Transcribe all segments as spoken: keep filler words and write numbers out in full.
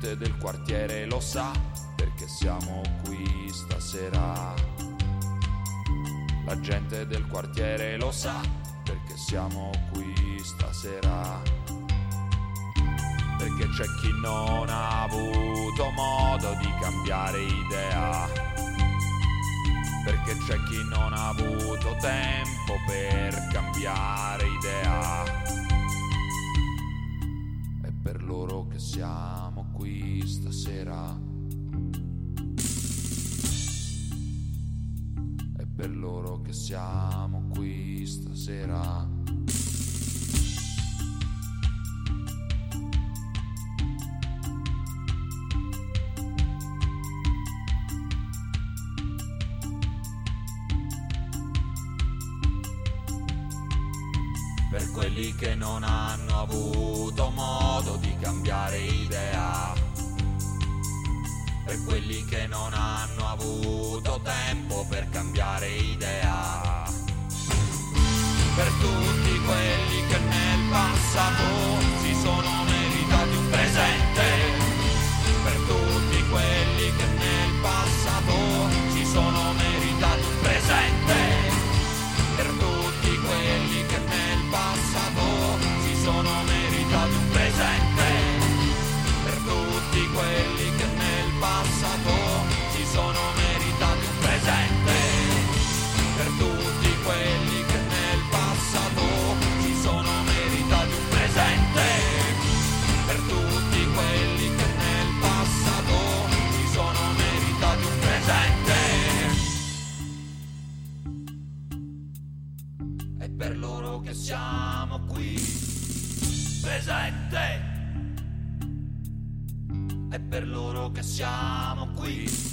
gente del quartiere lo sa perché siamo qui stasera. La gente del quartiere lo sa perché siamo qui stasera. Perché c'è chi non ha avuto modo di cambiare idea. Perché c'è chi non ha avuto tempo per cambiare idea. È per loro che siamo qui stasera. È per loro che siamo qui stasera. Per quelli che non hanno avuto modo di cambiare idea. Per quelli che non hanno avuto tempo per cambiare idea. Per tutti quelli che nel passato si sono meritati un presente. Per tutti quelli che nel passato si sono meritati un presente. Per tutti quelli che nel passato si sono meritati un presente. Per tutti quelli che nel passato si sono meritati un presente. Per tutti quelli che nel passato si sono meritati un presente. Per tutti quelli che nel passato si sono meritati un presente. È per loro che siamo qui presente. È per loro che siamo qui.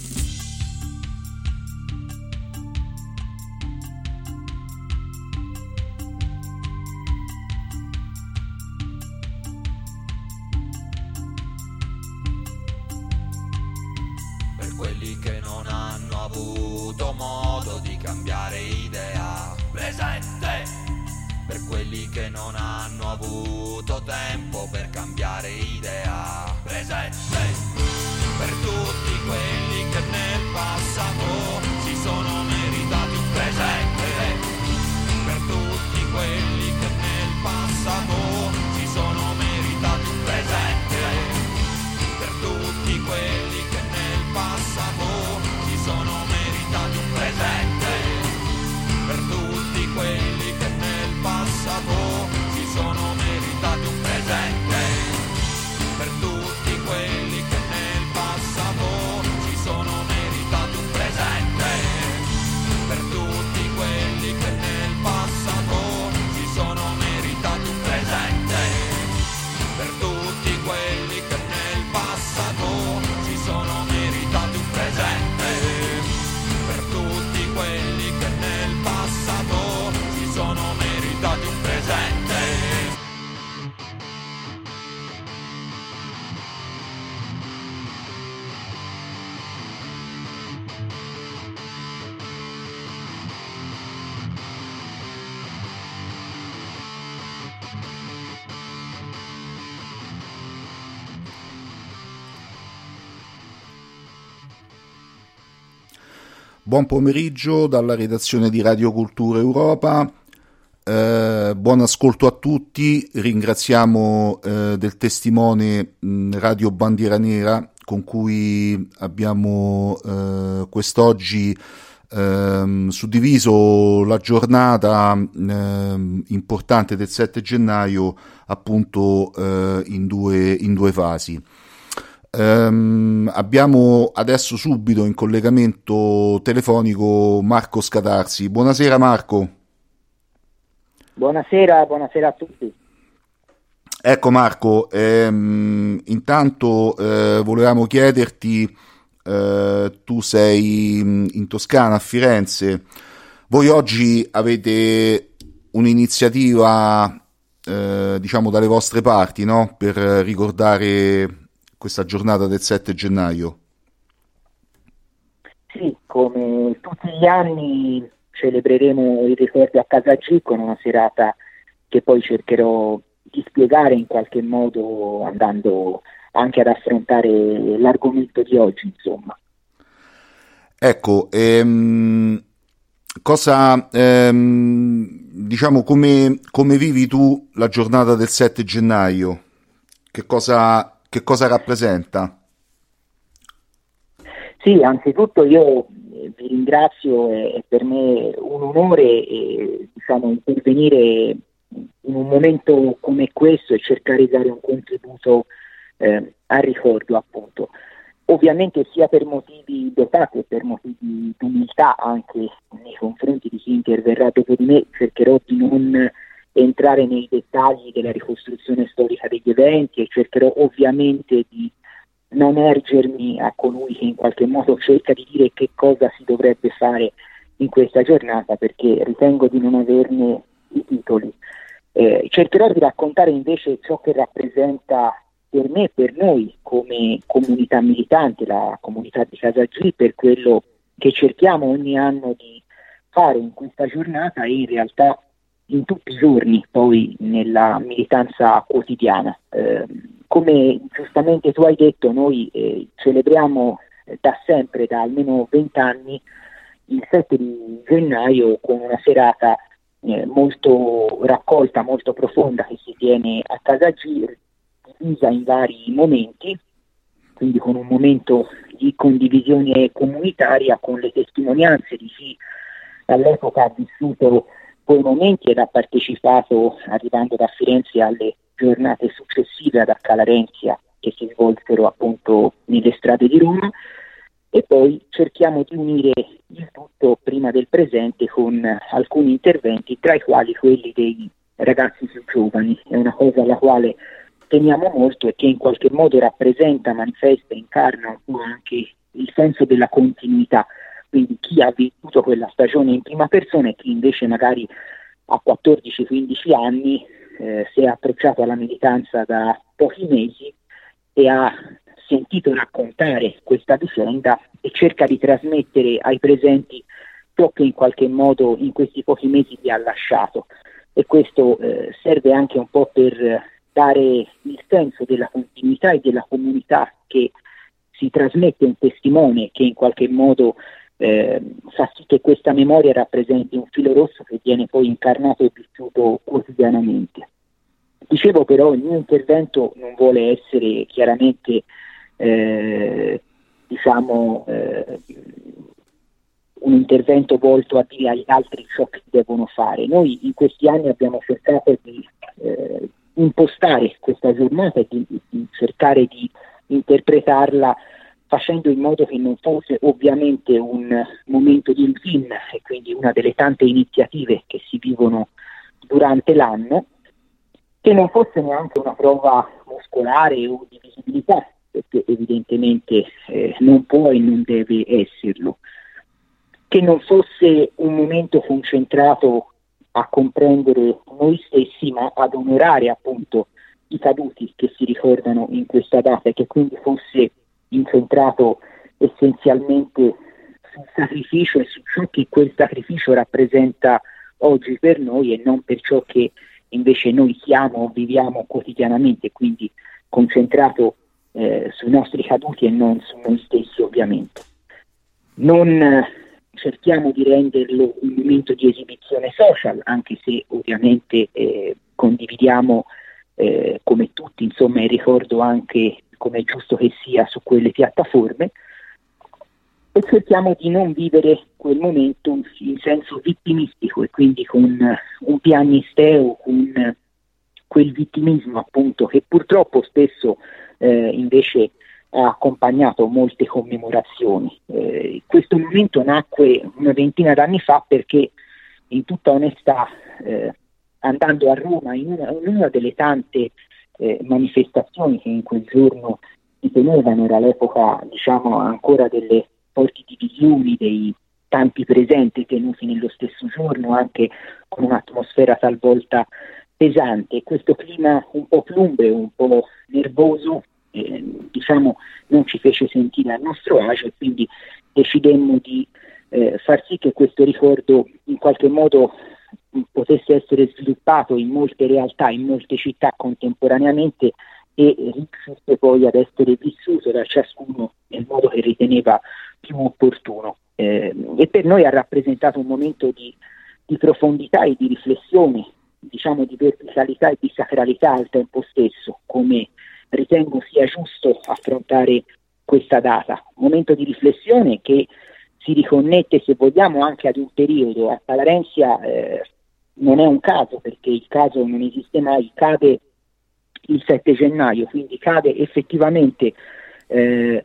Per quelli che non hanno avuto modo di cambiare idea. Presente. Per quelli che non hanno avuto tempo per cambiare idea. Presente. Per tutti quelli che nel passato si sono meritati un presente. Per tutti quelli che nel passato si sono meritati un presente. Per tutti quelli che nel passato si sono meritati un presente. Per tutti quelli che nel passato si sono meritati un presente. Per tutti quelli che nel passato si sono meritati un presente. Per tutti quelli che nel passato si sono meritati un presente. Per tutti quelli che nel passato si sono meritati un presente. Per tutti quelli che nel passato si sono meritati un presente. Buon pomeriggio dalla redazione di Radio Cultura Europa, eh, buon ascolto a tutti, ringraziamo eh, del testimone mh, Radio Bandiera Nera con cui abbiamo eh, quest'oggi eh, suddiviso la giornata eh, importante del sette gennaio appunto eh, in due, in due fasi. Um, abbiamo adesso subito in collegamento telefonico Marco Scatarsi. Buonasera Marco. Buonasera, buonasera a tutti. Ecco Marco, ehm, intanto eh, volevamo chiederti, eh, tu sei in Toscana, a Firenze, voi oggi avete un'iniziativa eh, diciamo dalle vostre parti, no? Per ricordare questa giornata del sette gennaio. Sì, come tutti gli anni celebreremo il ricordo a Casa G con una serata che poi cercherò di spiegare in qualche modo andando anche ad affrontare l'argomento di oggi, insomma. Ecco, ehm, cosa ehm, diciamo come, come vivi tu la giornata del sette gennaio? Che cosa, che cosa rappresenta? Sì, anzitutto io vi ringrazio, è per me un onore eh, diciamo, intervenire in un momento come questo e cercare di dare un contributo eh, al ricordo, appunto. Ovviamente sia per motivi dotati e per motivi di umiltà anche nei confronti di chi interverrà dopo di me, cercherò di non entrare nei dettagli della ricostruzione storica degli eventi e cercherò ovviamente di non ergermi a colui che in qualche modo cerca di dire che cosa si dovrebbe fare in questa giornata, perché ritengo di non averne i titoli. Eh, cercherò di raccontare invece ciò che rappresenta per me e per noi come comunità militante, la comunità di Casa G, per quello che cerchiamo ogni anno di fare in questa giornata e in realtà in tutti i giorni poi nella militanza quotidiana. Eh, come giustamente tu hai detto, noi eh, celebriamo eh, da sempre, da almeno vent'anni, il sette di gennaio con una serata eh, molto raccolta, molto profonda che si tiene a Casa G, divisa in vari momenti, quindi con un momento di condivisione comunitaria, con le testimonianze di chi all'epoca ha vissuto quei momenti ed ha partecipato, arrivando da Firenze, alle giornate successive ad Accalarenzia che si svolsero appunto nelle strade di Roma, e poi cerchiamo di unire il tutto prima del presente con alcuni interventi, tra i quali quelli dei ragazzi più giovani. È una cosa alla quale teniamo molto e che in qualche modo rappresenta, manifesta, incarna un po' anche il senso della continuità. Quindi chi ha vissuto quella stagione in prima persona e chi invece magari a quattordici quindici anni eh, si è approcciato alla militanza da pochi mesi e ha sentito raccontare questa vicenda e cerca di trasmettere ai presenti ciò che in qualche modo in questi pochi mesi vi ha lasciato. E questo eh, serve anche un po' per dare il senso della continuità e della comunità che si trasmette un testimone che in qualche modo Eh, fa sì che questa memoria rappresenti un filo rosso che viene poi incarnato e vissuto quotidianamente. Dicevo però, il mio intervento non vuole essere chiaramente eh, diciamo eh, un intervento volto a dire agli altri ciò che devono fare. Noi in questi anni abbiamo cercato di eh, impostare questa giornata e di, di cercare di interpretarla facendo in modo che non fosse ovviamente un momento di routine e quindi una delle tante iniziative che si vivono durante l'anno, che non fosse neanche una prova muscolare o di visibilità, perché evidentemente eh, non può e non deve esserlo, che non fosse un momento concentrato a comprendere noi stessi, ma ad onorare appunto i caduti che si ricordano in questa data e che quindi fosse incentrato essenzialmente sul sacrificio e su ciò che quel sacrificio rappresenta oggi per noi e non per ciò che invece noi siamo o viviamo quotidianamente, quindi concentrato eh, sui nostri caduti e non su noi stessi ovviamente. Non eh, cerchiamo di renderlo un momento di esibizione social, anche se ovviamente eh, condividiamo eh, come tutti insomma il ricordo anche come è giusto che sia su quelle piattaforme, e cerchiamo di non vivere quel momento in senso vittimistico e quindi con un piagnisteo, con quel vittimismo appunto che purtroppo spesso eh, invece ha accompagnato molte commemorazioni. Eh, questo momento nacque una ventina d'anni fa perché, in tutta onestà, eh, andando a Roma in una, in una delle tante Eh, manifestazioni che in quel giorno si tenevano, era l'epoca diciamo ancora delle forti divisioni, dei tanti presenti tenuti nello stesso giorno, anche con un'atmosfera talvolta pesante. Questo clima un po' plumbreo, un po' nervoso, eh, diciamo non ci fece sentire a nostro agio e quindi decidemmo di eh, far sì che questo ricordo in qualche modo potesse essere sviluppato in molte realtà, in molte città contemporaneamente e riuscisse poi ad essere vissuto da ciascuno nel modo che riteneva più opportuno. Eh, e per noi ha rappresentato un momento di, di profondità e di riflessione, diciamo di verticalità e di sacralità al tempo stesso, come ritengo sia giusto affrontare questa data. Un momento di riflessione che si riconnette, se vogliamo, anche ad un periodo. A Calarenzia eh, non è un caso, perché il caso non esiste mai, cade il sette gennaio, quindi cade effettivamente eh,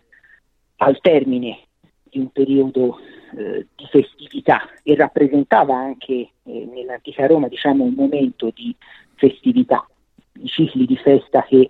al termine di un periodo eh, di festività, e rappresentava anche eh, nell'antica Roma, diciamo, un momento di festività, i cicli di festa che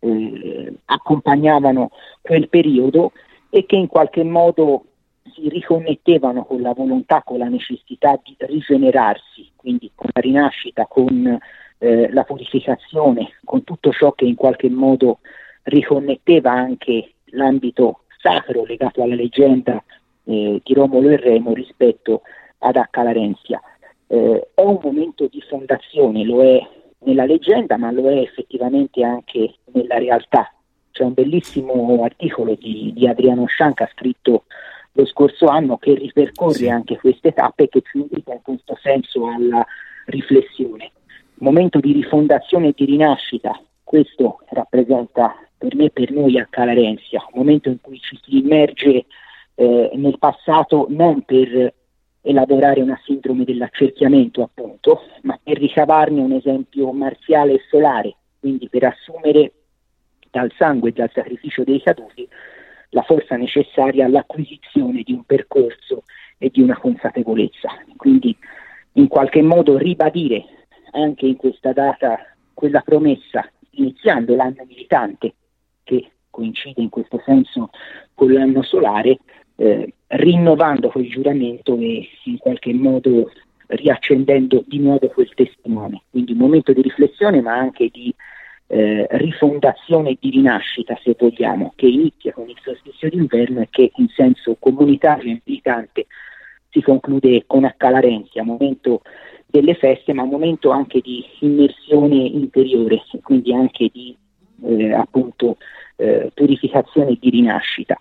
eh, accompagnavano quel periodo e che in qualche modo si riconnettevano con la volontà, con la necessità di rigenerarsi, quindi con la rinascita, con eh, la purificazione, con tutto ciò che in qualche modo riconnetteva anche l'ambito sacro legato alla leggenda eh, di Romolo e Remo rispetto ad Accalarenzia. Eh, è un momento di fondazione, lo è nella leggenda, ma lo è effettivamente anche nella realtà. C'è un bellissimo articolo di, di Adriano Scianca scritto lo scorso anno che ripercorre sì. anche queste tappe, che ci invita in questo senso alla riflessione. Momento di rifondazione e di rinascita, questo rappresenta per me e per noi Accalarenzia, un momento in cui ci si immerge eh, nel passato non per elaborare una sindrome dell'accerchiamento appunto, ma per ricavarne un esempio marziale e solare, quindi per assumere dal sangue e dal sacrificio dei caduti la forza necessaria all'acquisizione di un percorso e di una consapevolezza. Quindi in qualche modo ribadire anche in questa data quella promessa, iniziando l'anno militante, che coincide in questo senso con l'anno solare, eh, rinnovando quel giuramento e in qualche modo riaccendendo di nuovo quel testimone. Quindi un momento di riflessione, ma anche di Eh, rifondazione e di rinascita, se vogliamo, che inizia con il solstizio d'inverno e che in senso comunitario e militante si conclude con Accalarenzia, momento delle feste, ma un momento anche di immersione interiore, quindi anche di eh, appunto eh, purificazione e di rinascita.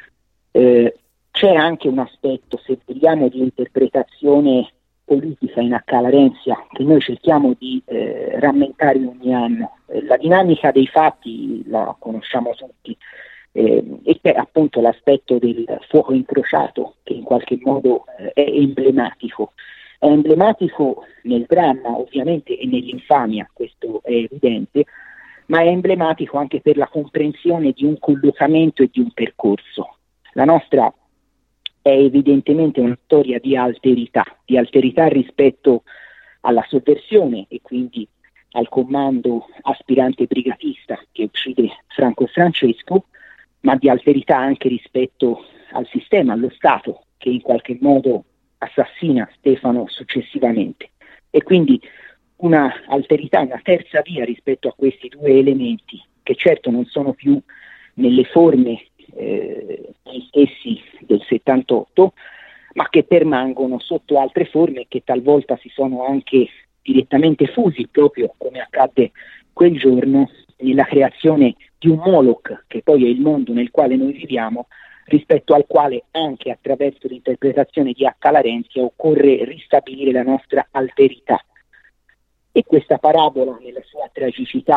Eh, c'è anche un aspetto, se vogliamo, di interpretazione politica in Accalarenzia che noi cerchiamo di eh, rammentare ogni anno. Eh, la dinamica dei fatti la conosciamo tutti eh, e che è appunto l'aspetto del fuoco incrociato, che in qualche modo eh, è emblematico. È emblematico nel dramma ovviamente e nell'infamia, questo è evidente, ma è emblematico anche per la comprensione di un collocamento e di un percorso. La nostra è evidentemente una storia di alterità, di alterità rispetto alla sovversione e quindi al comando aspirante brigatista che uccide Franco e Francesco, ma di alterità anche rispetto al sistema, allo Stato, che in qualche modo assassina Stefano successivamente. E quindi una alterità, una terza via rispetto a questi due elementi, che certo non sono più nelle forme Eh, gli stessi del settantotto, ma che permangono sotto altre forme che talvolta si sono anche direttamente fusi, proprio come accadde quel giorno nella creazione di un Moloch, che poi è il mondo nel quale noi viviamo, rispetto al quale anche attraverso l'interpretazione di Accalarenzia occorre ristabilire la nostra alterità. E questa parabola nella sua tragicità,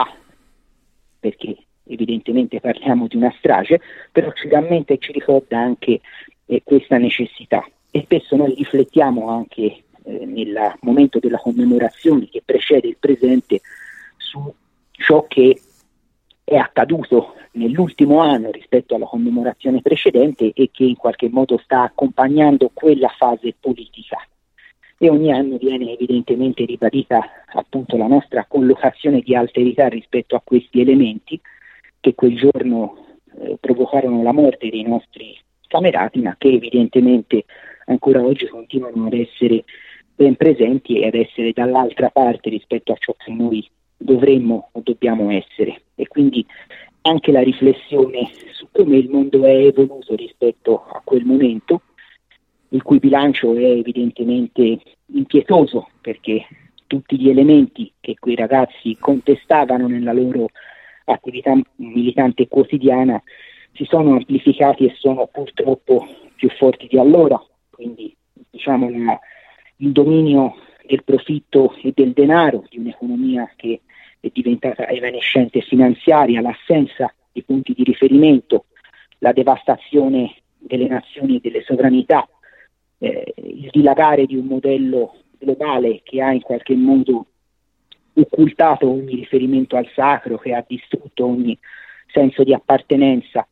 perché evidentemente parliamo di una strage, però ci rammenta e ci ricorda anche eh, questa necessità. E spesso noi riflettiamo anche eh, nel momento della commemorazione che precede il presente su ciò che è accaduto nell'ultimo anno rispetto alla commemorazione precedente e che in qualche modo sta accompagnando quella fase politica. E ogni anno viene evidentemente ribadita appunto la nostra collocazione di alterità rispetto a questi elementi che quel giorno eh, provocarono la morte dei nostri camerati, ma che evidentemente ancora oggi continuano ad essere ben presenti e ad essere dall'altra parte rispetto a ciò che noi dovremmo o dobbiamo essere. E quindi anche la riflessione su come il mondo è evoluto rispetto a quel momento, il cui bilancio è evidentemente impietoso, perché tutti gli elementi che quei ragazzi contestavano nella loro attività militante quotidiana si sono amplificati e sono purtroppo più forti di allora, quindi diciamo la, il dominio del profitto e del denaro, di un'economia che è diventata evanescente e finanziaria, l'assenza di punti di riferimento, la devastazione delle nazioni e delle sovranità, eh, il dilagare di un modello globale che ha in qualche modo occultato ogni riferimento al sacro, che ha distrutto ogni senso di appartenenza,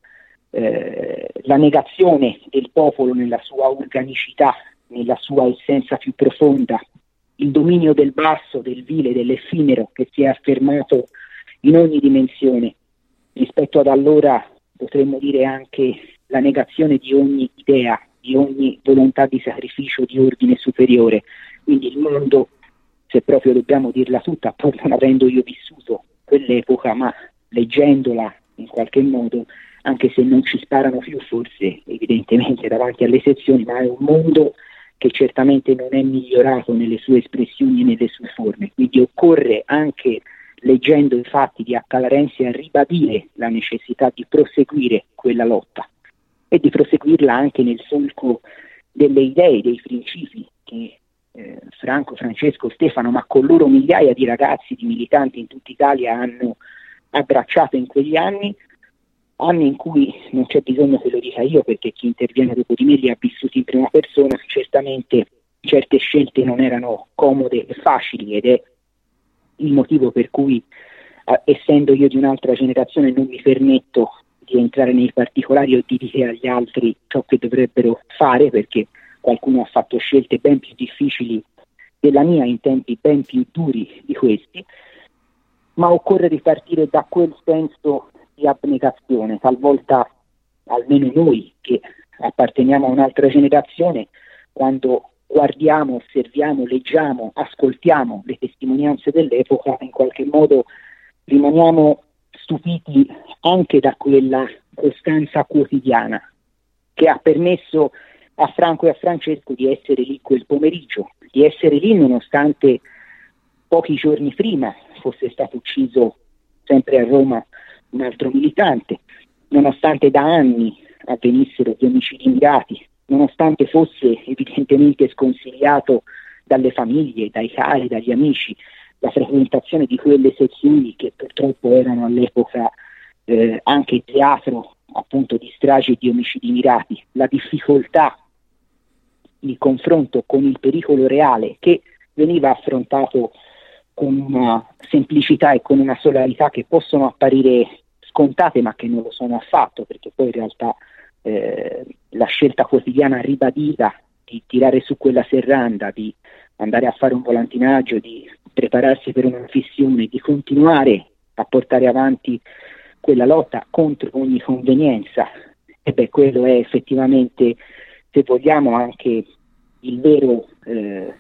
eh, la negazione del popolo nella sua organicità, nella sua essenza più profonda, il dominio del basso, del vile, dell'effimero che si è affermato in ogni dimensione. Rispetto ad allora potremmo dire anche la negazione di ogni idea, di ogni volontà di sacrificio di ordine superiore. Quindi il mondo, se proprio dobbiamo dirla tutta, pur non avendo io vissuto quell'epoca, ma leggendola in qualche modo, anche se non ci sparano più forse evidentemente davanti alle sezioni, ma è un mondo che certamente non è migliorato nelle sue espressioni e nelle sue forme. Quindi occorre anche, leggendo i fatti di Acca Larentia, ribadire la necessità di proseguire quella lotta e di proseguirla anche nel solco delle idee, dei principi che eh, Franco, Francesco, Stefano, ma con loro migliaia di ragazzi, di militanti in tutta Italia hanno abbracciato in quegli anni, anni in cui non c'è bisogno che lo dica io, perché chi interviene dopo di me li ha vissuti in prima persona. Certamente certe scelte non erano comode e facili, ed è il motivo per cui, eh, essendo io di un'altra generazione, non mi permetto di entrare nei particolari o di dire agli altri ciò che dovrebbero fare, perché qualcuno ha fatto scelte ben più difficili della mia in tempi ben più duri di questi, ma occorre ripartire da quel senso di abnegazione. Talvolta, almeno noi che apparteniamo a un'altra generazione, quando guardiamo, osserviamo, leggiamo, ascoltiamo le testimonianze dell'epoca, in qualche modo rimaniamo stupiti anche da quella costanza quotidiana che ha permesso a Franco e a Francesco di essere lì quel pomeriggio, di essere lì nonostante pochi giorni prima fosse stato ucciso sempre a Roma un altro militante, nonostante da anni avvenissero gli omicidi mirati, nonostante fosse evidentemente sconsigliato dalle famiglie, dai cari, dagli amici, la frequentazione di quelle sezioni che purtroppo erano all'epoca eh, anche teatro appunto di stragi e di omicidi mirati, la difficoltà di confronto con il pericolo reale che veniva affrontato con una semplicità e con una solarità che possono apparire scontate ma che non lo sono affatto, perché poi in realtà eh, la scelta quotidiana ribadita di tirare su quella serranda, di andare a fare un volantinaggio, di prepararsi per una fissione, di continuare a portare avanti quella lotta contro ogni convenienza, e beh, quello è effettivamente, se vogliamo, anche il vero eh,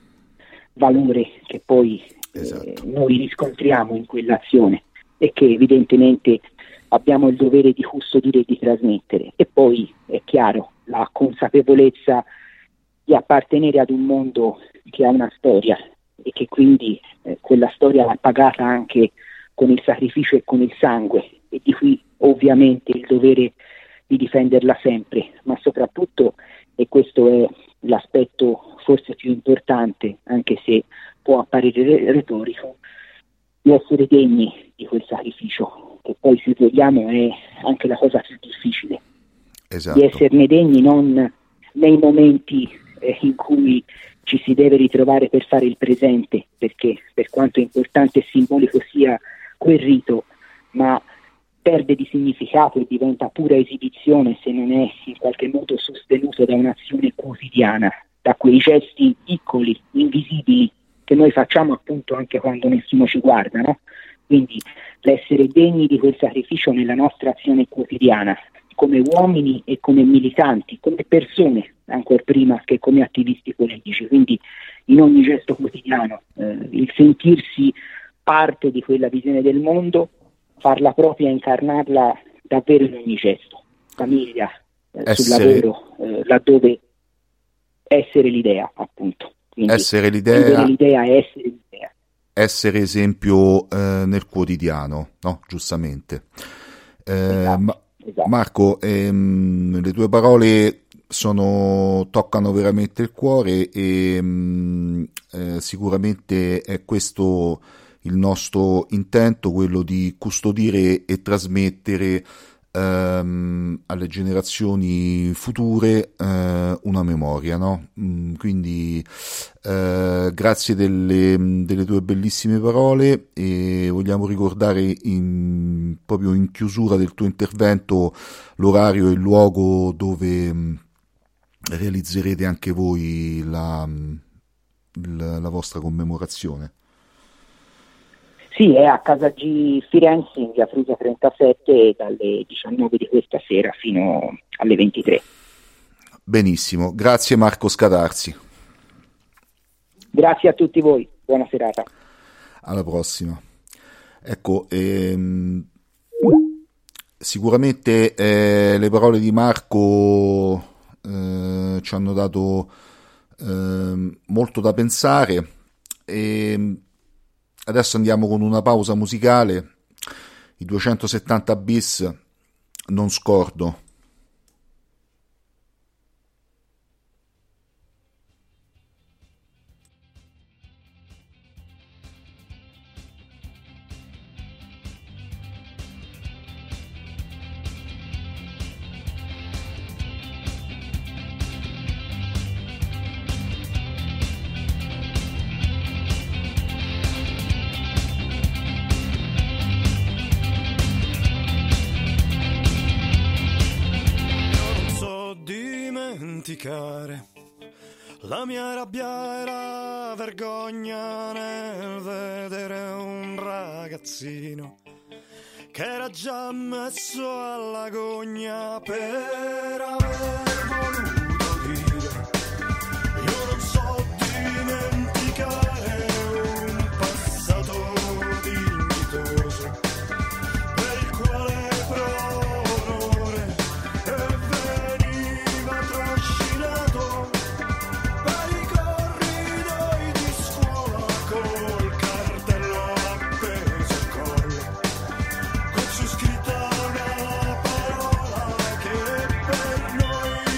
valore che poi esatto. eh, noi riscontriamo in quell'azione e che evidentemente abbiamo il dovere di custodire e di trasmettere. E poi è chiaro la consapevolezza di appartenere ad un mondo che ha una storia e che quindi eh, quella storia l'ha pagata anche con il sacrificio e con il sangue, e di qui ovviamente il dovere di difenderla sempre, ma soprattutto, e questo è l'aspetto forse più importante, anche se può apparire retorico, di essere degni di quel sacrificio, che poi, se vogliamo, è anche la cosa più difficile. Esatto. Di esserne degni non nei momenti eh, in cui ci si deve ritrovare per fare il presente, perché per quanto importante e simbolico sia quel rito, ma perde di significato e diventa pura esibizione se non è in qualche modo sostenuto da un'azione quotidiana, da quei gesti piccoli, invisibili, che noi facciamo appunto anche quando nessuno ci guarda, no? Quindi l'essere degni di quel sacrificio nella nostra azione quotidiana, come uomini e come militanti, come persone, ancora prima che come attivisti politici. Quindi in ogni gesto quotidiano eh, il sentirsi parte di quella visione del mondo, farla propria, incarnarla davvero in ogni gesto, famiglia, eh, sul lavoro, eh, laddove essere l'idea, appunto. Quindi essere l'idea, l'idea è essere l'idea. essere esempio eh, nel quotidiano, no? Giustamente. Eh, esatto, ma- esatto. Marco, ehm, le tue parole sono, toccano veramente il cuore e mh, eh, sicuramente è questo il nostro intento, quello di custodire e trasmettere ehm, alle generazioni future eh, una memoria, no? Mm, quindi eh, grazie delle, delle tue bellissime parole, e vogliamo ricordare in, proprio in chiusura del tuo intervento l'orario e il luogo dove mh, realizzerete anche voi la, la, la vostra commemorazione. Sì, è a Casa G Firenze, in via Frusa trentasette, dalle diciannove di questa sera fino alle ventitré. Benissimo, grazie Marco Scatarzi. Grazie a tutti voi, buona serata. Alla prossima. Ecco, ehm, sicuramente eh, le parole di Marco eh, ci hanno dato eh, molto da pensare, e adesso andiamo con una pausa musicale, i duecentosettanta bis, Non scordo. La mia rabbia era vergogna nel vedere un ragazzino che era già messo alla gogna per aver voluto dire io non so dimenticare un passato dignitoso per il quale provo onore e veniva trascinato per i corridoi di scuola col cartello appeso al collo, con su scritta una parola che per noi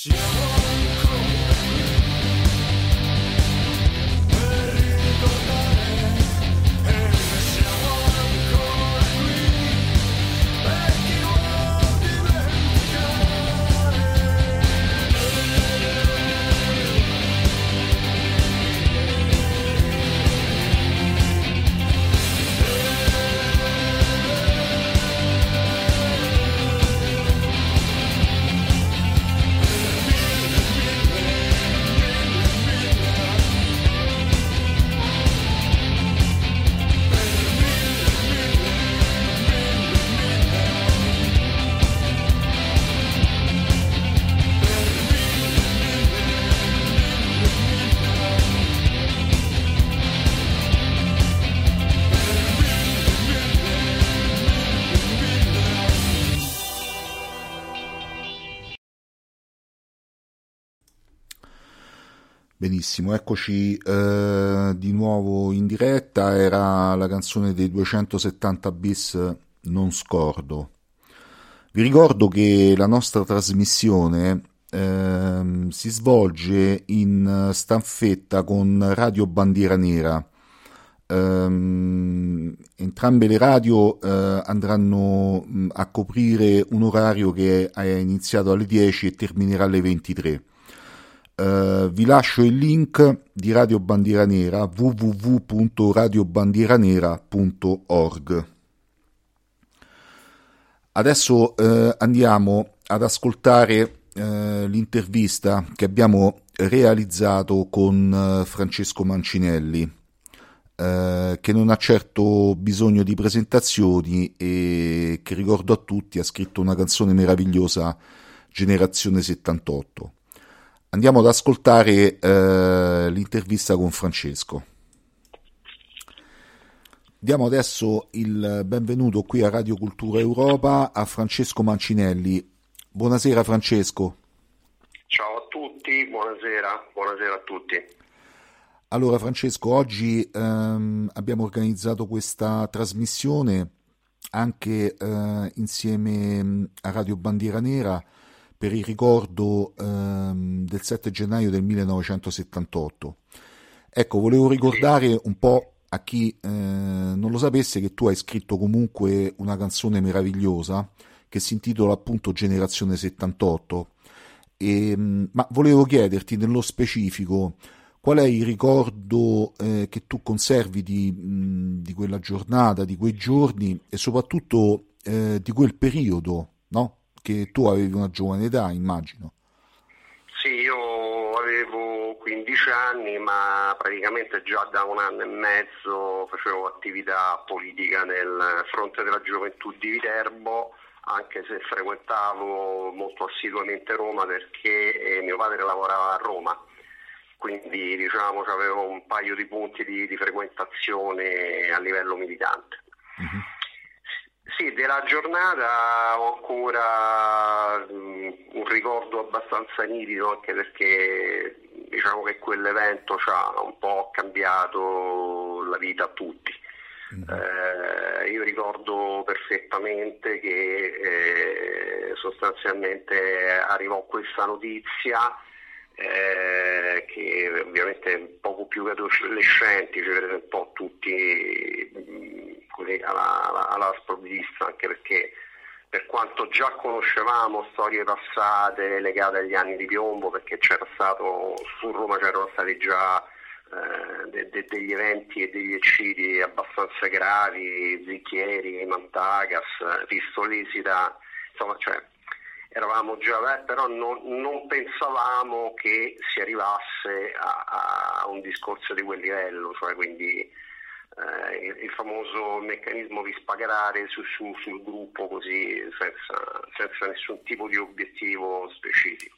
siamo ancora qui per ricordare, e siamo ancora qui per chi vuol dimenticare. Benissimo, eccoci eh, di nuovo in diretta. Era la canzone dei duecentosettanta bis, Non scordo. Vi ricordo che la nostra trasmissione eh, si svolge in staffetta con Radio Bandiera Nera. Eh, entrambe le radio eh, andranno mh, a coprire un orario che è iniziato alle dieci e terminerà alle ventitré. Uh, vi lascio il link di Radio Bandiera Nera, w w w punto radio bandiera nera punto org. Adesso uh, andiamo ad ascoltare uh, l'intervista che abbiamo realizzato con uh, Francesco Mancinelli, uh, che non ha certo bisogno di presentazioni e che, ricordo a tutti, ha scritto una canzone meravigliosa, Generazione settantotto. Andiamo ad ascoltare eh, l'intervista con Francesco. Diamo adesso il benvenuto qui a Radio Cultura Europa a Francesco Mancinelli. Buonasera Francesco. Ciao a tutti, buonasera, buonasera a tutti. Allora Francesco, oggi ehm, abbiamo organizzato questa trasmissione anche eh, insieme a Radio Bandiera Nera per il ricordo ehm, del sette gennaio del millenovecentosettantotto. Ecco, volevo ricordare un po' a chi eh, non lo sapesse che tu hai scritto comunque una canzone meravigliosa che si intitola appunto Generazione settantotto, e, ma volevo chiederti nello specifico qual è il ricordo eh, che tu conservi di, mh, di quella giornata, di quei giorni e soprattutto eh, di quel periodo, no? Che tu avevi una giovane età, immagino. Sì, io avevo quindici anni, ma praticamente già da un anno e mezzo facevo attività politica nel Fronte della Gioventù di Viterbo, anche se frequentavo molto assiduamente Roma perché mio padre lavorava a Roma, quindi diciamo avevo un paio di punti di, di frequentazione a livello militante. Mm-hmm. Sì, della giornata ho ancora um, un ricordo abbastanza nitido, anche perché diciamo che quell'evento ci ha un po' cambiato la vita a tutti. Mm-hmm. Eh, io ricordo perfettamente che eh, sostanzialmente arrivò questa notizia eh, che ovviamente poco più che adolescenti ci prese un po' tutti mh, alla, alla, alla sprovvista, anche perché per quanto già conoscevamo storie passate legate agli anni di piombo, perché c'era stato su Roma c'erano stati già eh, de, de, degli eventi e degli eccidi abbastanza gravi, Zicchieri, Mantagas, Pistolesita, insomma, cioè eravamo già, però non, non pensavamo che si arrivasse a, a un discorso di quel livello, cioè quindi eh, il, il famoso meccanismo di spagarare su, su, sul gruppo così senza, senza nessun tipo di obiettivo specifico.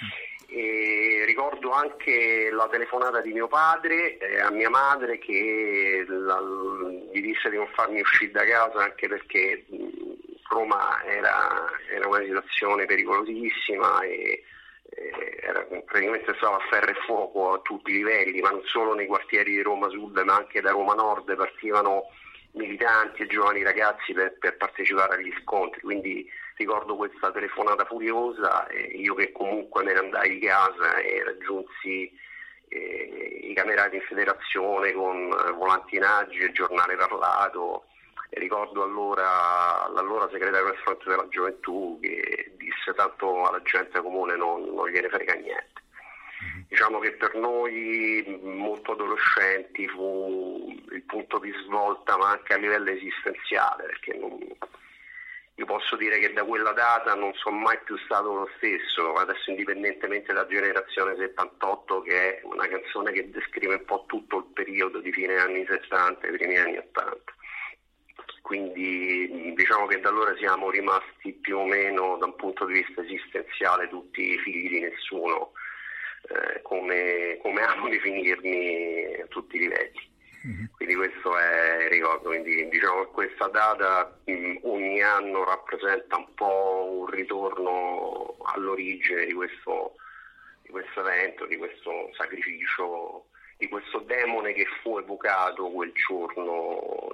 E ricordo anche la telefonata di mio padre eh, a mia madre che la, gli disse di non farmi uscire da casa, anche perché Roma era, era una situazione pericolosissima e eh, era, praticamente stava a ferro e fuoco a tutti i livelli, ma non solo nei quartieri di Roma Sud, ma anche da Roma Nord partivano militanti e giovani ragazzi per, per partecipare agli scontri, quindi ricordo questa telefonata furiosa, e io che comunque me ne andai di casa e raggiunsi eh, i camerati in federazione con eh, volantinaggi e giornale parlato, e ricordo allora l'allora segretario del Fronte della Gioventù che disse: tanto alla gente comune non, non gliene frega niente. Diciamo che per noi molto adolescenti fu il punto di svolta, ma anche a livello esistenziale, perché non, io posso dire che da quella data non sono mai più stato lo stesso, adesso indipendentemente da Generazione settantotto, che è una canzone che descrive un po' tutto il periodo di fine anni sessanta e primi anni ottanta. Quindi diciamo che da allora siamo rimasti più o meno da un punto di vista esistenziale tutti figli di nessuno, eh, come, come amo definirmi a tutti i livelli. Mm-hmm. Quindi questo è il ricordo, quindi diciamo che questa data mh, ogni anno rappresenta un po' un ritorno all'origine di questo, di questo evento, di questo sacrificio, di questo demone che fu evocato quel giorno.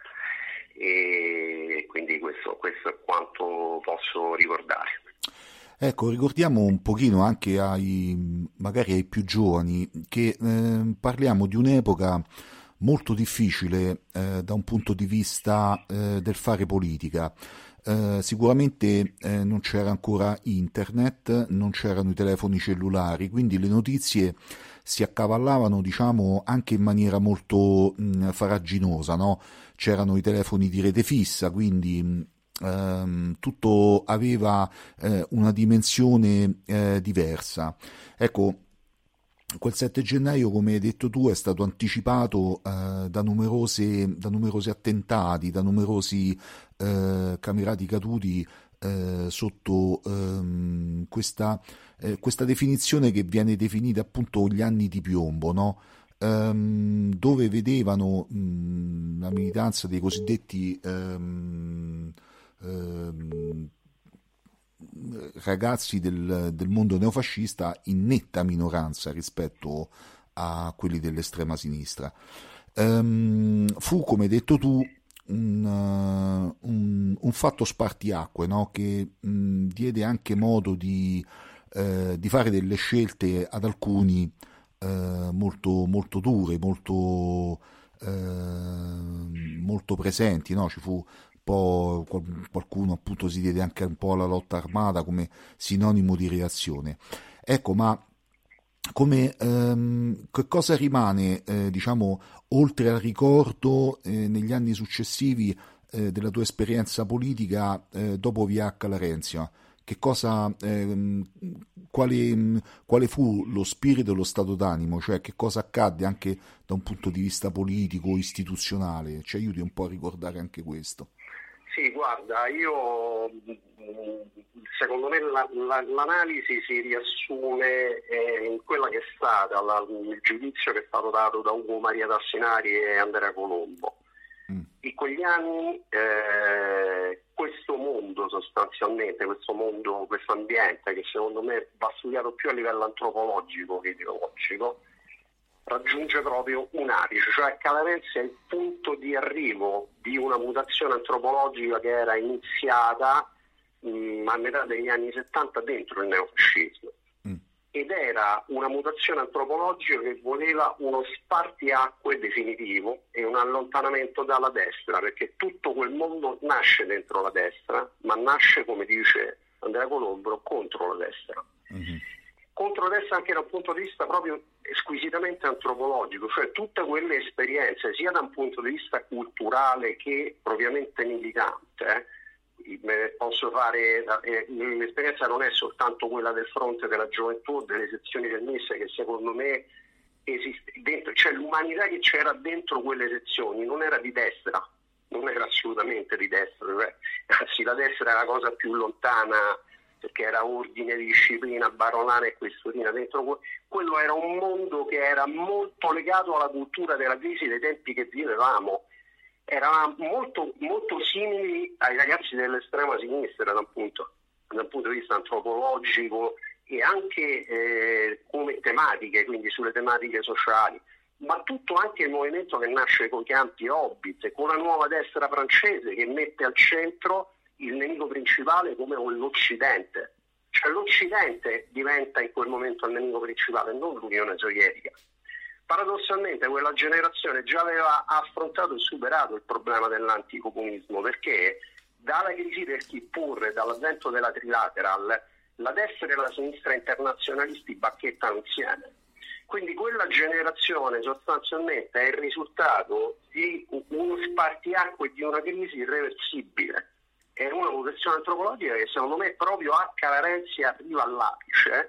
E quindi questo, questo è quanto posso ricordare. Ecco, ricordiamo un pochino anche ai magari ai più giovani che eh, parliamo di un'epoca molto difficile eh, da un punto di vista eh, del fare politica. Eh, sicuramente eh, non c'era ancora internet, non c'erano i telefoni cellulari, quindi le notizie si accavallavano, diciamo, anche in maniera molto mh, farraginosa, no? C'erano i telefoni di rete fissa, quindi mh, ehm, tutto aveva eh, una dimensione eh, diversa. Ecco, quel sette gennaio, come hai detto tu, è stato anticipato eh, da, numerose, da numerosi attentati, da numerosi eh, camerati caduti eh, sotto ehm, questa, eh, questa definizione che viene definita appunto gli anni di piombo, no? Ehm, dove vedevano mh, la militanza dei cosiddetti ehm, ehm, ragazzi del, del mondo neofascista in netta minoranza rispetto a quelli dell'estrema sinistra. Um, fu, come hai detto tu, un, uh, un, un fatto spartiacque, no? Che mh, diede anche modo di, uh, di fare delle scelte ad alcuni uh, molto, molto dure, molto, uh, molto presenti, no? Ci fu po' qualcuno appunto si diede anche un po' alla lotta armata come sinonimo di reazione. Ecco, ma come ehm, che cosa rimane eh, diciamo oltre al ricordo eh, negli anni successivi eh, della tua esperienza politica eh, dopo via H. Larenzia? Che cosa ehm, quale, quale fu lo spirito e lo stato d'animo, cioè che cosa accadde anche da un punto di vista politico, istituzionale? Ci aiuti un po' a ricordare anche questo. Sì, guarda, io secondo me la, la, l'analisi si riassume eh, in quella che è stata la, il giudizio che è stato dato da Ugo Maria Tassinari e Andrea Colombo. Mm. In quegli anni eh, questo mondo sostanzialmente, questo mondo, questo ambiente che secondo me va studiato più a livello antropologico che ideologico, raggiunge proprio un apice, cioè H. Larenzia è il punto di arrivo di una mutazione antropologica che era iniziata mh, a metà degli anni settanta dentro il neofascismo mm. ed era una mutazione antropologica che voleva uno spartiacque definitivo e un allontanamento dalla destra, perché tutto quel mondo nasce dentro la destra, ma nasce, come dice Andrea Colombo, contro la destra. Mm-hmm. Contro la destra anche da un punto di vista proprio squisitamente antropologico, cioè tutte quelle esperienze sia da un punto di vista culturale che propriamente militante. Eh, posso fare eh, l'esperienza non è soltanto quella del Fronte della Gioventù, delle sezioni del M I S, che secondo me esiste dentro, cioè l'umanità che c'era dentro quelle sezioni non era di destra, non era assolutamente di destra, cioè, anzi la destra era la cosa più lontana, perché era ordine, disciplina, baronale e questurina. Dentro quello era un mondo che era molto legato alla cultura della crisi dei tempi che vivevamo. Eravamo molto, molto simili ai ragazzi dell'estrema sinistra da un punto, da un punto di vista antropologico e anche eh, come tematiche, quindi sulle tematiche sociali. Ma tutto anche il movimento che nasce con i campi Hobbit, con la nuova destra francese che mette al centro il nemico principale come l'Occidente, cioè l'Occidente diventa in quel momento il nemico principale, non l'Unione Sovietica. Paradossalmente quella generazione già aveva affrontato e superato il problema dell'anticomunismo, perché dalla crisi del Kippur e dall'avvento della trilateral la destra e la sinistra internazionalisti bacchettano insieme. Quindi quella generazione sostanzialmente è il risultato di uno spartiacque e di una crisi irreversibile. È una professione antropologica che secondo me proprio H. Renzi arriva all'apice,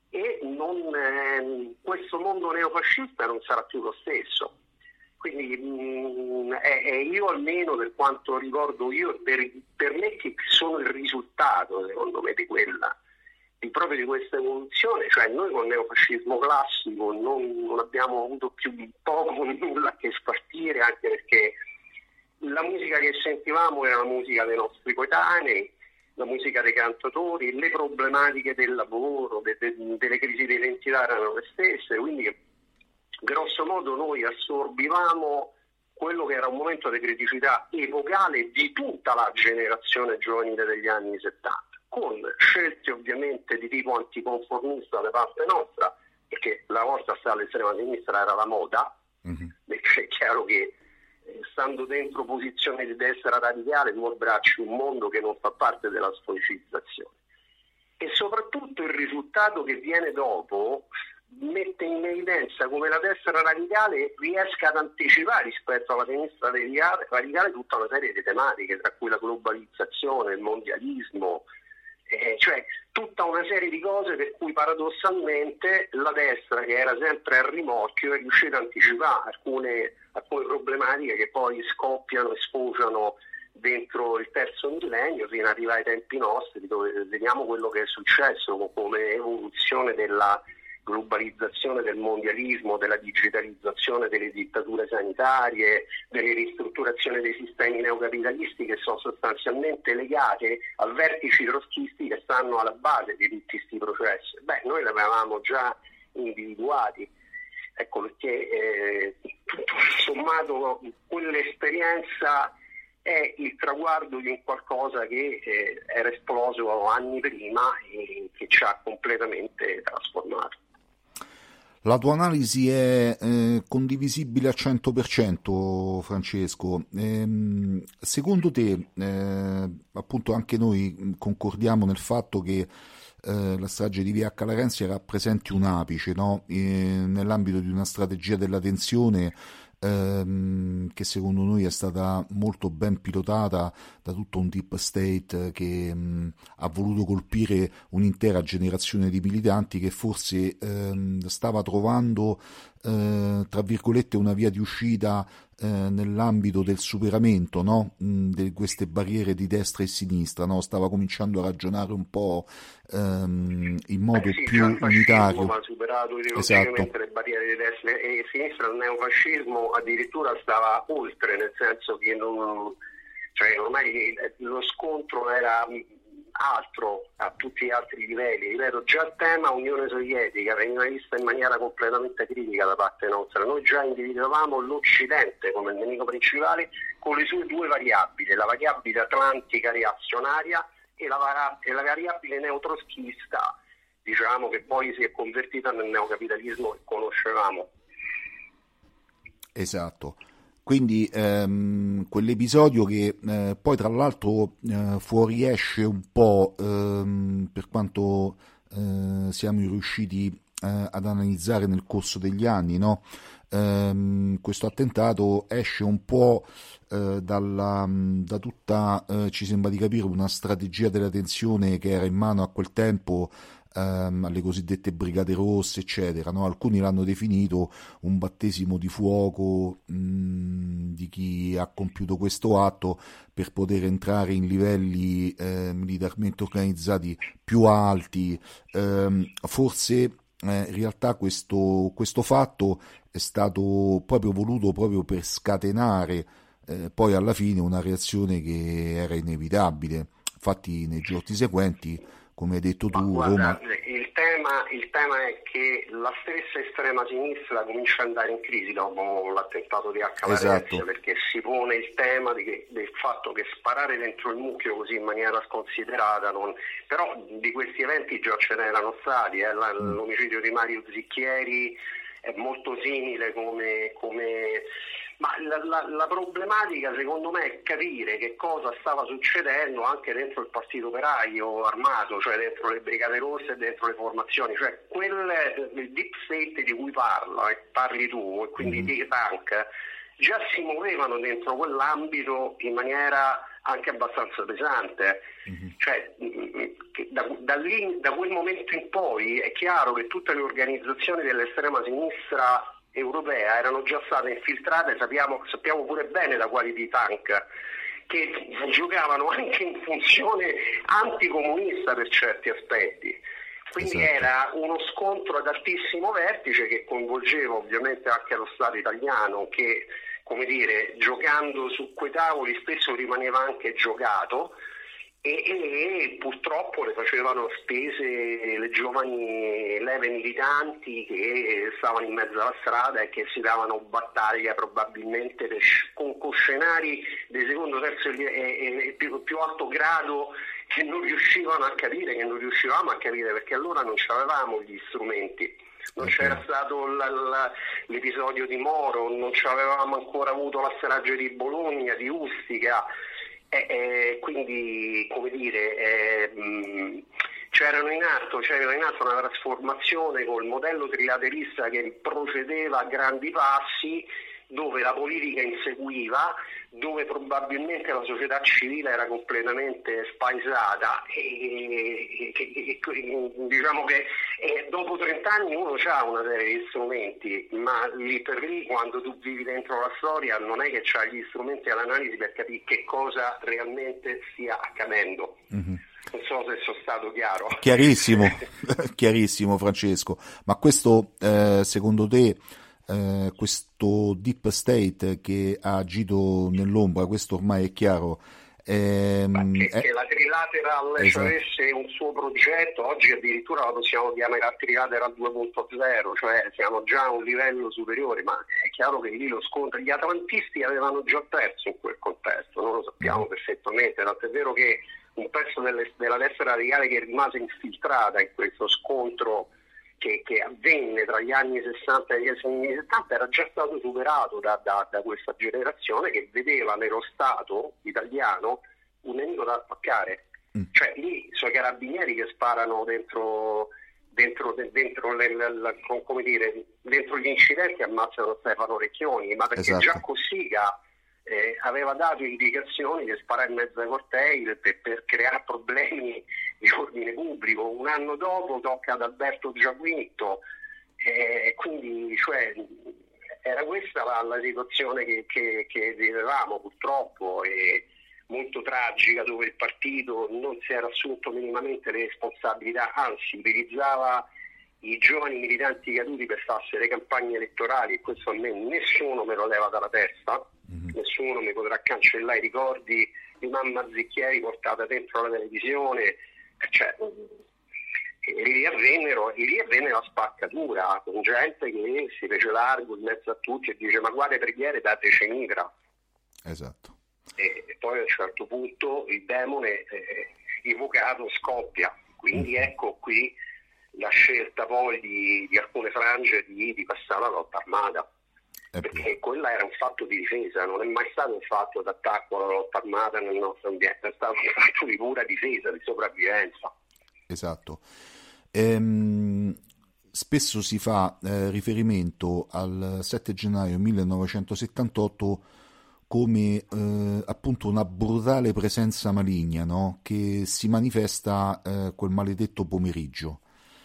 e non, eh, questo mondo neofascista non sarà più lo stesso. Quindi mh, è, è io almeno, per quanto ricordo io, per, per me che sono il risultato secondo me di quella, di proprio di questa evoluzione, cioè noi con il neofascismo classico non, non abbiamo avuto più poco o nulla che spartire, anche perché la musica che sentivamo era la musica dei nostri coetanei, la musica dei cantatori, le problematiche del lavoro, de, de, delle crisi di identità erano le stesse, quindi grosso modo noi assorbivamo quello che era un momento di criticità epocale di tutta la generazione giovanile degli anni settanta, con scelte ovviamente di tipo anticonformista da parte nostra, perché la volta stare all'estrema sinistra era la moda, mm-hmm. perché è chiaro che eh, stando dentro posizioni di destra radicale tu abbracci un mondo che non fa parte della stoicizzazione. E soprattutto il risultato che viene dopo mette in evidenza come la destra radicale riesca ad anticipare rispetto alla sinistra radicale tutta una serie di tematiche, tra cui la globalizzazione, il mondialismo, eh, cioè tutta una serie di cose per cui paradossalmente la destra, che era sempre a rimorchio, è riuscita a anticipare alcune, alcune problematiche che poi scoppiano e sfociano dentro il terzo millennio fino ad arrivare ai tempi nostri, dove vediamo quello che è successo come evoluzione della globalizzazione, del mondialismo, della digitalizzazione delle dittature sanitarie, delle ristrutturazioni dei sistemi neocapitalisti, che sono sostanzialmente legate a vertici trotskisti che stanno alla base di tutti questi processi. Beh, noi li avevamo già individuati, ecco perché eh, tutto sommato quell'esperienza è il traguardo di un qualcosa che eh, era esploso anni prima e che ci ha completamente trasformato. La tua analisi è eh, condivisibile al cento per cento, Francesco. Ehm, secondo te, eh, appunto anche noi concordiamo nel fatto che eh, la strage di via H. Renzi rappresenti un apice, no? E nell'ambito di una strategia della tensione ehm, che secondo noi è stata molto ben pilotata da tutto un deep state che mh, ha voluto colpire un'intera generazione di militanti che forse ehm, stava trovando eh, tra virgolette una via di uscita eh, nell'ambito del superamento, no? mh, di queste barriere di destra e sinistra, no? Stava cominciando a ragionare un po' ehm, in modo eh sì, più il unitario. Ma ha superato ideologicamente esatto. le barriere di destra e sinistra, il neofascismo addirittura stava oltre, nel senso che non, cioè ormai lo scontro era altro a tutti gli altri livelli. Ripeto, già il tema Unione Sovietica veniva vista in maniera completamente critica da parte nostra. Noi già individuavamo l'Occidente come il nemico principale con le sue due variabili, la variabile atlantica reazionaria e la, e la variabile neotroschista, diciamo, che poi si è convertita nel neocapitalismo che conoscevamo. Esatto. Quindi ehm, quell'episodio che eh, poi tra l'altro eh, fuoriesce un po' ehm, per quanto eh, siamo riusciti eh, ad analizzare nel corso degli anni, no? Ehm, questo attentato esce un po' eh, dalla, da tutta, eh, ci sembra di capire, una strategia della tensione che era in mano a quel tempo alle cosiddette brigate rosse, eccetera, no? Alcuni l'hanno definito un battesimo di fuoco mh, di chi ha compiuto questo atto per poter entrare in livelli eh, militarmente organizzati più alti. Eh, forse eh, in realtà questo, questo fatto è stato proprio voluto proprio per scatenare eh, poi alla fine una reazione che era inevitabile. Infatti nei giorni seguenti, come hai detto tu, Ma guarda, Roma... il tema tema, il tema è che la stessa estrema sinistra comincia ad andare in crisi dopo l'attentato di H. Varese, Esatto. perché si pone il tema di che- del fatto che sparare dentro il mucchio così in maniera sconsiderata, non... però di questi eventi già ce n'erano stati, eh, la- l'omicidio di Mario Zicchieri è molto simile come... come... Ma la, la- la problematica secondo me è capire che cosa stava succedendo anche dentro il Partito Operaio armato, cioè dentro le Brigate Rosse e dentro le formazioni, cioè quel il deep state di cui parla e parli tu, e quindi i tank, già si muovevano dentro quell'ambito in maniera anche abbastanza pesante. Cioè, mh, che da, da lì, da quel momento in poi è chiaro che tutte le organizzazioni dell'estrema sinistra europea erano già state infiltrate, sappiamo, sappiamo pure bene da quali di tank, che giocavano anche in funzione anticomunista per certi aspetti. Quindi Esatto. era uno scontro ad altissimo vertice che coinvolgeva ovviamente anche lo Stato italiano che, come dire, giocando su quei tavoli spesso rimaneva anche giocato e, e- e purtroppo le facevano spese le giovani leve militanti che stavano in mezzo alla strada e che si davano battaglia probabilmente per sc- con, con scenari di secondo, terzo e, e- e più, più alto grado che non riuscivano a capire, che non riuscivamo a capire perché allora non avevamo gli strumenti. Non Ok. c'era stato la- la- l'episodio di Moro, non ci avevamo ancora avuto la strage di Bologna, di Ustica, e, e quindi, come dire, eh, mh, c'erano in atto, c'era in atto una trasformazione col modello trilaterista che procedeva a grandi passi, dove la politica inseguiva, dove probabilmente la società civile era completamente spaesata e, e- e- e- diciamo che eh, dopo trent'anni uno ha una serie di strumenti, ma lì per lì quando tu vivi dentro la storia non è che c'hai gli strumenti all'analisi per capire che cosa realmente stia accadendo. Non so se sono stato chiaro. Chiarissimo, chiarissimo Francesco, ma questo eh, secondo te, eh, questo deep state che ha agito nell'ombra, questo ormai è chiaro, ehm, Che, è- che la trilateral Esatto. avesse un suo progetto, oggi addirittura la possiamo chiamare trilateral due punto zero, cioè siamo già a un livello superiore, ma è chiaro che lì lo scontro, gli atlantisti avevano già perso in quel contesto, noi lo sappiamo perfettamente, tant'è vero che un pezzo delle- della destra radicale che rimase infiltrata in questo scontro che, che avvenne tra gli anni sessanta e gli anni settanta era già stato superato da, da- da questa generazione che vedeva nello Stato italiano un nemico da attaccare. Cioè lì sono i carabinieri che sparano dentro, dentro, dentro, le- le- le- come dire, dentro gli incidenti e ammazzano Stefano Recchioni, ma perché Esatto. già Cossiga eh, aveva dato indicazioni di sparare in mezzo ai cortei per, per creare problemi di ordine pubblico. Un anno dopo tocca ad Alberto Giaquinto, eh, quindi cioè, era questa la, la situazione che, che, che vivevamo purtroppo, e molto tragica, dove il partito non si era assunto minimamente le responsabilità, anzi utilizzava i giovani militanti caduti per farsi le campagne elettorali, e questo a me nessuno me lo leva dalla testa, nessuno mi potrà cancellare i ricordi di mamma Zicchieri portata dentro la televisione, cioè, e lì avvennero, e lì avvenne la spaccatura con gente che si fece largo in mezzo a tutti e dice ma quale preghiere date cenitra, esatto. e, e poi a un certo punto il demone eh, evocato scoppia, quindi ecco qui la scelta poi di, di alcune frange di, di passare alla lotta armata, È perché quella era un fatto di difesa, non è mai stato un fatto d'attacco alla lotta armata nel nostro ambiente, è stato un fatto di pura difesa, di sopravvivenza. Esatto. Ehm, spesso si fa eh, riferimento al sette gennaio millenovecentosettantotto come eh, appunto una brutale presenza maligna, no? Che si manifesta eh, quel maledetto pomeriggio.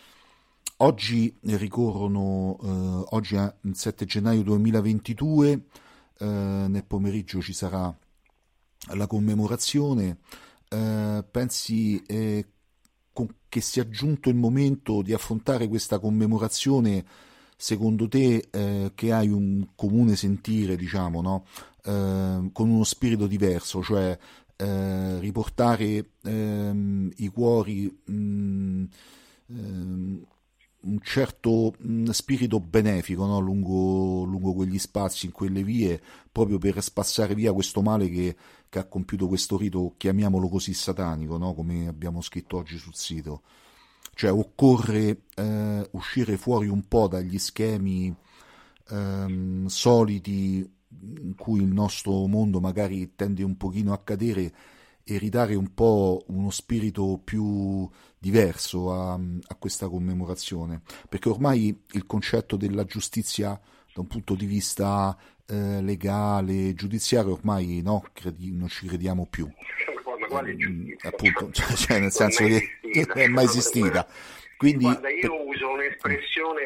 Oggi ricorrono, eh, oggi è il sette gennaio duemilaventidue, eh, nel pomeriggio ci sarà la commemorazione. Eh, pensi eh, con- che sia giunto il momento di affrontare questa commemorazione, secondo te, eh, che hai un comune sentire, diciamo, no? Eh, con uno spirito diverso, cioè eh, riportare ehm, i cuori mh, ehm, un certo mh, spirito benefico, no? lungo, lungo quegli spazi, in quelle vie, proprio per spazzare via questo male che, che ha compiuto questo rito, chiamiamolo così, satanico, no? Come abbiamo scritto oggi sul sito. Cioè occorre eh, uscire fuori un po' dagli schemi ehm, soliti in cui il nostro mondo magari tende un pochino a cadere, e ridare un po' uno spirito più diverso a, a questa commemorazione, perché ormai il concetto della giustizia da un punto di vista eh, legale, giudiziario, ormai no, credi, non ci crediamo più. Ma quale giustizia? Appunto, cioè, cioè, nel Non è senso mai che esistita. non è mai esistita. Quindi, Guarda, io uso un'espressione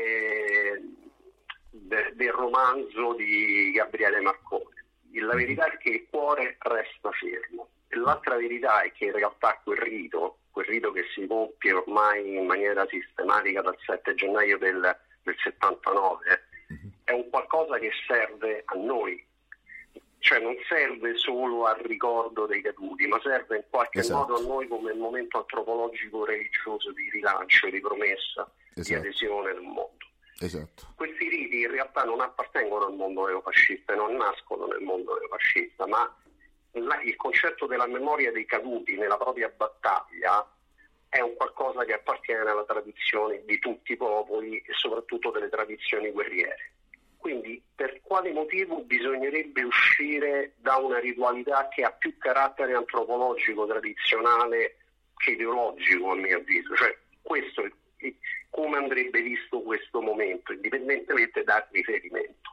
de- de- del romanzo di Gabriele Marconi. La verità è che il cuore resta fermo, e l'altra verità è che in realtà quel rito, quel rito che si compie ormai in maniera sistematica dal sette gennaio del, del settantanove, è un qualcosa che serve a noi. Cioè non serve solo al ricordo dei caduti, ma serve in qualche Esatto. modo a noi come momento antropologico religioso di rilancio, di promessa, di Esatto. adesione nel mondo. esatto, Questi riti in realtà non appartengono al mondo neofascista, non nascono nel mondo neofascista, ma la- il concetto della memoria dei caduti nella propria battaglia è un qualcosa che appartiene alla tradizione di tutti i popoli e soprattutto delle tradizioni guerriere. Quindi per quale motivo bisognerebbe uscire da una ritualità che ha più carattere antropologico, tradizionale che ideologico, a mio avviso? Cioè questo è è come andrebbe visto questo momento, indipendentemente dal riferimento.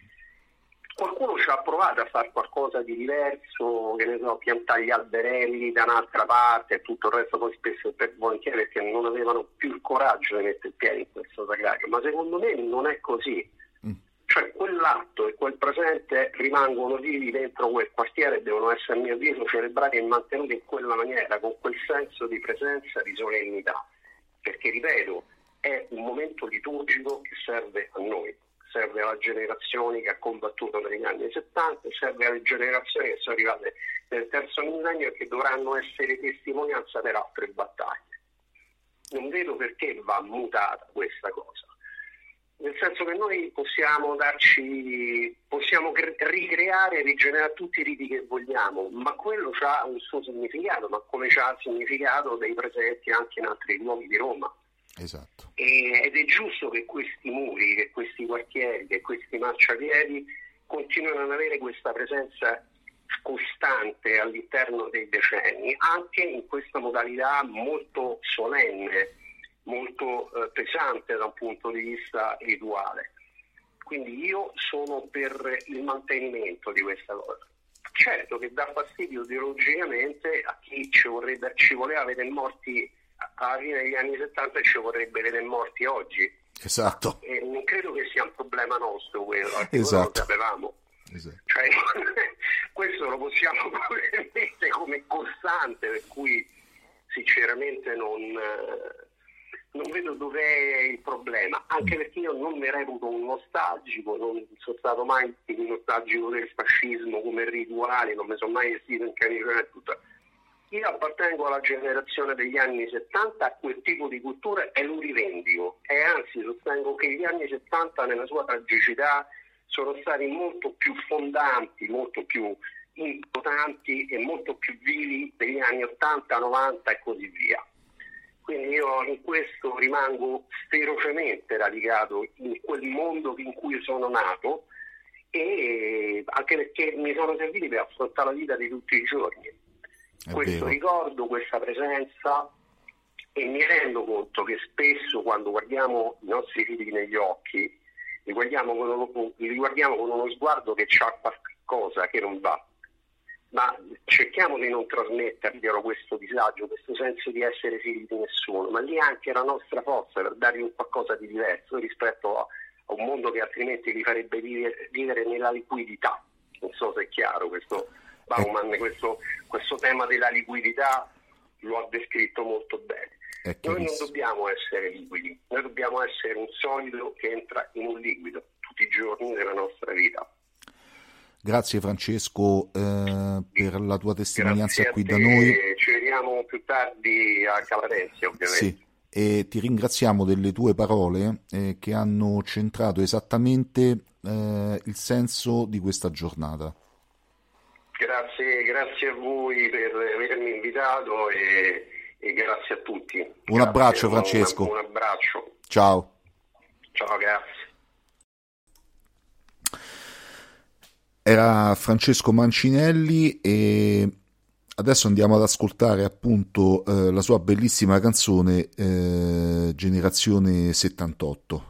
Qualcuno ci ha provato a fare qualcosa di diverso, che ne so, piantare gli alberelli da un'altra parte e tutto il resto, poi spesso e per volentieri, perché non avevano più il coraggio di mettere il piede in questo sacrario, ma secondo me non è così. Cioè quell'atto e quel presente rimangono vivi dentro quel quartiere e devono essere, a mio avviso, celebrati e mantenuti in quella maniera, con quel senso di presenza, di solennità, perché ripeto, è un momento liturgico che serve a noi, serve alle generazioni che ha combattuto negli anni settanta, serve alle generazioni che sono arrivate nel terzo millennio e che dovranno essere testimonianza per altre battaglie. Non vedo perché va mutata questa cosa. Nel senso che noi possiamo darci, possiamo cre- ricreare e rigenerare tutti i riti che vogliamo, ma quello ha un suo significato, ma come c'ha il significato dei presenti anche in altri luoghi di Roma. esatto. E- ed è giusto che questi muri, che questi quartieri, che questi marciapiedi continuino ad avere questa presenza costante all'interno dei decenni, anche in questa modalità molto solenne, molto eh, pesante da un punto di vista rituale. Quindi io sono per il mantenimento di questa cosa. Certo che dà fastidio ideologicamente a chi ci, vorrebbe, ci voleva vedere morti alla fine degli anni settanta e ci vorrebbe vedere morti oggi. Esatto. E non credo che sia un problema nostro quello, perché Esatto. quello lo sapevamo. esatto. Cioè, questo lo possiamo probabilmente come costante, per cui sinceramente non, eh, non vedo dov'è il problema, anche perché io non mi reputo un nostalgico, non sono stato mai un nostalgico del fascismo come rituale, non mi sono mai vestito in camicia e tutto. Io appartengo alla generazione degli anni settanta, a quel tipo di cultura, e lo rivendico, e anzi sostengo che gli anni settanta nella sua tragicità sono stati molto più fondanti, molto più importanti e molto più vivi degli anni ottanta, novanta e così via. Quindi io in questo rimango ferocemente radicato in quel mondo in cui sono nato, e anche perché mi sono serviti per affrontare la vita di tutti i giorni. È Questo vero. ricordo, questa presenza, e mi rendo conto che spesso quando guardiamo i nostri figli negli occhi li guardiamo con uno, li guardiamo con uno sguardo che c'ha qualcosa che non va, ma cerchiamo di non trasmetterglielo questo disagio, questo senso di essere figli di nessuno, ma lì è anche la nostra forza per dargli un qualcosa di diverso rispetto a, a un mondo che altrimenti li farebbe vivere, vivere nella liquidità. Non so se è chiaro questo. Bauman questo, questo tema della liquidità lo ha descritto molto bene. È Noi non chiarissimo. dobbiamo essere liquidi, noi dobbiamo essere un solido che entra in un liquido tutti i giorni della nostra vita. Grazie Francesco eh, per la tua testimonianza Grazie a qui te, da noi. ci vediamo più tardi a Calarenzia, ovviamente. Sì, e ti ringraziamo delle tue parole eh, che hanno centrato esattamente eh, il senso di questa giornata. Grazie, grazie a voi per avermi invitato e, e grazie a tutti. Un Grazie, abbraccio, Francesco. Un, un abbraccio. Ciao. Ciao, grazie. Era Francesco Mancinelli e adesso andiamo ad ascoltare appunto eh, la sua bellissima canzone eh, Generazione settantotto.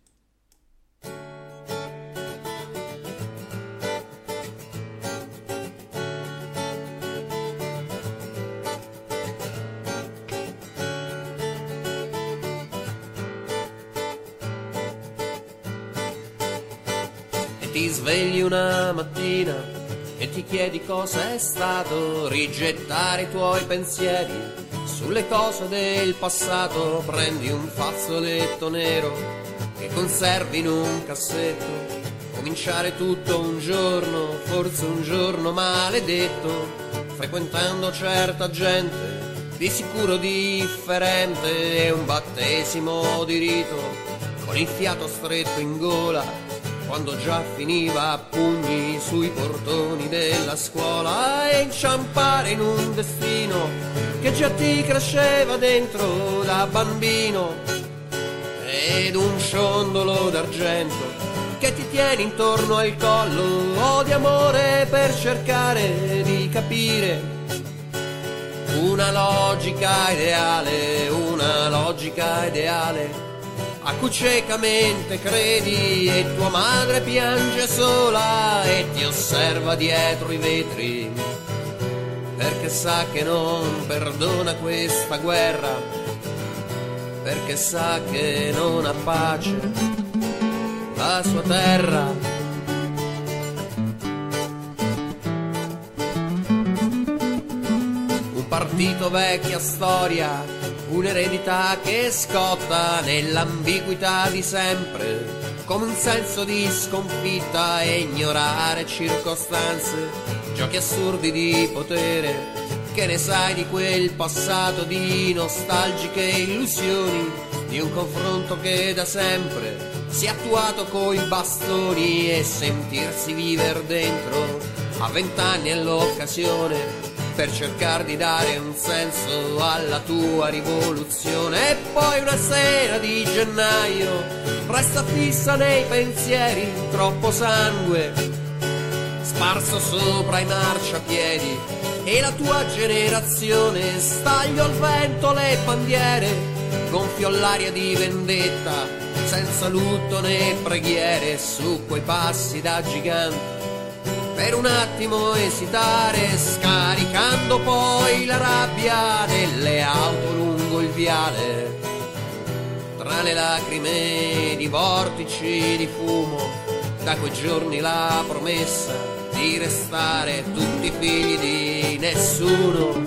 Ti svegli una mattina e ti chiedi cosa è stato, rigettare i tuoi pensieri sulle cose del passato, prendi un fazzoletto nero che conservi in un cassetto, cominciare tutto un giorno, forse un giorno maledetto, frequentando certa gente, di sicuro differente, e un battesimo di rito, con il fiato stretto in gola, quando già finiva a pugni sui portoni della scuola, e inciampare in un destino che già ti cresceva dentro da bambino, ed un ciondolo d'argento che ti tiene intorno al collo, o di amore per cercare di capire una logica ideale, una logica ideale a cui ciecamente credi, e tua madre piange sola e ti osserva dietro i vetri, perché sa che non perdona questa guerra, perché sa che non ha pace la sua terra. Un partito vecchia storia, un'eredità che scotta nell'ambiguità di sempre, come un senso di sconfitta, e ignorare circostanze, giochi assurdi di potere, che ne sai di quel passato di nostalgiche illusioni, di un confronto che da sempre si è attuato coi bastoni, e sentirsi viver dentro a vent'anni è l'occasione per cercare di dare un senso alla tua rivoluzione. E poi una sera di gennaio resta fissa nei pensieri troppo sangue sparso sopra i marciapiedi, e la tua generazione staglio al vento le bandiere, gonfio l'aria di vendetta, senza lutto né preghiere, su quei passi da gigante per un attimo esitare, scaricando poi la rabbia delle auto lungo il viale, tra le lacrime di vortici di fumo, da quei giorni la promessa di restare tutti figli di nessuno.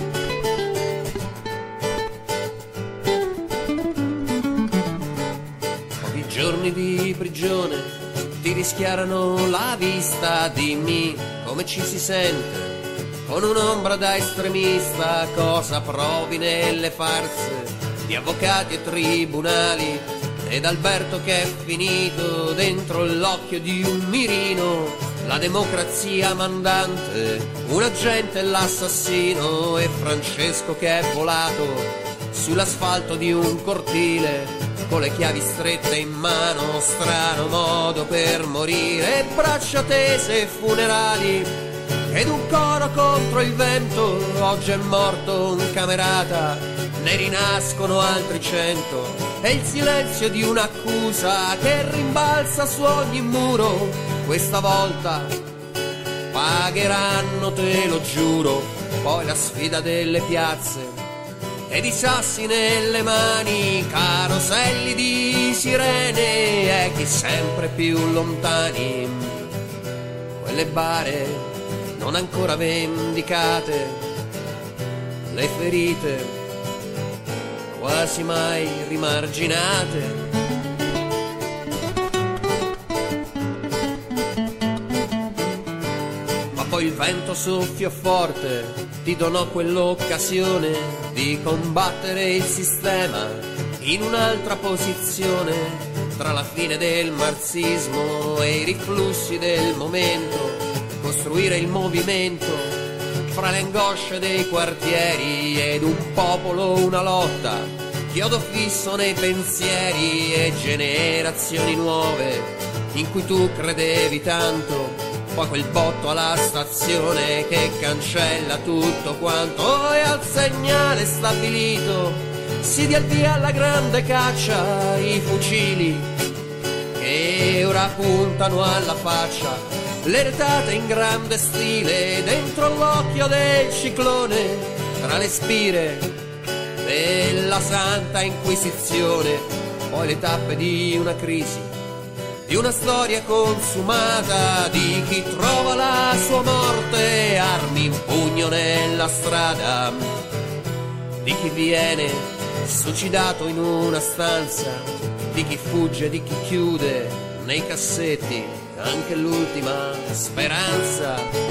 Pochi giorni di prigione ti rischiarano la vista, dimmi come ci si sente, con un'ombra da estremista, cosa provi nelle farse di avvocati e tribunali, ed Alberto che è finito dentro l'occhio di un mirino, la democrazia mandante, un agente e l'assassino, e Francesco che è volato sull'asfalto di un cortile, con le chiavi strette in mano, strano modo per morire, braccia tese funerali, ed un coro contro il vento, oggi è morto un camerata, ne rinascono altri cento, e il silenzio di un'accusa che rimbalza su ogni muro, questa volta pagheranno, te lo giuro, poi la sfida delle piazze, ed i sassi nelle mani, caroselli di sirene, e chi sempre più lontani, quelle bare non ancora vendicate, le ferite quasi mai rimarginate. Ma poi il vento soffiò forte, ti donò quell'occasione di combattere il sistema, in un'altra posizione, tra la fine del marxismo e i riflussi del momento, costruire il movimento fra le angosce dei quartieri ed un popolo, una lotta, chiodo fisso nei pensieri e generazioni nuove in cui tu credevi tanto, poi quel botto alla stazione che cancella tutto quanto e al segnale stabilito si dia il via alla grande caccia, i fucili che ora puntano alla faccia, le retate in grande stile dentro l'occhio del ciclone, tra le spire della Santa Inquisizione, poi le tappe di una crisi, di una storia consumata, di chi trova la sua morte, armi in pugno nella strada, di chi viene suicidato in una stanza, di chi fugge, di chi chiude nei cassetti anche l'ultima speranza.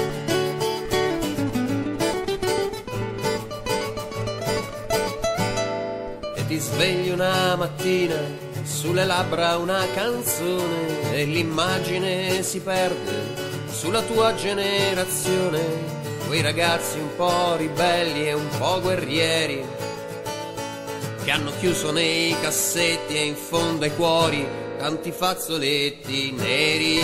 E ti svegli una mattina, sulle labbra una canzone e l'immagine si perde sulla tua generazione, quei ragazzi un po' ribelli e un po' guerrieri che hanno chiuso nei cassetti e in fondo ai cuori tanti fazzoletti neri.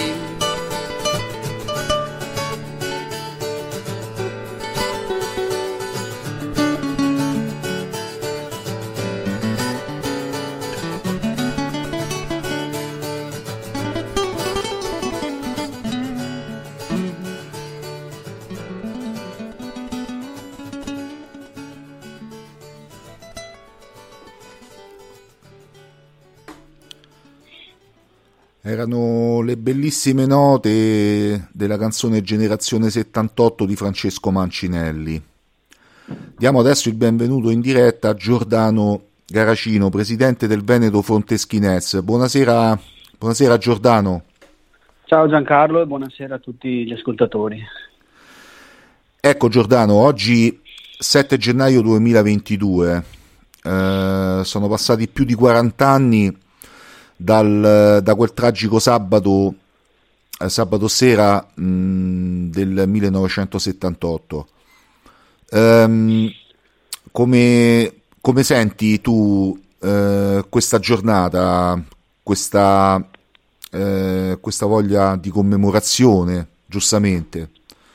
Erano le bellissime note della canzone Generazione settantotto di Francesco Mancinelli. Diamo adesso il benvenuto in diretta a Giordano Garacino, presidente del Veneto Fronteschinez. Buonasera, buonasera Giordano. Ciao Giancarlo e buonasera a tutti gli ascoltatori. Ecco Giordano, oggi sette gennaio duemilaventidue, eh, sono passati più di quaranta anni Dal, da quel tragico sabato, eh, sabato sera mh, del millenovecentosettantotto. Um, come, come senti tu eh, questa giornata, questa, eh, questa voglia di commemorazione, giustamente?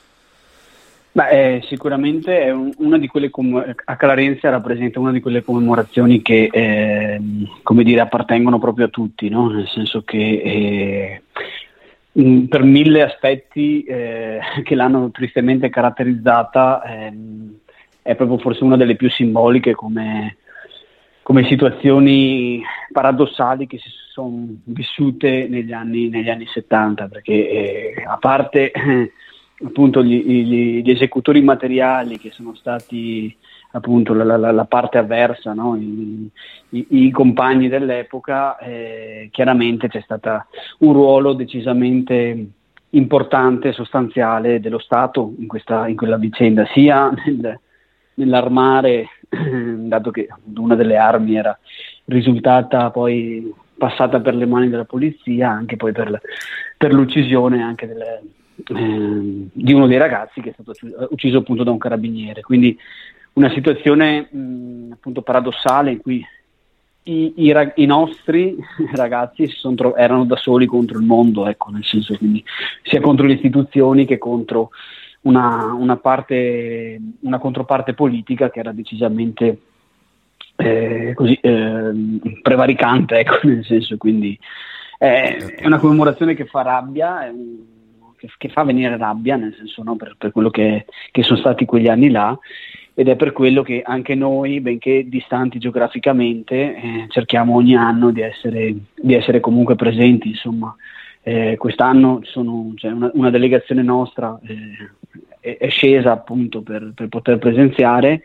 Beh, eh, sicuramente è un, una di quelle com- a Clarenzia rappresenta una di quelle commemorazioni che eh, come dire appartengono proprio a tutti, no? Nel senso che eh, mh, per mille aspetti eh, che l'hanno tristemente caratterizzata eh, è proprio forse una delle più simboliche come, come situazioni paradossali che si sono vissute negli anni, negli anni settanta, perché eh, a parte eh, appunto gli, gli, gli esecutori materiali che sono stati appunto la, la, la parte avversa, no? I, i, i compagni dell'epoca, eh, chiaramente c'è stato un ruolo decisamente importante e sostanziale dello Stato in, questa, in quella vicenda, sia nel, nell'armare, dato che una delle armi era risultata poi passata per le mani della polizia, anche poi per, per l'uccisione anche delle, eh, di uno dei ragazzi che è stato ucciso appunto da un carabiniere. Quindi una situazione mh, appunto paradossale in cui i, i, i nostri ragazzi si sono tro- erano da soli contro il mondo, ecco, nel senso, quindi sia contro le istituzioni che contro una, una parte, una controparte politica che era decisamente eh, così eh, prevaricante, ecco, nel senso, quindi eh, è una commemorazione che fa rabbia, è un, che, che fa venire rabbia, nel senso, no, per, per quello che, che sono stati quegli anni là. Ed è per quello che anche noi, benché distanti geograficamente, eh, cerchiamo ogni anno di essere, di essere comunque presenti. Insomma, eh, quest'anno sono, cioè una, una delegazione nostra eh, è, è scesa appunto per, per poter presenziare.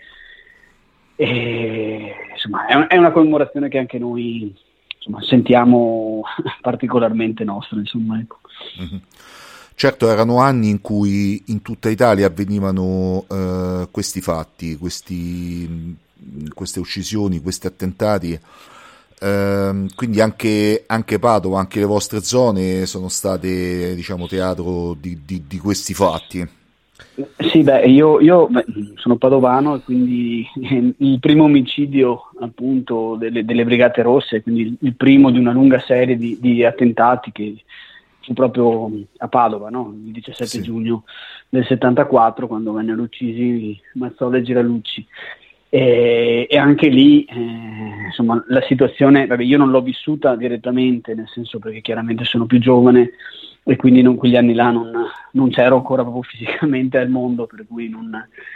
E, insomma, è, un, è una commemorazione che anche noi, insomma, sentiamo particolarmente nostra. Insomma, ecco. Mm-hmm. Certo, erano anni in cui in tutta Italia avvenivano eh, questi fatti, questi, queste uccisioni, questi attentati Ehm, quindi anche, anche Padova, anche le vostre zone sono state, diciamo, teatro di, di, di questi fatti. Sì, beh, io, io beh, sono padovano e quindi il primo omicidio appunto delle, delle Brigate Rosse, quindi il primo di una lunga serie di, di attentati che fu proprio a Padova, no? Il diciassette Sì. giugno del settantaquattro, quando vennero uccisi Mazzola e Giralucci. E, e anche lì eh, insomma la situazione, vabbè, io non l'ho vissuta direttamente, nel senso perché chiaramente sono più giovane e quindi in quegli anni là non, non c'ero ancora proprio fisicamente al mondo, per cui non,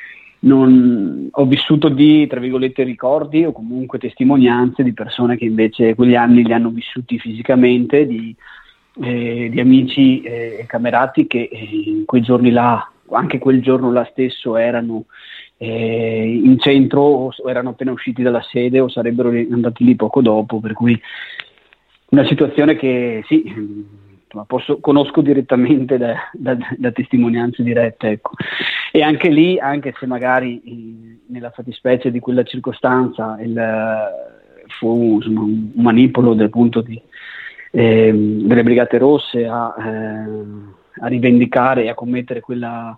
non ho vissuto di, tra virgolette, ricordi o comunque testimonianze di persone che invece quegli anni li hanno vissuti fisicamente, di, eh, di amici e camerati che eh, in quei giorni là, anche quel giorno là stesso, erano eh, in centro o erano appena usciti dalla sede o sarebbero andati lì poco dopo, per cui una situazione che sì, insomma, posso, conosco direttamente da, da, da testimonianze dirette, ecco. E anche lì, anche se magari in, nella fattispecie di quella circostanza il, fu insomma, un manipolo del punto di, eh, delle Brigate Rosse a, eh, a rivendicare e a commettere quella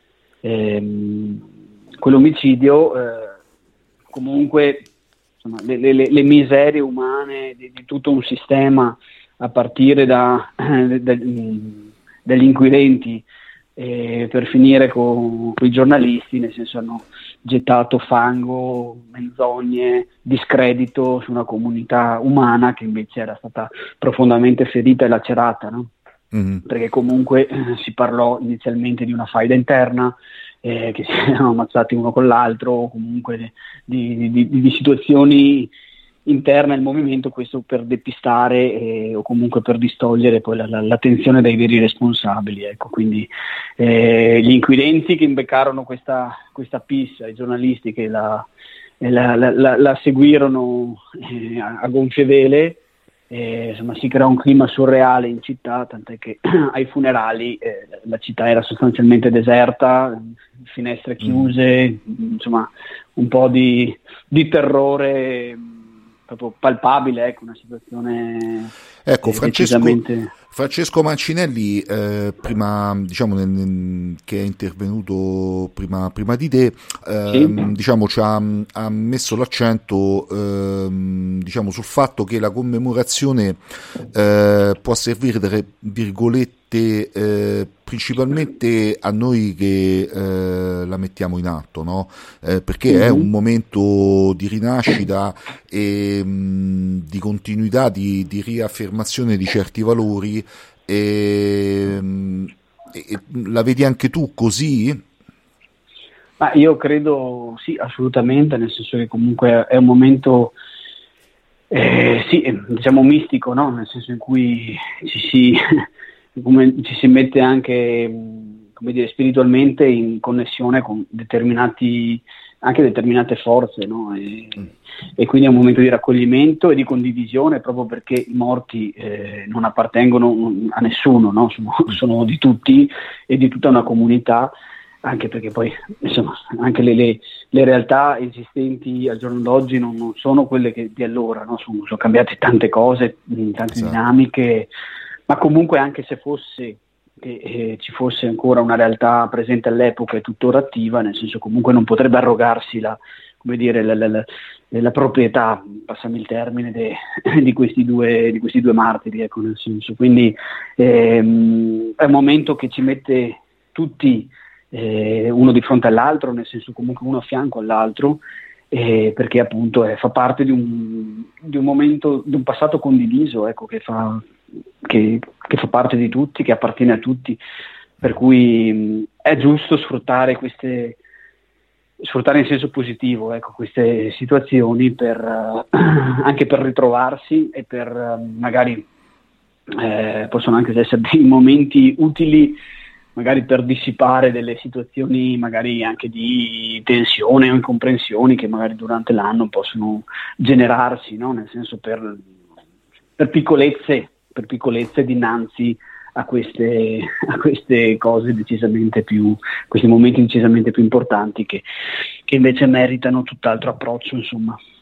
ehm, quell'omicidio, eh, comunque insomma, le, le, le miserie umane di, di tutto un sistema, a partire da, eh, da, dagli inquirenti eh, per finire con, con i giornalisti, nel senso hanno gettato fango, menzogne, discredito su una comunità umana che invece era stata profondamente ferita e lacerata, no? Mm-hmm. Perché comunque eh, si parlò inizialmente di una faida interna, eh, che si erano ammazzati uno con l'altro, o comunque di, di, di, di situazioni interne al movimento, questo per depistare eh, o comunque per distogliere poi la, la, l'attenzione dai veri responsabili, ecco. Quindi eh, gli inquirenti che imbeccarono questa, questa pista, i giornalisti che la, la, la, la, la seguirono eh, a, a gonfie vele, eh, insomma si creò un clima surreale in città, tant'è che ai funerali eh, la città era sostanzialmente deserta, finestre chiuse, mm. insomma un po' di, di terrore proprio palpabile, ecco, una situazione ecco, eh, Francesco, decisamente... Francesco Mancinelli, eh, prima diciamo nel, nel, che è intervenuto prima, prima di te, eh, sì. diciamo ci ha, ha messo l'accento eh, diciamo sul fatto che la commemorazione eh, può servire, tra virgolette, Eh, principalmente a noi che eh, la mettiamo in atto, no? Eh, perché mm-hmm. è un momento di rinascita e mh, di continuità, di, di riaffermazione di certi valori. E, mh, e, la vedi anche tu così? Ma io credo sì, assolutamente, nel senso che comunque è un momento eh, sì, diciamo mistico, no? Nel senso in cui ci si come ci si mette anche, come dire, spiritualmente in connessione con determinati, anche determinate forze, no? E, mm. e quindi è un momento di raccoglimento e di condivisione, proprio perché i morti eh, non appartengono a nessuno, no? Sono, sono di tutti e di tutta una comunità, anche perché poi insomma anche le, le, le realtà esistenti al giorno d'oggi non, non sono quelle che di allora, no? sono, sono cambiate tante cose, tante esatto. dinamiche. Ma comunque anche se fosse che eh, ci fosse ancora una realtà presente all'epoca e tuttora attiva, nel senso comunque non potrebbe arrogarsi la, come dire, la, la, la, la proprietà, passami il termine, de, di, questi due, di questi due martiri, ecco, nel senso. Quindi ehm, è un momento che ci mette tutti eh, uno di fronte all'altro, nel senso comunque uno a fianco all'altro, eh, perché appunto eh, fa parte di un, di un momento, di un passato condiviso, ecco, che fa... Che, che fa parte di tutti, che appartiene a tutti, per cui mh, è giusto sfruttare queste, sfruttare in senso positivo, ecco, queste situazioni per, uh, anche per ritrovarsi e per uh, magari eh, possono anche essere dei momenti utili magari per dissipare delle situazioni magari anche di tensione o incomprensioni che magari durante l'anno possono generarsi, no? Nel senso per, per piccolezze per piccolezze dinanzi a queste, a queste cose decisamente più, questi momenti decisamente più importanti che, che invece meritano tutt'altro approccio, insomma.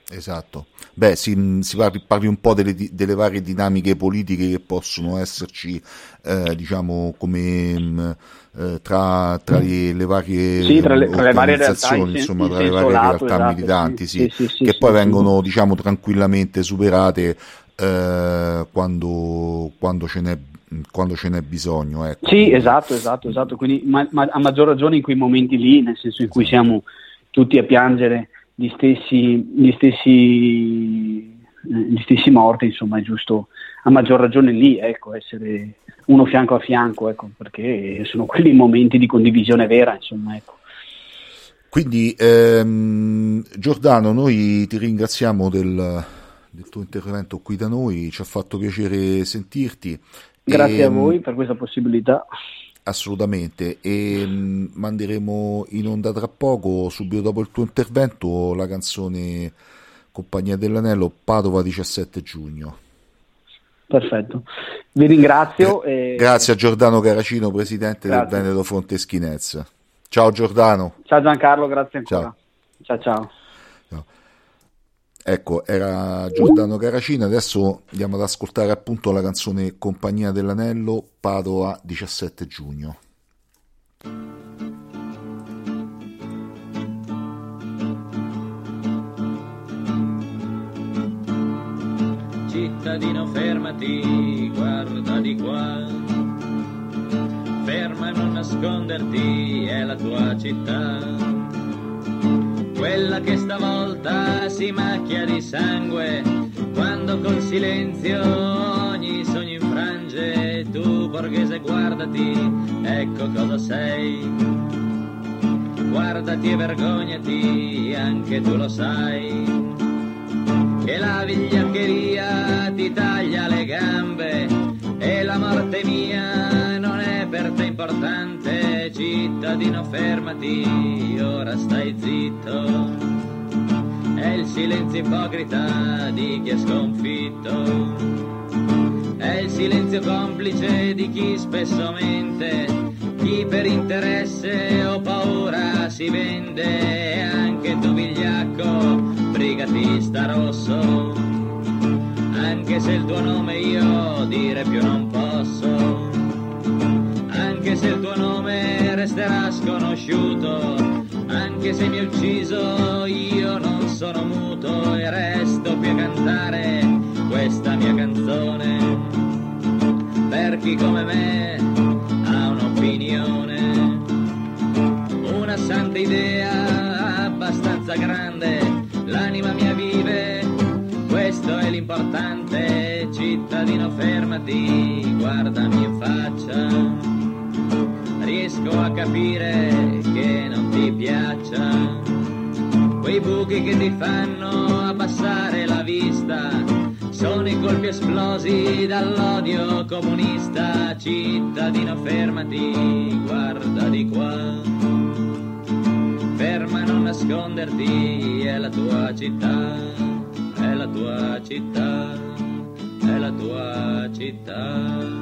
Esatto. Beh, si, si parli, parli un po' delle, di- delle varie dinamiche politiche che possono esserci, eh, diciamo, come mh, eh, tra, tra le, le varie Sì, tra le, tra le varie realtà, organizzazioni, in, sen- insomma, in tra le senso varie lato, realtà esatto, militanti, sì, sì, sì, sì, sì, che sì, poi sì. vengono, diciamo, tranquillamente superate eh, quando, quando ce n'è, quando ce n'è bisogno. Ecco. Sì, esatto, esatto, esatto. Quindi ma, ma a maggior ragione in quei momenti lì, nel senso in cui Esatto. siamo tutti a piangere gli stessi, gli stessi, eh, gli stessi morti, insomma, è giusto a maggior ragione lì, ecco, essere uno fianco a fianco, ecco, perché sono quelli momenti di condivisione vera, insomma, ecco. Quindi, ehm, Giordano, noi ti ringraziamo del, del tuo intervento qui da noi, ci ha fatto piacere sentirti. Grazie E, a voi per questa possibilità. assolutamente, e mh, manderemo in onda tra poco, subito dopo il tuo intervento, la canzone Compagnia dell'Anello, Padova diciassette giugno. Perfetto. Vi ringrazio. E... Grazie a Giordano Caracino, presidente Grazie. del Veneto Fronteschinez. Ciao Giordano. Ciao Giancarlo, grazie ancora. Ciao. Ciao ciao. No. Ecco, era Giordano Caracino. Adesso andiamo ad ascoltare appunto la canzone Compagnia dell'Anello, Padova diciassette giugno. Cittadino, fermati, guarda di qua. Ferma, non nasconderti, è la tua città. Quella che stavolta si macchia di sangue, quando col silenzio ogni sogno infrange. Tu, borghese, guardati, ecco cosa sei. Guardati e vergognati, anche tu lo sai. Che la vigliaccheria ti taglia le gambe e la morte mia non è per te importante. Cittadino, fermati, ora stai zitto. È il silenzio ipocrita di chi è sconfitto. È il silenzio complice di chi spesso mente, chi per interesse o paura si vende. E anche tu, vigliacco, brigatista rosso, anche se il tuo nome io dire più non posso, anche se il tuo nome resterà sconosciuto, anche se mi hai ucciso io non sono muto e resto qui a cantare questa mia canzone per chi come me ha un'opinione, una santa idea abbastanza grande. L'anima mia vive, questo è l'importante. Cittadino, fermati, guardami in faccia. Riesco a capire che non ti piaccia quei buchi che ti fanno abbassare la vista. Sono i colpi esplosi dall'odio comunista. Cittadino, fermati, guarda di qua. Ferma, non nasconderti, è la tua città, è la tua città, è la tua città.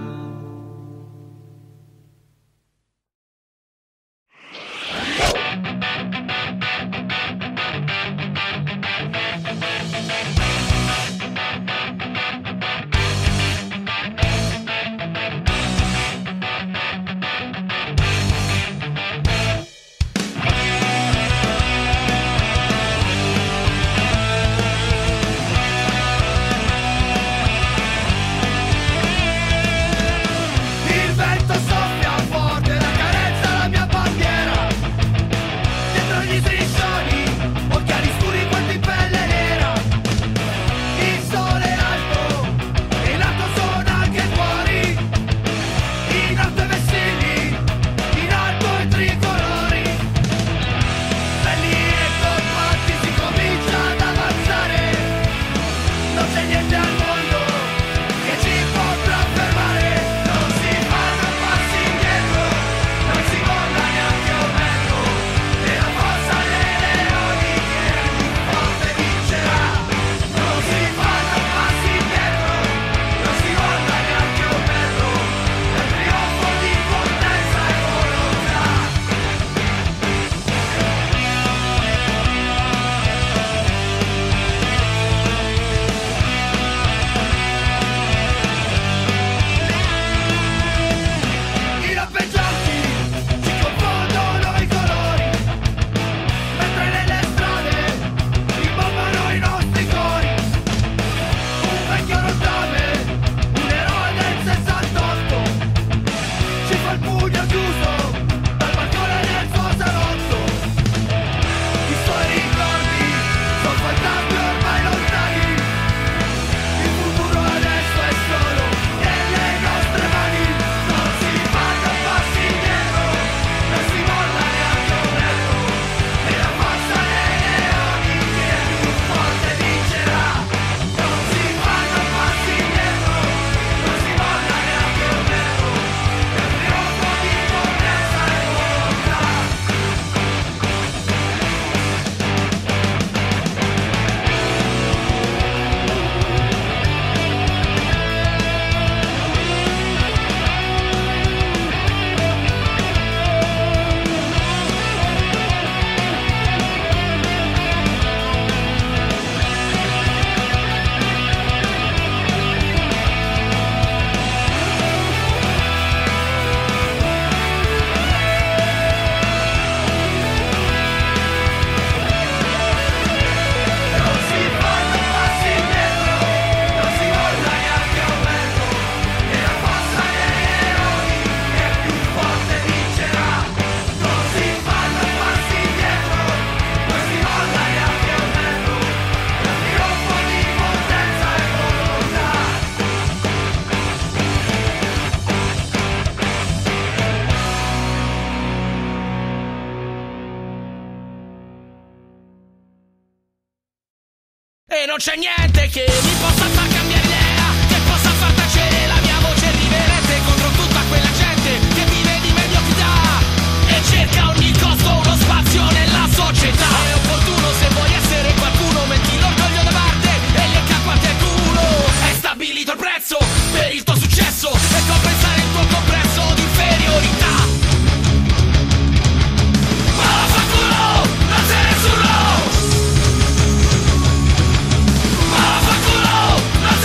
e non c'è niente che mi possa far cambiare idea, che possa far tacere la mia voce riverente contro tutta quella gente che vive di mediocrità e cerca a ogni costo uno spazio nella società. È opportuno, se vuoi essere qualcuno, metti l'orgoglio da parte e le cappate al culo. È stabilito il prezzo per il tuo successo e compensare il tuo complesso di inferiorità. Ma vaffanculo, non sei nessuno. Ma vaffanculo, non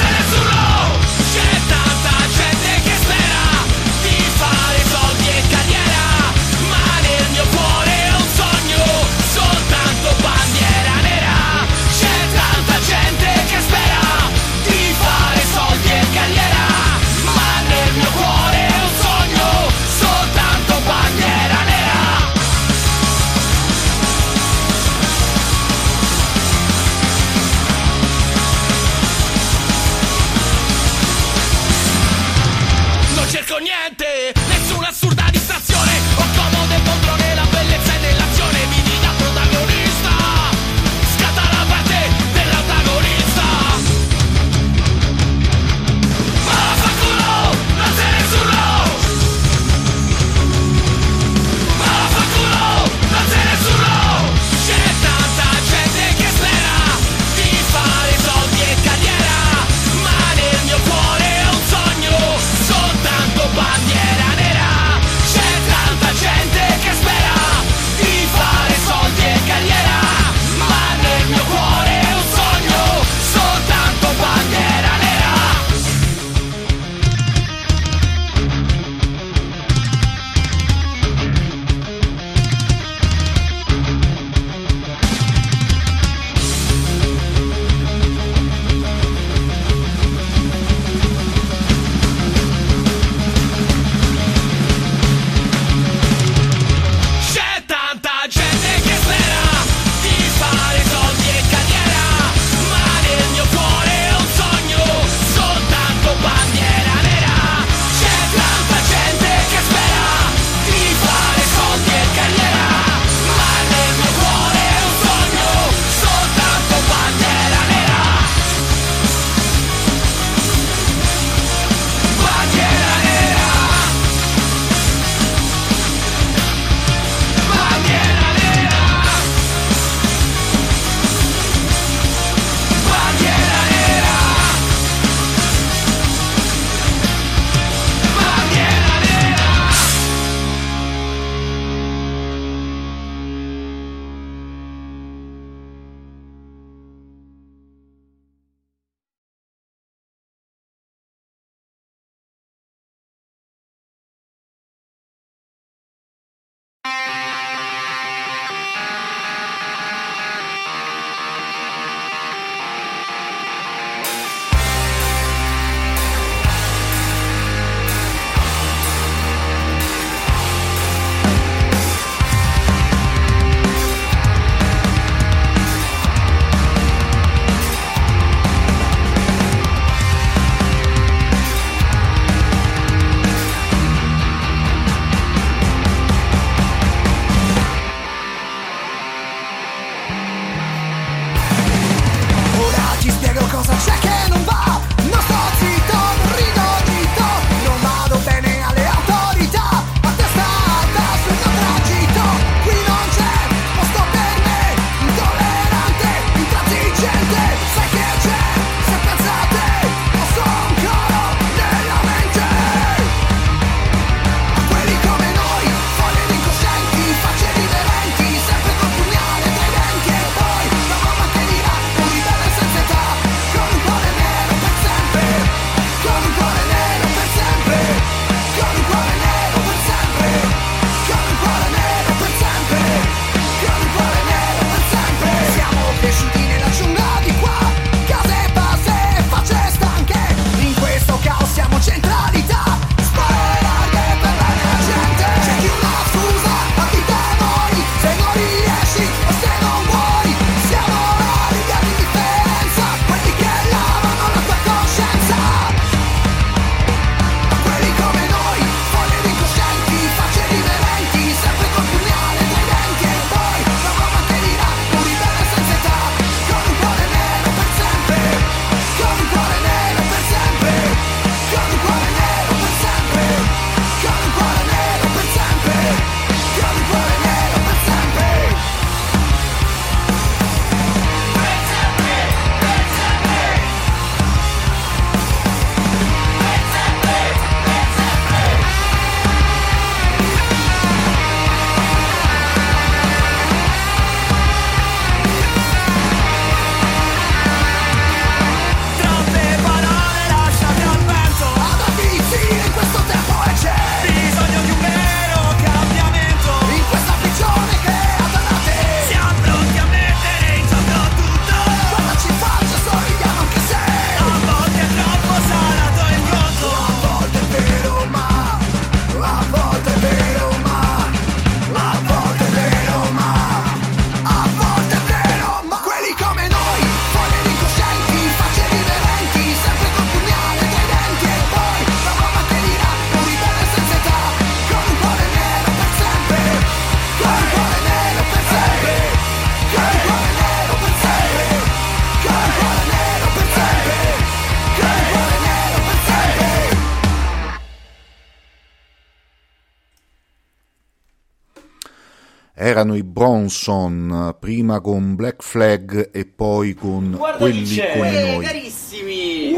Erano i Bronson, prima con Black Flag e poi con Guarda Quelli chi c'è. come Uè, noi. carissimi.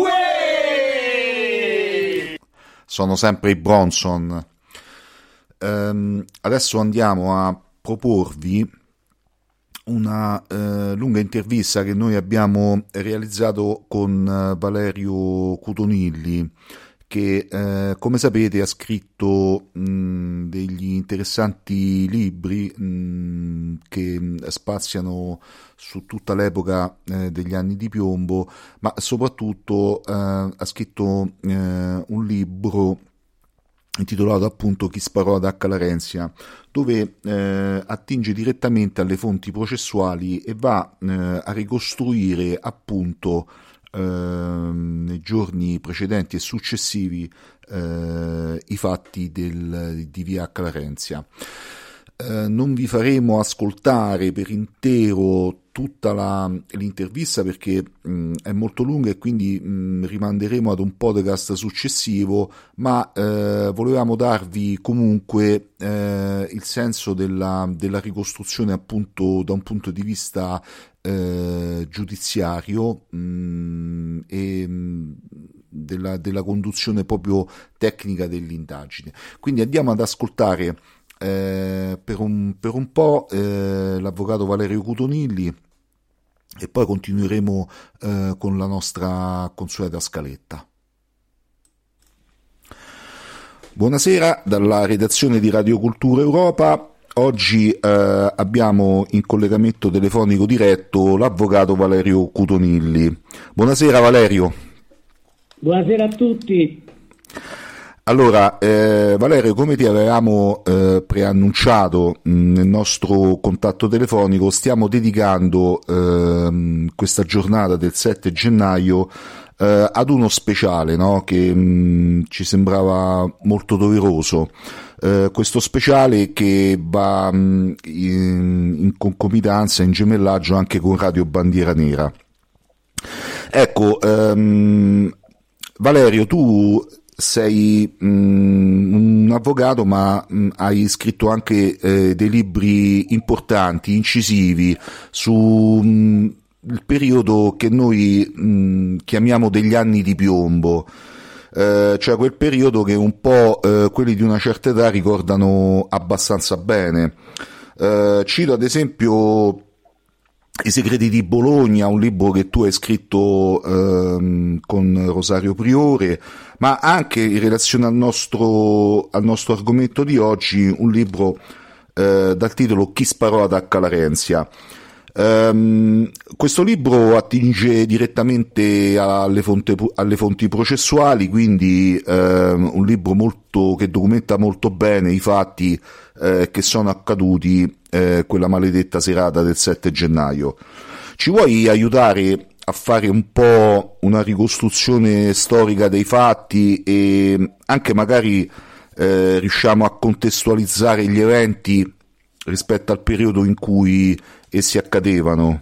Sono sempre i Bronson. Ehm, adesso andiamo a proporvi una eh, lunga intervista che noi abbiamo realizzato con eh, Valerio Cutonilli, che eh, come sapete ha scritto mh, degli interessanti libri mh, che mh, spaziano su tutta l'epoca eh, degli anni di piombo, ma soprattutto eh, ha scritto eh, un libro intitolato appunto Chi sparò ad Acca Larenzia, dove eh, attinge direttamente alle fonti processuali e va eh, a ricostruire appunto eh, nei giorni precedenti e successivi eh, i fatti del, di via Acca Larenzia. Eh, non vi faremo ascoltare per intero tutta la, l'intervista perché mh, è molto lunga e quindi mh, rimanderemo ad un podcast successivo, ma eh, volevamo darvi comunque eh, il senso della, della ricostruzione appunto da un punto di vista eh, giudiziario mh, e mh, della, della conduzione proprio tecnica dell'indagine. Quindi andiamo ad ascoltare Eh, per, un, per un po' eh, l'avvocato Valerio Cutonilli e poi continueremo eh, con la nostra consueta scaletta. Buonasera dalla redazione di Radio Cultura Europa. Oggi eh, abbiamo in collegamento telefonico diretto l'avvocato Valerio Cutonilli. Buonasera Valerio. Buonasera a tutti. Allora, eh, Valerio, come ti avevamo eh, preannunciato mh, nel nostro contatto telefonico, stiamo dedicando eh, questa giornata del sette gennaio eh, ad uno speciale, no? Che mh, ci sembrava molto doveroso. Eh, questo speciale che va mh, in, in concomitanza, in gemellaggio anche con Radio Bandiera Nera. Ecco, ehm, Valerio, tu sei mh, un avvocato, ma mh, hai scritto anche eh, dei libri importanti, incisivi, su mh, il periodo che noi mh, chiamiamo degli anni di piombo, eh, cioè quel periodo che un po' eh, quelli di una certa età ricordano abbastanza bene. Eh, cito ad esempio I segreti di Bologna, un libro che tu hai scritto ehm, con Rosario Priore, ma anche in relazione al nostro, al nostro argomento di oggi, un libro eh, dal titolo Chi sparò ad Acca Larenzia. Um, questo libro attinge direttamente alle fonti, alle fonti processuali, quindi um, un libro molto, che documenta molto bene i fatti eh, che sono accaduti eh, quella maledetta serata del sette gennaio. Ci vuoi aiutare a fare un po' una ricostruzione storica dei fatti e anche magari eh, riusciamo a contestualizzare gli eventi rispetto al periodo in cui essi accadevano?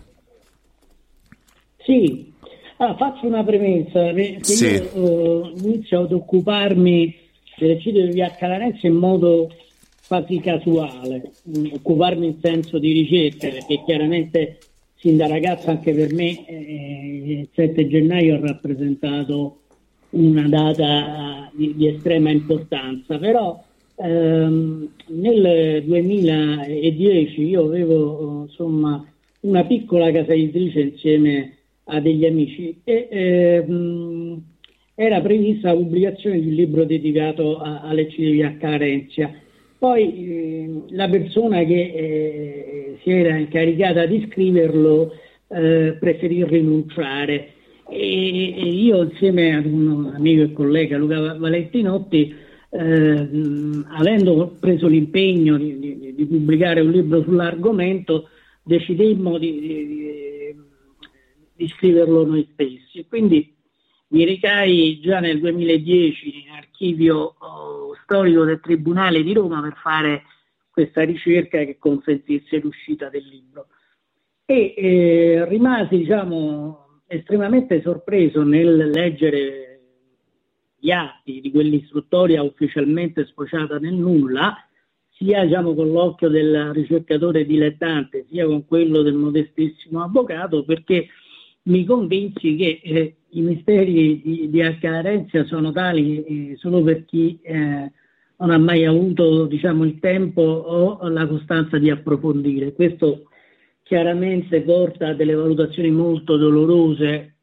Sì, ah, faccio una premessa, che Sì. io eh, inizio ad occuparmi dell'eccidio di via Acca Larenzia in modo quasi casuale, mm, occuparmi in senso di ricerca, perché chiaramente sin da ragazzo anche per me eh, il sette gennaio ha rappresentato una data di, di estrema importanza, però ehm, nel duemiladieci io avevo insomma una piccola casa editrice insieme a degli amici e ehm, era prevista la pubblicazione di un libro dedicato a, all'eccidio di via Acca Larenzia. Poi eh, la persona che eh, si era incaricata di scriverlo eh, preferì rinunciare e, e io insieme ad un amico e collega, Luca Valentinotti, eh, avendo preso l'impegno di, di, di pubblicare un libro sull'argomento, decidemmo di, di, di scriverlo noi stessi. E quindi mi recai già nel duemiladieci in archivio oh, storico del Tribunale di Roma per fare questa ricerca che consentisse l'uscita del libro. E eh, rimasi, diciamo, estremamente sorpreso nel leggere gli atti di quell'istruttoria ufficialmente sfociata nel nulla, sia diciamo, con l'occhio del ricercatore dilettante, sia con quello del modestissimo avvocato, perché mi convinsi che eh, i misteri di, di H. Larenzia sono tali eh, solo per chi eh, non ha mai avuto diciamo, il tempo o la costanza di approfondire. Questo chiaramente porta a delle valutazioni molto dolorose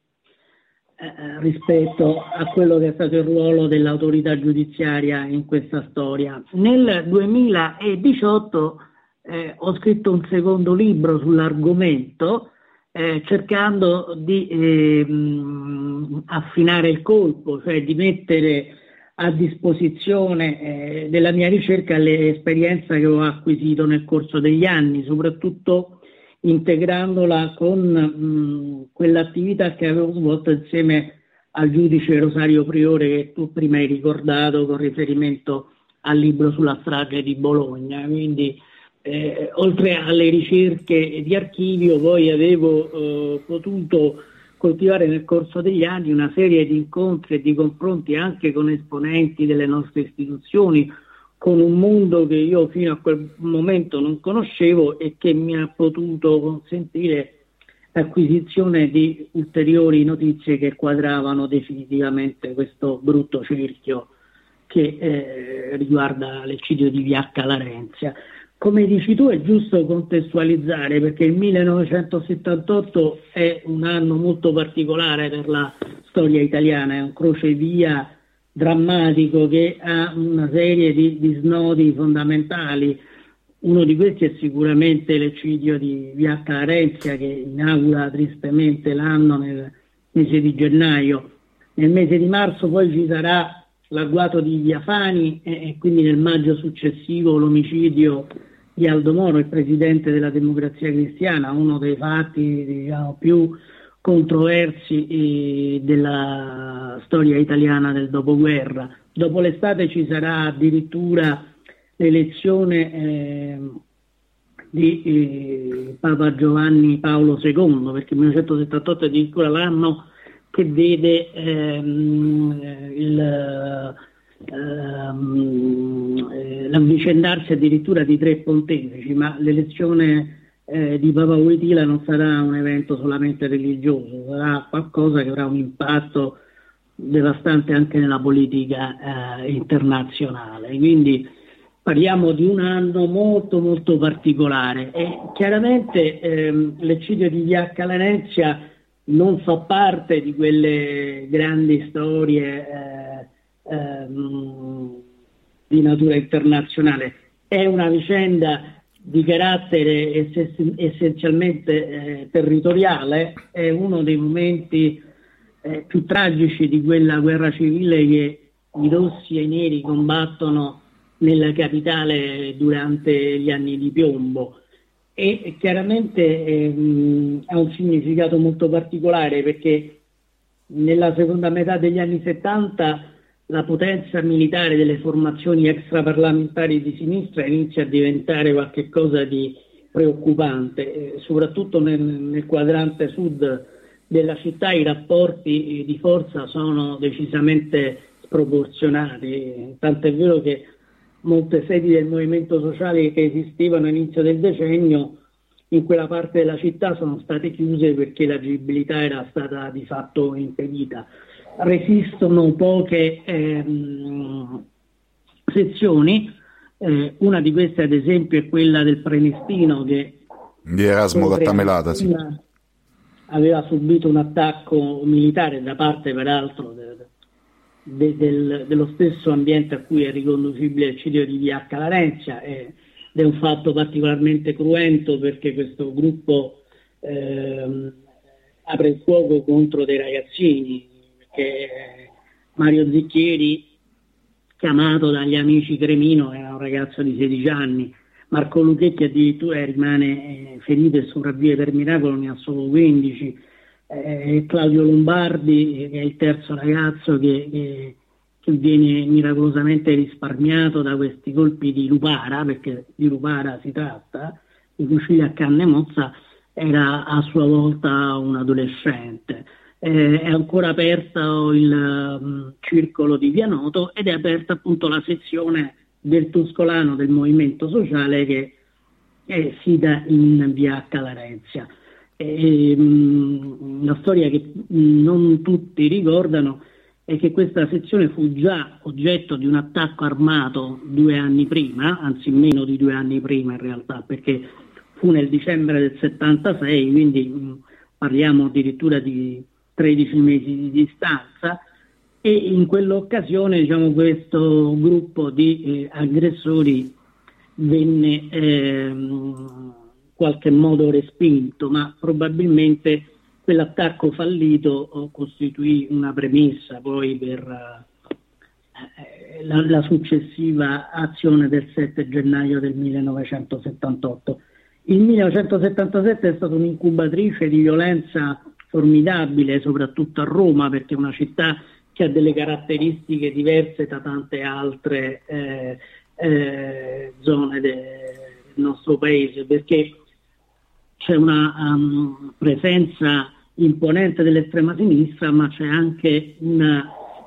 eh, rispetto a quello che è stato il ruolo dell'autorità giudiziaria in questa storia. Nel duemiladiciotto eh, ho scritto un secondo libro sull'argomento, eh, cercando di eh, mh, affinare il colpo, cioè di mettere a disposizione eh, della mia ricerca l'esperienza che ho acquisito nel corso degli anni, soprattutto integrandola con mh, quell'attività che avevo svolto insieme al giudice Rosario Priore che tu prima hai ricordato con riferimento al libro sulla strage di Bologna. Quindi eh, oltre alle ricerche di archivio poi avevo eh, potuto coltivare nel corso degli anni una serie di incontri e di confronti anche con esponenti delle nostre istituzioni, con un mondo che io fino a quel momento non conoscevo e che mi ha potuto consentire l'acquisizione di ulteriori notizie che quadravano definitivamente questo brutto cerchio che eh, riguarda l'eccidio di V H. Larenzia. Come dici tu è giusto contestualizzare perché il millenovecentosettantotto è un anno molto particolare per la storia italiana, è un crocevia drammatico che ha una serie di, di snodi fondamentali. Uno di questi è sicuramente l'eccidio di V H. Larenzia che inaugura tristemente l'anno nel mese di gennaio. Nel mese di marzo poi ci sarà l'agguato di Via Fani e, e quindi nel maggio successivo l'omicidio di Aldo Moro, il presidente della Democrazia Cristiana, uno dei fatti diciamo, più controversi eh, della storia italiana del dopoguerra. Dopo l'estate ci sarà addirittura l'elezione eh, di eh, Papa Giovanni Paolo secondo, perché il millenovecentosettantotto è addirittura l'anno che vede ehm, il ehm, eh, l'avvicendarsi addirittura di tre pontefici, ma l'elezione eh, di Papa Wojtyla non sarà un evento solamente religioso, sarà qualcosa che avrà un impatto devastante anche nella politica eh, internazionale. Quindi parliamo di un anno molto molto particolare e chiaramente ehm, l'eccidio di V H. Larenzia non fa parte di quelle grandi storie eh, ehm, di natura internazionale, è una vicenda di carattere ess- essenzialmente eh, territoriale, è uno dei momenti eh, più tragici di quella guerra civile che i rossi e i neri combattono nella capitale durante gli anni di piombo. E chiaramente ehm, ha un significato molto particolare perché nella seconda metà degli anni settanta la potenza militare delle formazioni extraparlamentari di sinistra inizia a diventare qualcosa di preoccupante, eh, soprattutto nel, nel quadrante sud della città i rapporti di forza sono decisamente sproporzionati, tant'è vero che molte sedi del movimento sociale che esistevano all'inizio del decennio in quella parte della città sono state chiuse perché l'agibilità era stata di fatto impedita. Resistono poche ehm, sezioni, eh, una di queste ad esempio è quella del Prenestino che di Erasmo Gattamelata, sì. Aveva subito un attacco militare da parte peraltro del De, del, dello stesso ambiente a cui è riconducibile l'eccidio di V H. Larenzia ed è un fatto particolarmente cruento perché questo gruppo ehm, apre il fuoco contro dei ragazzini, perché Mario Zicchieri, chiamato dagli amici Cremino, era un ragazzo di sedici anni, Marco Luchetti addirittura rimane eh, ferito e sopravvive per miracolo, ne ha solo quindici. Eh, Claudio Lombardi, che è il terzo ragazzo che, che, che viene miracolosamente risparmiato da questi colpi di lupara, perché di lupara si tratta, di fucile a canna e mozza, era a sua volta un adolescente. Eh, è ancora aperto il um, circolo di Via Noto ed è aperta appunto la sezione del Tuscolano del Movimento Sociale che eh, sita in via Calarenzia. E, mh, una storia che non tutti ricordano è che questa sezione fu già oggetto di un attacco armato due anni prima, anzi meno di due anni prima in realtà, perché fu nel dicembre del settantasei, quindi mh, parliamo addirittura di tredici mesi di distanza, e in quell'occasione diciamo, questo gruppo di eh, aggressori venne eh, in qualche modo respinto, ma probabilmente quell'attacco fallito costituì una premessa poi per eh, la, la successiva azione del sette gennaio del millenovecentosettantotto. Il millenovecentosettantasette è stata un'incubatrice di violenza formidabile, soprattutto a Roma, perché è una città che ha delle caratteristiche diverse da tante altre eh, eh, zone de, del nostro paese, perché c'è una um, presenza imponente dell'estrema sinistra, ma c'è anche una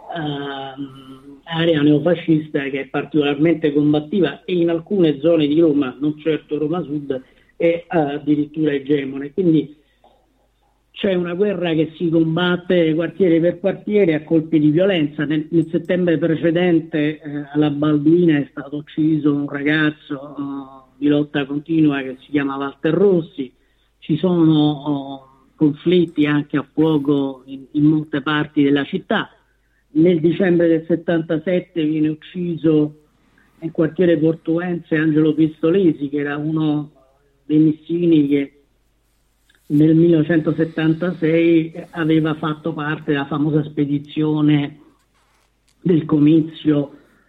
uh, area neofascista che è particolarmente combattiva e in alcune zone di Roma, non certo Roma Sud, è uh, addirittura egemone. Quindi c'è una guerra che si combatte quartiere per quartiere a colpi di violenza. Nel, nel settembre precedente eh, alla Balduina è stato ucciso un ragazzo uh, di lotta continua che si chiama Walter Rossi. Ci sono uh, conflitti anche a fuoco in, in molte parti della città. Nel dicembre del settantasette viene ucciso nel quartiere portuense Angelo Pistolesi, che era uno dei missini che nel millenovecentosettantasei aveva fatto parte della famosa spedizione del comizio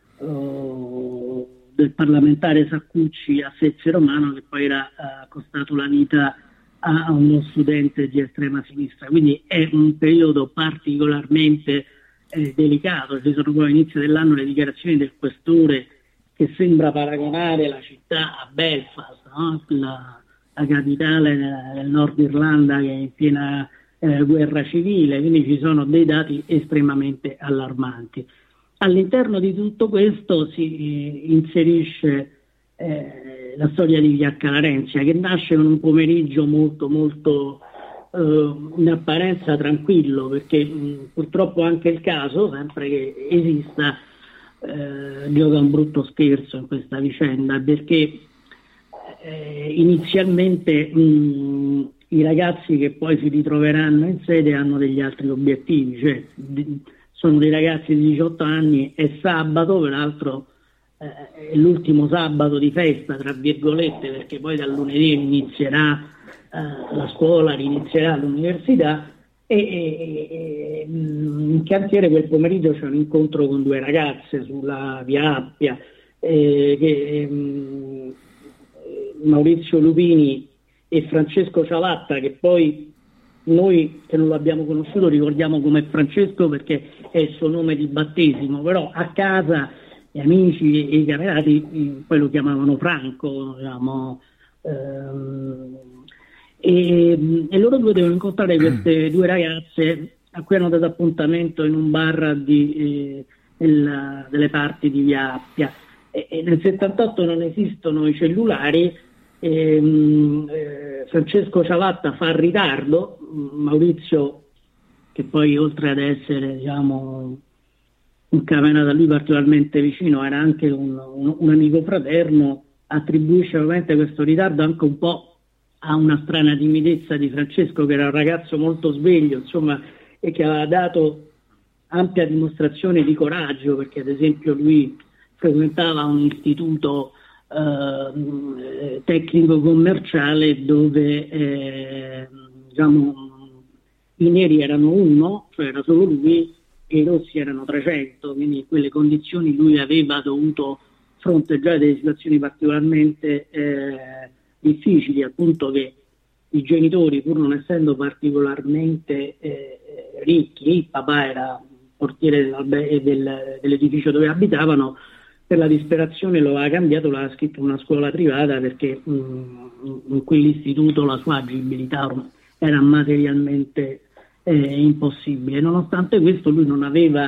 uh, del parlamentare Saccucci a Sezze Romano, che poi era uh, costato la vita a uno studente di estrema sinistra. Quindi è un periodo particolarmente eh, delicato. Ci sono poi all'inizio dell'anno le dichiarazioni del questore che sembra paragonare la città a Belfast, no? la, la capitale del Nord Irlanda che è in piena eh, guerra civile, quindi ci sono dei dati estremamente allarmanti. All'interno di tutto questo si eh, inserisce eh, la storia di via Calarenzia, che nasce in un pomeriggio molto molto eh, in apparenza tranquillo, perché mh, purtroppo anche il caso, sempre che esista, eh, gioca un brutto scherzo in questa vicenda, perché Eh, inizialmente mh, i ragazzi che poi si ritroveranno in sede hanno degli altri obiettivi, cioè d- sono dei ragazzi di diciotto anni, è sabato, peraltro eh, è l'ultimo sabato di festa, tra virgolette, perché poi dal lunedì inizierà eh, la scuola, inizierà l'università, e, e, e in cantiere quel pomeriggio c'è un incontro con due ragazze sulla via Appia, eh, che mh, Maurizio Lupini e Francesco Ciavatta, che poi noi che non l'abbiamo conosciuto ricordiamo come Francesco perché è il suo nome di battesimo, però a casa gli amici e i camerati poi lo chiamavano Franco, diciamo, ehm, e, e loro due devono incontrare queste due ragazze a cui hanno dato appuntamento in un bar di, eh, nella, delle parti di via Appia. E, e nel settantotto non esistono i cellulari. Ehm, eh, Francesco Ciavatta fa ritardo, Maurizio, che poi oltre ad essere diciamo un camerata a lui particolarmente vicino, era anche un, un, un amico fraterno, attribuisce ovviamente questo ritardo anche un po' a una strana timidezza di Francesco, che era un ragazzo molto sveglio, insomma, e che aveva dato ampia dimostrazione di coraggio, perché ad esempio lui frequentava un istituto eh, tecnico commerciale dove eh, diciamo i neri erano uno, cioè era solo lui, e i rossi erano trecento, quindi in quelle condizioni lui aveva dovuto fronteggiare delle situazioni particolarmente eh, difficili, al punto che i genitori, pur non essendo particolarmente eh, ricchi, il papà era portiere del, del, dell'edificio dove abitavano, per la disperazione lo aveva cambiato, lo aveva scritto in una scuola privata perché mh, in quell'istituto la sua agibilità era materialmente eh, impossibile. Nonostante questo lui non aveva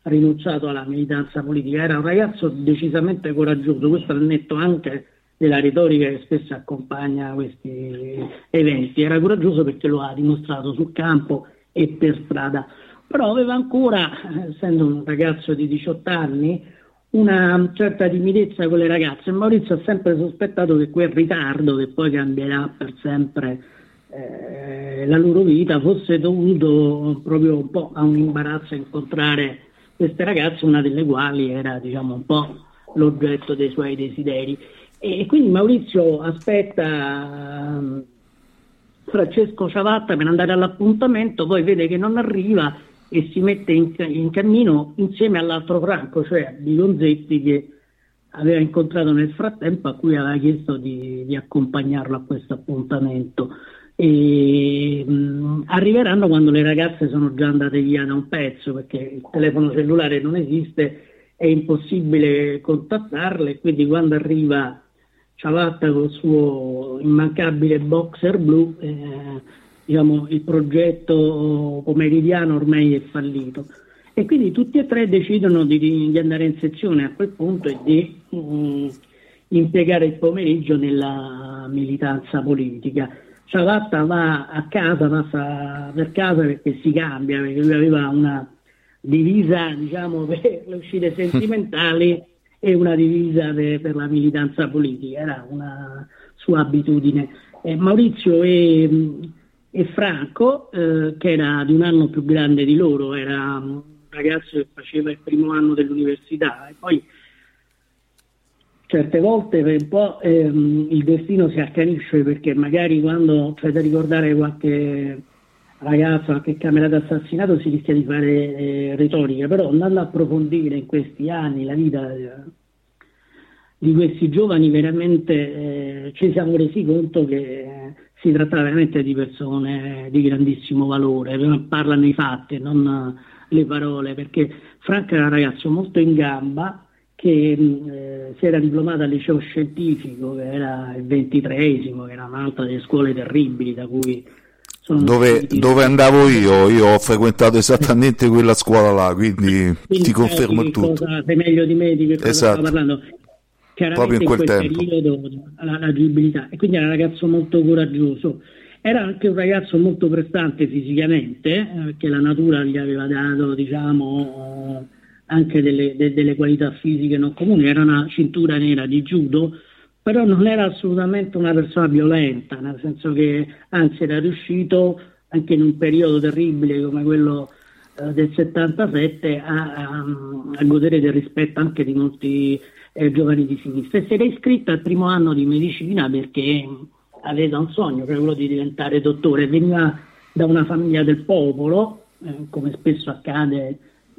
rinunciato alla militanza politica. Era un ragazzo decisamente coraggioso, questo è il netto anche della retorica che spesso accompagna questi eventi. Era coraggioso perché lo ha dimostrato sul campo e per strada, però aveva ancora, essendo un ragazzo di diciotto anni, una certa timidezza con le ragazze. Maurizio ha sempre sospettato che quel ritardo, che poi cambierà per sempre eh, la loro vita, fosse dovuto proprio un po' a un imbarazzo a incontrare queste ragazze, una delle quali era, diciamo, un po' l'oggetto dei suoi desideri. E quindi Maurizio aspetta um, Francesco Ciavatta per andare all'appuntamento, poi vede che non arriva e si mette in, in cammino insieme all'altro Franco, cioè di Gonzetti, che aveva incontrato nel frattempo, a cui aveva chiesto di, di accompagnarlo a questo appuntamento. E, mh, arriveranno quando le ragazze sono già andate via da un pezzo, perché il telefono cellulare non esiste, è impossibile contattarle, quindi quando arriva Ciavatta col suo immancabile boxer blu, eh, diciamo, il progetto pomeridiano ormai è fallito, e quindi tutti e tre decidono di, di andare in sezione a quel punto e di um, impiegare il pomeriggio nella militanza politica. Ciavatta va a casa, passa per casa perché si cambia, perché lui aveva una divisa, diciamo, per le uscite sentimentali e una divisa per, per la militanza politica, era una sua abitudine. Eh, Maurizio e, e Franco, eh, che era di un anno più grande di loro, era un ragazzo che faceva il primo anno dell'università, e poi certe volte per un po' ehm, il destino si accanisce, perché magari quando c'è da ricordare qualche ragazzo, qualche camerato assassinato, si rischia di fare eh, retorica, però andando a approfondire in questi anni la vita eh, di questi giovani, veramente eh, ci siamo resi conto che eh, si trattava veramente di persone di grandissimo valore, parlano i fatti, non le parole, perché Franco era un ragazzo molto in gamba, che eh, si era diplomato al liceo scientifico, che era il ventitreesimo, che era un'altra delle scuole terribili da cui sono dove, dove andavo io, io ho frequentato esattamente quella scuola là, quindi, quindi ti confermo tutto. Cosa, sei meglio di me di che cosa esatto. stavo parlando. Proprio in quel, in quel tempo. periodo la, l'agibilità, e quindi era un ragazzo molto coraggioso. Era anche un ragazzo molto prestante fisicamente, eh, perché la natura gli aveva dato, diciamo, anche delle, de, delle qualità fisiche non comuni. Era una cintura nera di judo, però non era assolutamente una persona violenta, nel senso che anzi era riuscito anche in un periodo terribile come quello eh, del settantasette a, a, a godere del rispetto anche di molti eh, giovani di sinistra, e si era iscritto al primo anno di medicina perché aveva un sogno, che era quello di diventare dottore. Veniva da una famiglia del popolo, eh, come spesso accade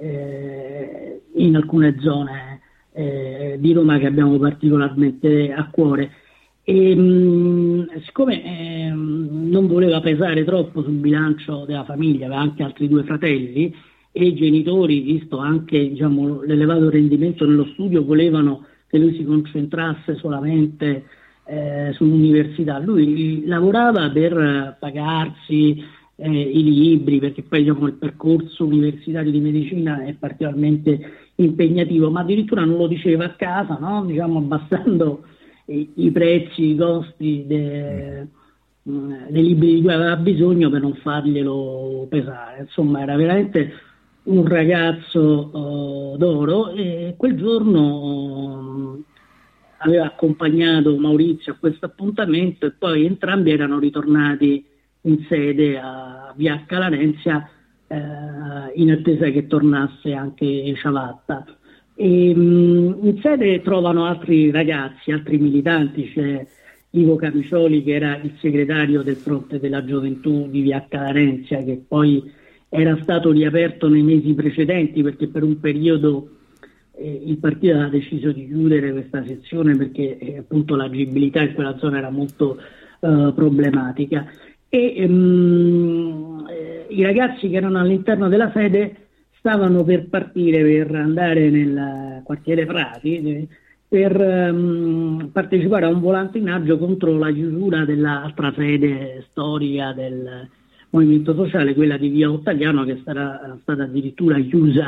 eh, in alcune zone eh, di Roma che abbiamo particolarmente a cuore, e mh, siccome eh, non voleva pesare troppo sul bilancio della famiglia, aveva anche altri due fratelli, e i genitori, visto anche, diciamo, l'elevato rendimento nello studio, volevano che lui si concentrasse solamente eh, sull'università. Lui lavorava per pagarsi eh, i libri, perché poi, diciamo, il percorso universitario di medicina è particolarmente impegnativo, ma addirittura non lo diceva a casa, no? Diciamo, abbassando i, i prezzi, i costi de, dei libri di cui aveva bisogno per non farglielo pesare. Insomma, era veramente un ragazzo uh, d'oro, e quel giorno uh, aveva accompagnato Maurizio a questo appuntamento, e poi entrambi erano ritornati in sede a via Accalarenzia uh, in attesa che tornasse anche Ciavatta. E, um, in sede trovano altri ragazzi, altri militanti. C'è Ivo Camicioli, che era il segretario del Fronte della Gioventù di via Accalarenzia, che poi era stato riaperto nei mesi precedenti, perché per un periodo eh, il partito aveva deciso di chiudere questa sezione perché eh, appunto l'agibilità in quella zona era molto eh, problematica. E um, eh, i ragazzi che erano all'interno della sede stavano per partire per andare nel quartiere Prati eh, per um, partecipare a un volantinaggio contro la chiusura dell'altra sede storica del Movimento Sociale, quella di via Ottaviano, che sarà stata addirittura chiusa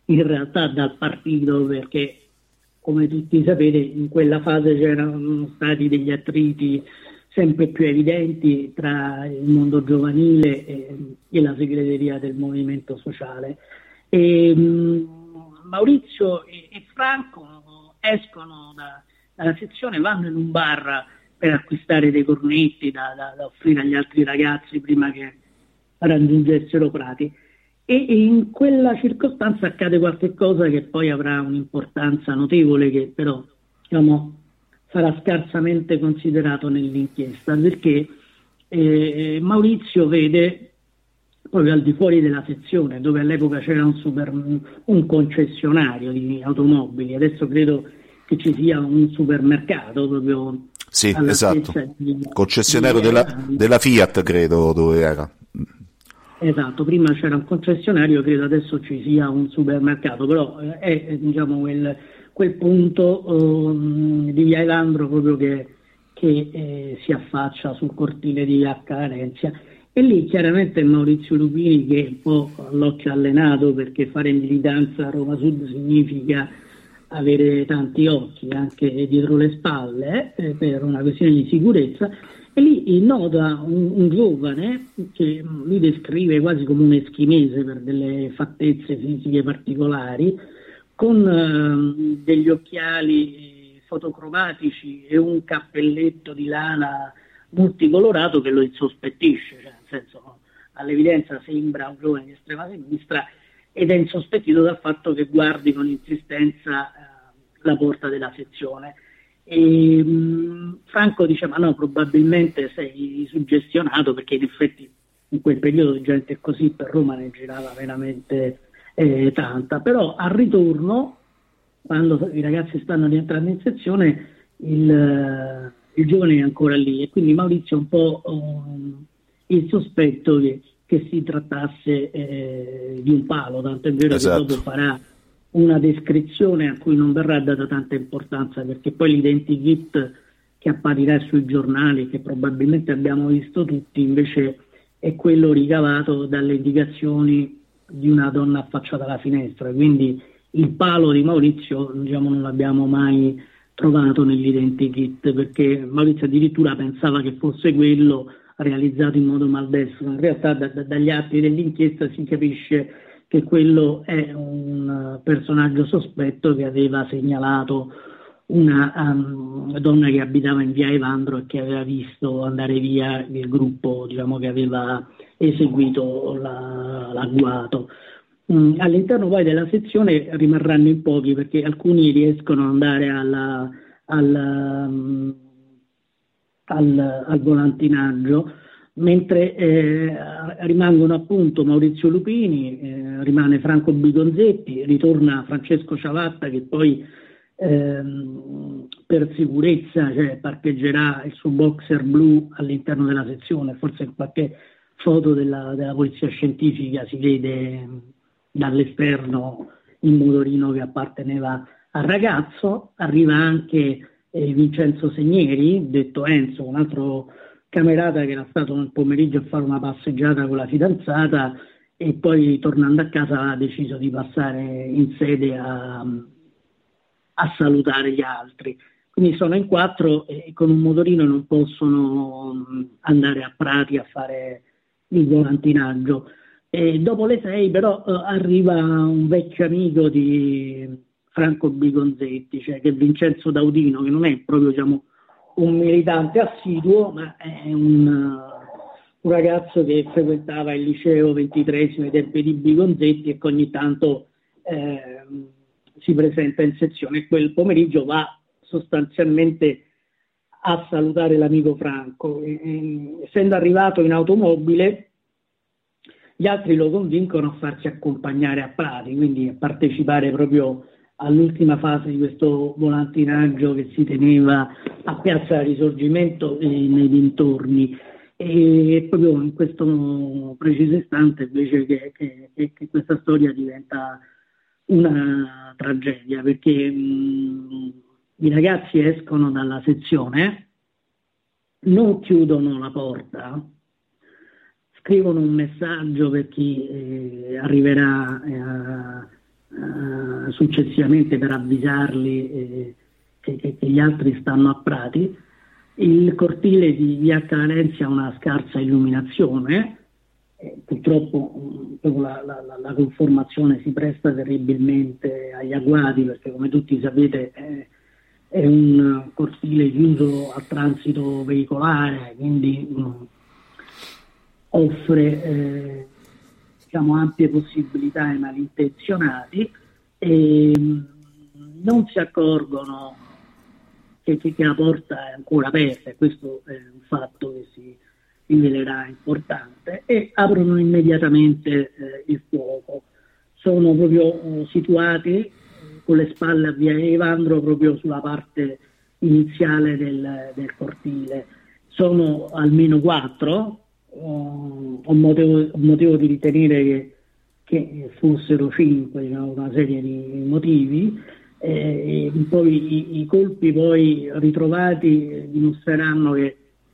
in realtà dal partito, perché come tutti sapete in quella fase c'erano stati degli attriti sempre più evidenti tra il mondo giovanile e, e la segreteria del movimento sociale. E, mh, Maurizio e, e Franco escono da, dalla sezione, vanno in un bar per acquistare dei cornetti da, da, da offrire agli altri ragazzi prima che raggiungessero Prati, e, e in quella circostanza accade qualche cosa che poi avrà un'importanza notevole, che però diciamo sarà scarsamente considerato nell'inchiesta, perché eh, Maurizio vede proprio al di fuori della sezione, dove all'epoca c'era un, super, un concessionario di automobili, adesso credo che ci sia un supermercato proprio. Sì, esatto, di, concessionario di della, della Fiat credo dove era. Esatto, prima c'era un concessionario, credo adesso ci sia un supermercato, però è, è diciamo quel, quel punto um, di Via Elandro proprio che, che eh, si affaccia sul cortile di Via Carenza, e lì chiaramente Maurizio Lupini, che è un po' all'occhio allenato, perché fare militanza a Roma Sud significa avere tanti occhi anche dietro le spalle eh, per una questione di sicurezza, e lì nota un, un giovane che lui descrive quasi come un eschimese per delle fattezze fisiche particolari, con eh, degli occhiali fotocromatici e un cappelletto di lana multicolorato che lo insospettisce, cioè nel senso all'evidenza sembra un giovane di estrema sinistra ed è insospettito dal fatto che guardi con insistenza eh, la porta della sezione. E, mh, Franco dice: ma no, probabilmente sei suggestionato, perché in effetti in quel periodo di gente così per Roma ne girava veramente eh, tanta, però al ritorno, quando i ragazzi stanno rientrando in sezione, il, il giovane è ancora lì, e quindi Maurizio ha un po' um, il sospetto che, che si trattasse eh, di un palo, tanto è vero esatto. che dopo farà una descrizione a cui non verrà data tanta importanza, perché poi l'identikit che apparirà sui giornali, che probabilmente abbiamo visto tutti, invece è quello ricavato dalle indicazioni di una donna affacciata alla finestra, quindi il palo di Maurizio diciamo non l'abbiamo mai trovato nell'identikit, perché Maurizio addirittura pensava che fosse quello realizzato in modo maldestro. In realtà da, da, dagli atti dell'inchiesta si capisce che quello è un personaggio sospetto che aveva segnalato una um, donna che abitava in via Evandro e che aveva visto andare via il gruppo, diciamo, che aveva eseguito la, l'agguato. Um, all'interno poi della sezione rimarranno in pochi, perché alcuni riescono ad andare alla, alla, um, al, al volantinaggio, mentre eh, rimangono appunto Maurizio Lupini, eh, rimane Franco Bigonzetti, ritorna Francesco Ciavatta, che poi ehm, per sicurezza cioè, parcheggerà il suo boxer blu all'interno della sezione, forse in qualche foto della, della polizia scientifica si vede dall'esterno il motorino che apparteneva al ragazzo. Arriva anche eh, Vincenzo Segneri, detto Enzo, un altro camerata che era stato nel pomeriggio a fare una passeggiata con la fidanzata e poi tornando a casa ha deciso di passare in sede a, a salutare gli altri. Quindi sono in quattro e con un motorino non possono andare a Prati a fare il volantinaggio. E dopo le sei però eh, arriva un vecchio amico di Franco Bigonzetti, cioè che è Vincenzo Daudino, che non è proprio diciamo un militante assiduo, ma è un, un ragazzo che frequentava il liceo ventitreesimo ai tempi di Bigonzetti e che ogni tanto eh, si presenta in sezione, e quel pomeriggio va sostanzialmente a salutare l'amico Franco. E, e, essendo arrivato in automobile, gli altri lo convincono a farsi accompagnare a Prati, quindi a partecipare proprio all'ultima fase di questo volantinaggio che si teneva a Piazza Risorgimento e nei dintorni. E proprio in questo preciso istante invece che, che, che questa storia diventa una tragedia, perché mh, i ragazzi escono dalla sezione, non chiudono la porta, scrivono un messaggio per chi eh, arriverà eh, successivamente per avvisarli eh, che, che, che gli altri stanno a Prati. Il cortile di via Calanensi ha una scarsa illuminazione, eh, purtroppo mh, la, la, la conformazione si presta terribilmente agli agguati, perché come tutti sapete eh, è un cortile chiuso a transito veicolare, quindi mh, offre eh, diciamo, ampie possibilità ai malintenzionati e mh, non si accorgono che, che, che la porta è ancora aperta, e questo è un fatto che si rivelerà importante, e aprono immediatamente eh, il fuoco. Sono proprio eh, situati eh, con le spalle a via Evandro, proprio sulla parte iniziale del, del cortile. Sono almeno quattro, eh, ho, motivo, ho motivo di ritenere che, che fossero cinque, diciamo, una serie di motivi. Eh, e poi i, i colpi poi ritrovati eh, dimostreranno che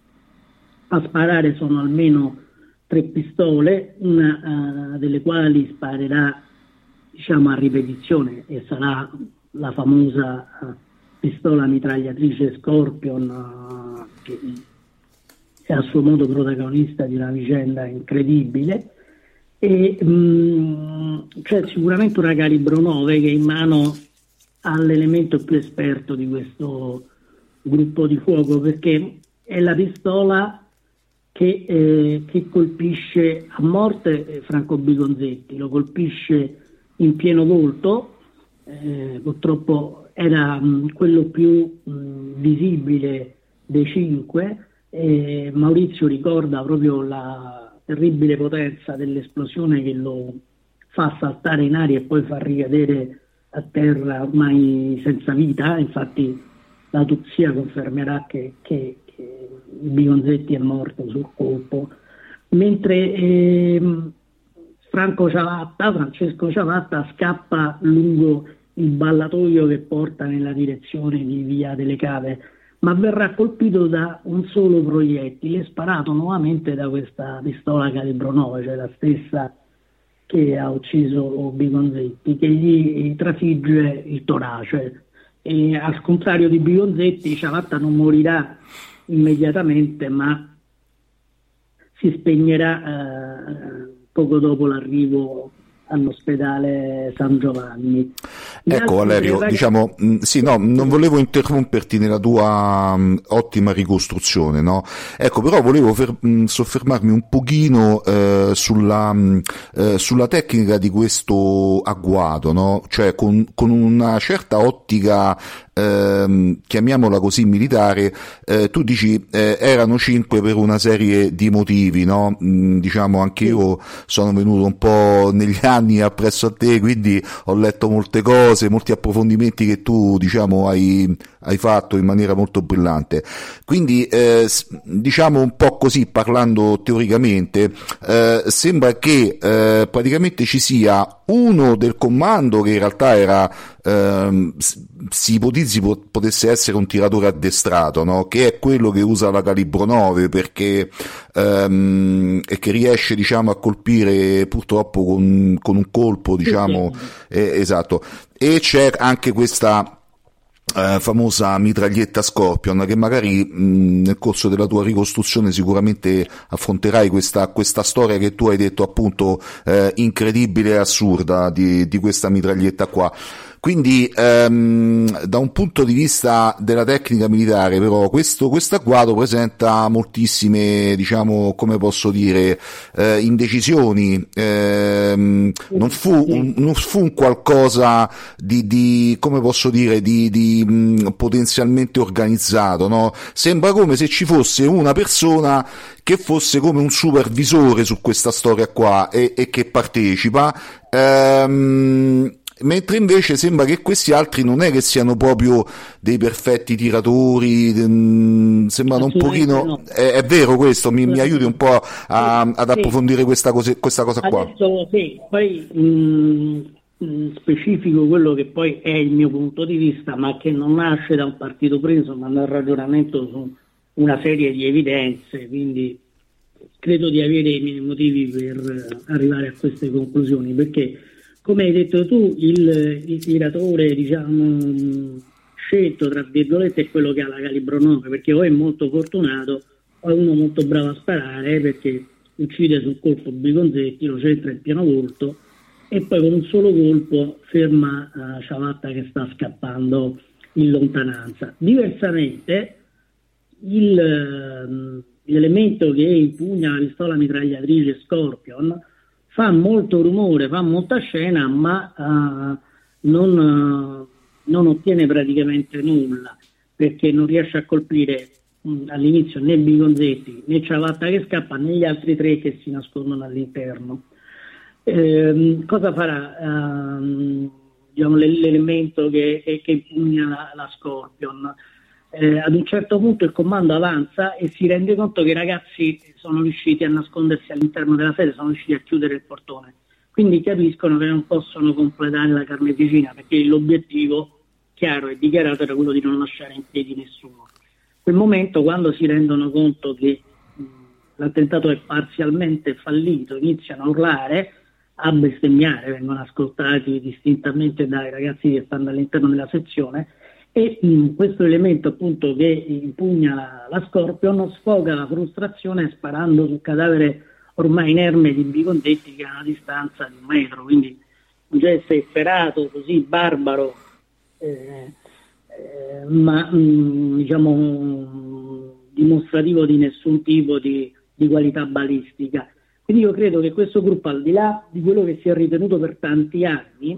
a sparare sono almeno tre pistole, una uh, delle quali sparerà diciamo a ripetizione e sarà la famosa uh, pistola mitragliatrice Scorpion, uh, che è a suo modo protagonista di una vicenda incredibile, e um, c'è sicuramente una calibro nove che è in mano all'elemento più esperto di questo gruppo di fuoco, perché è la pistola che, eh, che colpisce a morte Franco Bigonzetti, lo colpisce in pieno volto, eh, purtroppo era mh, quello più mh, visibile dei cinque, e Maurizio ricorda proprio la terribile potenza dell'esplosione che lo fa saltare in aria e poi fa ricadere a terra ormai senza vita. Infatti l'autopsia confermerà che, che, che Bigonzetti è morto sul colpo, mentre eh, Franco Ciavatta, Francesco Ciavatta scappa lungo il ballatoio che porta nella direzione di via delle Cave, ma verrà colpito da un solo proiettile sparato nuovamente da questa pistola calibro nove, cioè la stessa che ha ucciso Bigonzetti, che gli trafigge il torace. E al contrario di Bigonzetti, Ciavatta non morirà immediatamente, ma si spegnerà eh, poco dopo l'arrivo all'ospedale San Giovanni. Gli Ecco Valerio, ragazzi... diciamo, mh, sì, no, non volevo interromperti nella tua mh, ottima ricostruzione, no? Ecco, però volevo fer- mh, soffermarmi un pochino eh, sulla, mh, eh, sulla tecnica di questo agguato, no? Cioè con, con una certa ottica, ehm, chiamiamola così, militare, eh, tu dici eh, erano cinque per una serie di motivi, no? Mh, diciamo, anche io sono venuto un po' negli anni appresso a te, quindi ho letto molte cose, molti approfondimenti che tu diciamo hai, hai fatto in maniera molto brillante, quindi eh, diciamo un po' così, parlando teoricamente, eh, sembra che eh, praticamente ci sia uno del comando che in realtà era ehm, si ipotizzi potesse essere un tiratore addestrato, no? Che è quello che usa la calibro nove perché ehm, e che riesce diciamo a colpire purtroppo con, con un colpo diciamo eh, esatto, e c'è anche questa Uh, famosa mitraglietta Scorpion che magari mh, nel corso della tua ricostruzione sicuramente affronterai questa, questa storia che tu hai detto appunto eh, incredibile e assurda di, di questa mitraglietta qua. Quindi ehm, da un punto di vista della tecnica militare però questo, questo agguato presenta moltissime, diciamo, come posso dire, eh, indecisioni, ehm, non fu un, non fu un qualcosa di, di come posso dire, di, di mh, potenzialmente organizzato, no? Sembra come se ci fosse una persona che fosse come un supervisore su questa storia qua e, e che partecipa, ehm, mentre invece sembra che questi altri non è che siano proprio dei perfetti tiratori, mh, sembrano un pochino, no. è, è vero questo? Mi, mi aiuti un po' a, ad approfondire sì. questa, cosa, questa cosa qua? Adesso sì, poi mh, mh, specifico quello che poi è il mio punto di vista, ma che non nasce da un partito preso, ma da un ragionamento su una serie di evidenze, quindi credo di avere i miei motivi per arrivare a queste conclusioni, perché come hai detto tu, il, il tiratore, diciamo, scelto, tra virgolette, è quello che ha la calibro nove, perché o è molto fortunato o è uno molto bravo a sparare, perché uccide sul colpo Bigonzetti, lo centra in pieno volto e poi con un solo colpo ferma uh, Ciavatta che sta scappando in lontananza. Diversamente il, uh, l'elemento che impugna la pistola mitragliatrice Scorpion fa molto rumore, fa molta scena, ma uh, non, uh, non ottiene praticamente nulla, perché non riesce a colpire mh, all'inizio né Bigonzetti né Ciavatta che scappa né gli altri tre che si nascondono all'interno. Eh, cosa farà uh, diciamo, l'elemento che, che, che impugna la, la Scorpion? Eh, ad un certo punto il comando avanza e si rende conto che i ragazzi sono riusciti a nascondersi all'interno della sede, sono riusciti a chiudere il portone, quindi capiscono che non possono completare la carneficina, perché l'obiettivo chiaro e dichiarato era quello di non lasciare in piedi nessuno. In quel momento, quando si rendono conto che mh, l'attentato è parzialmente fallito, iniziano a urlare, a bestemmiare, vengono ascoltati distintamente dai ragazzi che stanno all'interno della sezione. E mh, questo elemento appunto che impugna la, la Scorpion sfoga la frustrazione sparando sul cadavere ormai inerme di Bigonzetti, che è a una distanza di un metro, quindi un gesto efferato, così barbaro, eh, eh, ma mh, diciamo mh, dimostrativo di nessun tipo di, di qualità balistica. Quindi io credo che questo gruppo, al di là di quello che si è ritenuto per tanti anni,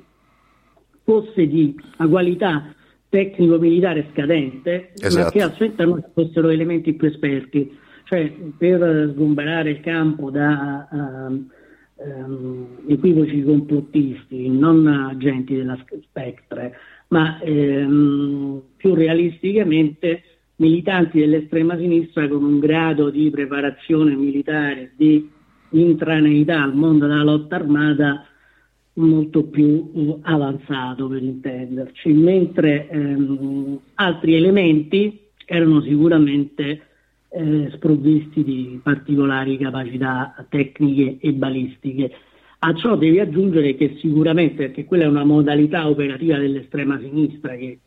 fosse di una qualità tecnico-militare scadente, esatto, ma che al suo interno fossero elementi più esperti, cioè per sgomberare il campo da uh, um, equivoci complottisti, non agenti della Spectre, ma um, più realisticamente militanti dell'estrema sinistra con un grado di preparazione militare, di intraneità al mondo della lotta armata molto più uh, avanzato, per intenderci, mentre ehm, altri elementi erano sicuramente eh, sprovvisti di particolari capacità tecniche e balistiche. A ciò devi aggiungere che sicuramente, perché quella è una modalità operativa dell'estrema sinistra, che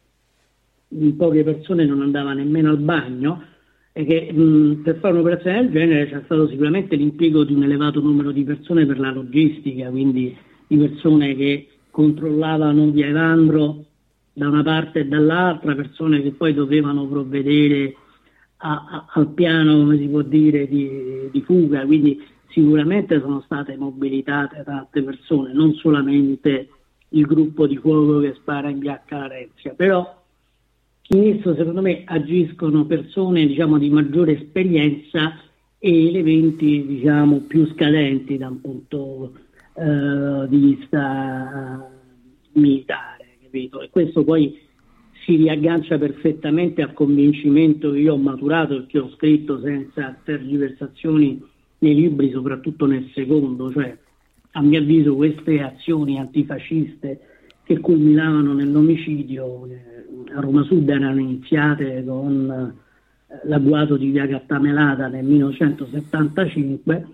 in poche persone non andava nemmeno al bagno, e che mh, per fare un'operazione del genere c'è stato sicuramente l'impiego di un elevato numero di persone per la logistica, quindi di persone che controllavano via Evandro da una parte e dall'altra, persone che poi dovevano provvedere a, a, al piano, come si può dire, di, di fuga, quindi sicuramente sono state mobilitate tante persone, non solamente il gruppo di fuoco che spara in via Calarenzia, però in esso secondo me agiscono persone, diciamo, di maggiore esperienza e elementi, diciamo, più scadenti da un punto Uh, di vista uh, militare, capito? E questo poi si riaggancia perfettamente al convincimento che io ho maturato e che ho scritto senza tergiversazioni nei libri, soprattutto nel secondo, cioè a mio avviso queste azioni antifasciste che culminavano nell'omicidio eh, a Roma Sud erano iniziate con eh, l'agguato di via Cattamelata nel millenovecentosettantacinque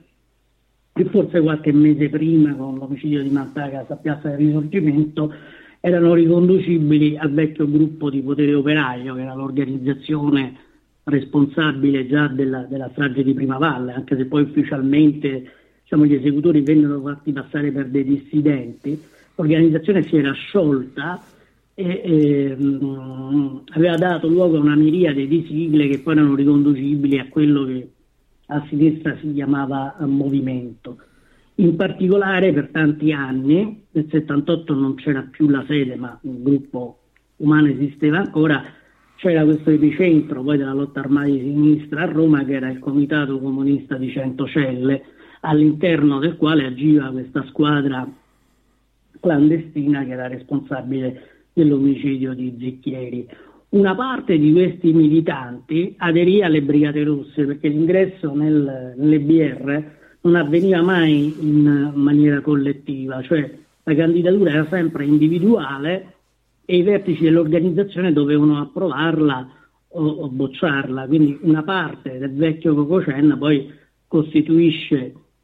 e forse qualche mese prima con l'omicidio di Mantagas a Piazza del Risorgimento erano riconducibili al vecchio gruppo di Potere Operaio, che era l'organizzazione responsabile già della, della strage di Primavalle, anche se poi ufficialmente, diciamo, gli esecutori vennero fatti passare per dei dissidenti. L'organizzazione si era sciolta e, e mh, aveva dato luogo a una miriade di sigle che poi erano riconducibili a quello che a sinistra si chiamava movimento. In particolare per tanti anni, nel settantotto non c'era più la sede, ma un gruppo umano esisteva ancora, c'era questo epicentro poi della lotta armata di sinistra a Roma, che era il Comitato Comunista di Centocelle, all'interno del quale agiva questa squadra clandestina che era responsabile dell'omicidio di Zicchieri. Una parte di questi militanti aderì alle Brigate Rosse, perché l'ingresso nel, nelle B R non avveniva mai in maniera collettiva, cioè la candidatura era sempre individuale e i vertici dell'organizzazione dovevano approvarla o, o bocciarla, quindi una parte del vecchio Cococen poi costituisce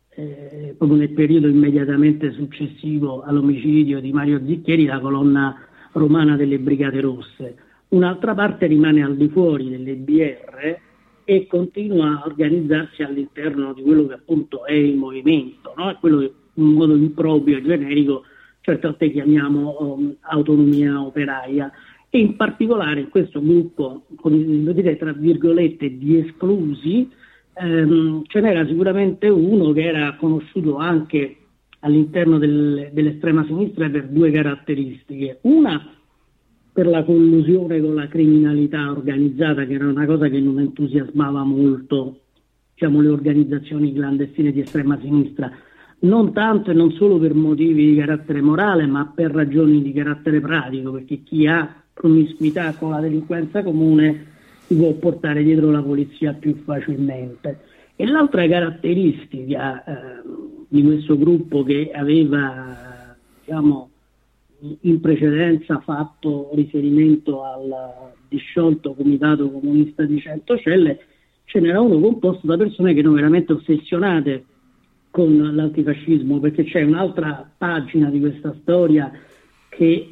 eh, proprio nel periodo immediatamente successivo all'omicidio di Mario Zicchieri, la colonna romana delle Brigate Rosse. Un'altra parte rimane al di fuori delle B R e continua a organizzarsi all'interno di quello che appunto è il movimento, no? È quello che in modo improprio e generico certe volte chiamiamo um, autonomia operaia, e in particolare in questo gruppo, come dire, tra virgolette, di esclusi, ehm, ce n'era sicuramente uno che era conosciuto anche all'interno del, dell'estrema sinistra per due caratteristiche. Una, per la collusione con la criminalità organizzata, che era una cosa che non entusiasmava molto, diciamo, le organizzazioni clandestine di estrema sinistra, non tanto e non solo per motivi di carattere morale, ma per ragioni di carattere pratico, perché chi ha promiscuità con la delinquenza comune si può portare dietro la polizia più facilmente. E l'altra caratteristica eh, di questo gruppo, che aveva, diciamo, in precedenza fatto riferimento al disciolto Comitato Comunista di Centocelle, ce n'era uno composto da persone che erano veramente ossessionate con l'antifascismo, perché c'è un'altra pagina di questa storia che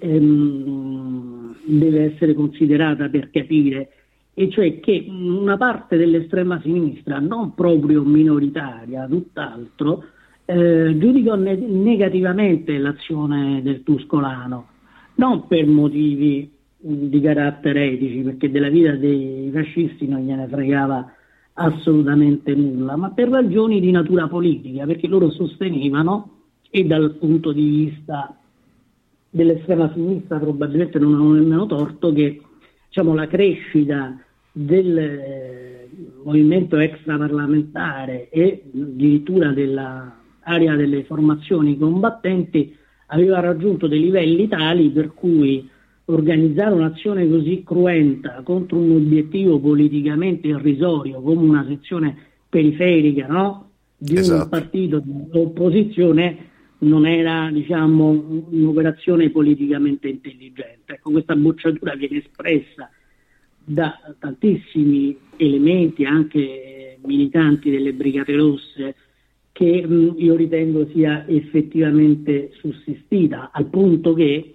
ehm, deve essere considerata per capire, e cioè che una parte dell'estrema sinistra, non proprio minoritaria, tutt'altro, eh, giudicò ne- negativamente l'azione del Tuscolano, non per motivi mh, di carattere etici, perché della vita dei fascisti non gliene fregava assolutamente nulla, ma per ragioni di natura politica, perché loro sostenevano, e dal punto di vista dell'estrema sinistra probabilmente non hanno nemmeno torto, che, diciamo, la crescita del eh, movimento extraparlamentare e addirittura dell'area delle formazioni combattenti aveva raggiunto dei livelli tali per cui organizzare un'azione così cruenta contro un obiettivo politicamente irrisorio come una sezione periferica, no? Di Esatto. un partito di opposizione non era, diciamo, un'operazione politicamente intelligente. Ecco, questa bocciatura viene espressa da tantissimi elementi, anche militanti delle Brigate Rosse, che mh, io ritengo sia effettivamente sussistita, al punto che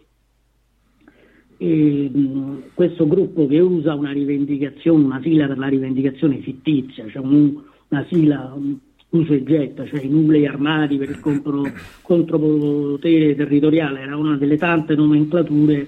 E, mh, questo gruppo, che usa una rivendicazione, una sigla per la rivendicazione fittizia, cioè un, una sigla um, uso e getta, cioè i nuclei armati per il contro, contropotere territoriale, era una delle tante nomenclature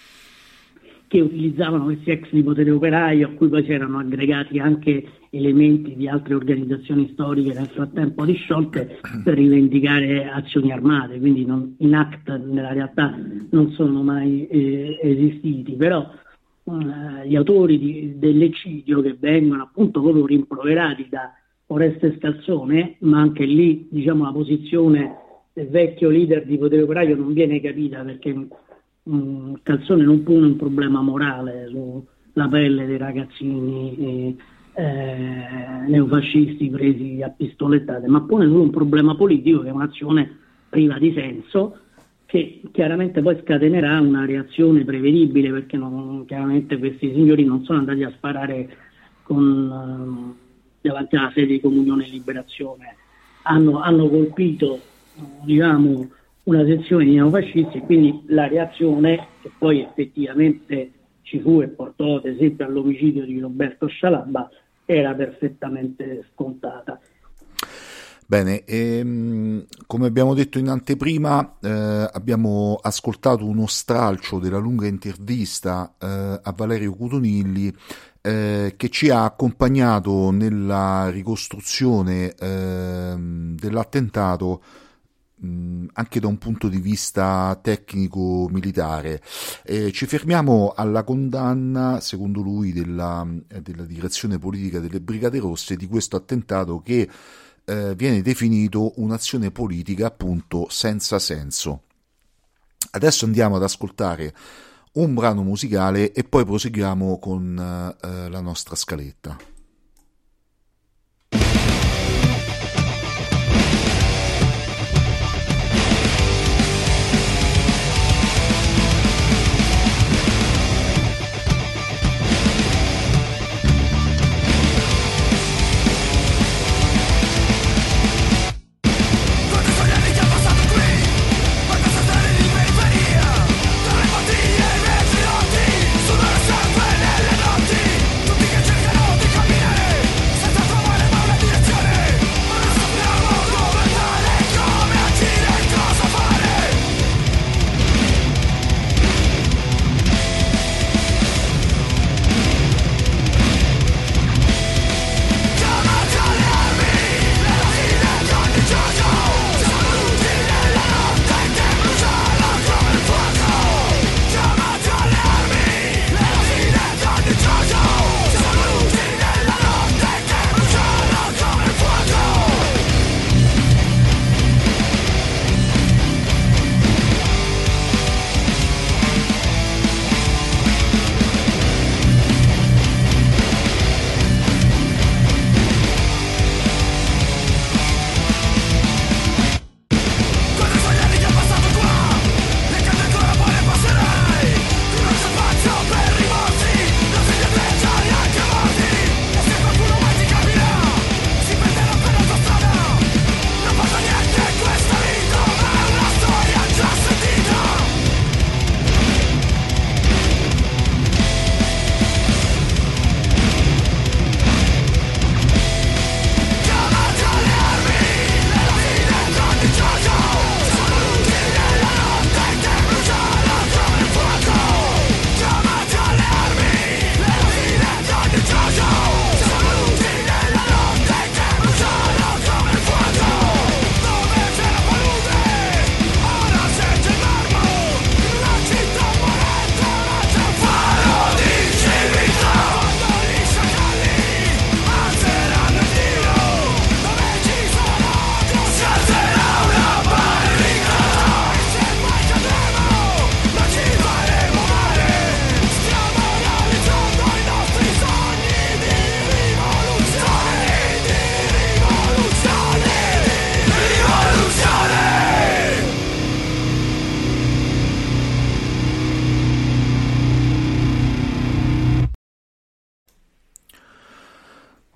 che utilizzavano questi ex di potere operaio, a cui poi si erano aggregati anche elementi di altre organizzazioni storiche nel frattempo disciolte per rivendicare azioni armate, quindi non, in act nella realtà non sono mai eh, esistiti, però eh, gli autori di, dell'eccidio, che vengono appunto proprio rimproverati da Oreste Scalzone, ma anche lì, diciamo, la posizione del vecchio leader di potere operaio non viene capita, perché mh, Scalzone non pone un problema morale sulla pelle dei ragazzini eh, eh, neofascisti presi a pistolettate, ma pone solo un problema politico, che è un'azione priva di senso, che chiaramente poi scatenerà una reazione prevedibile, perché non, chiaramente questi signori non sono andati a sparare con... Eh, davanti alla sede di Comunione e Liberazione, hanno, hanno colpito, diciamo, una sezione di neofascisti, e quindi la reazione, che poi effettivamente ci fu e portò ad esempio all'omicidio di Roberto Scialabba, era perfettamente scontata. Bene, ehm, come abbiamo detto in anteprima, eh, abbiamo ascoltato uno stralcio della lunga intervista eh, a Valerio Cutonilli, eh, che ci ha accompagnato nella ricostruzione eh, dell'attentato mh, anche da un punto di vista tecnico-militare. Eh, ci fermiamo alla condanna, secondo lui, della, della direzione politica delle Brigate Rosse di questo attentato, che eh, viene definito un'azione politica appunto senza senso. Adesso andiamo ad ascoltare un brano musicale e poi proseguiamo con eh, la nostra scaletta.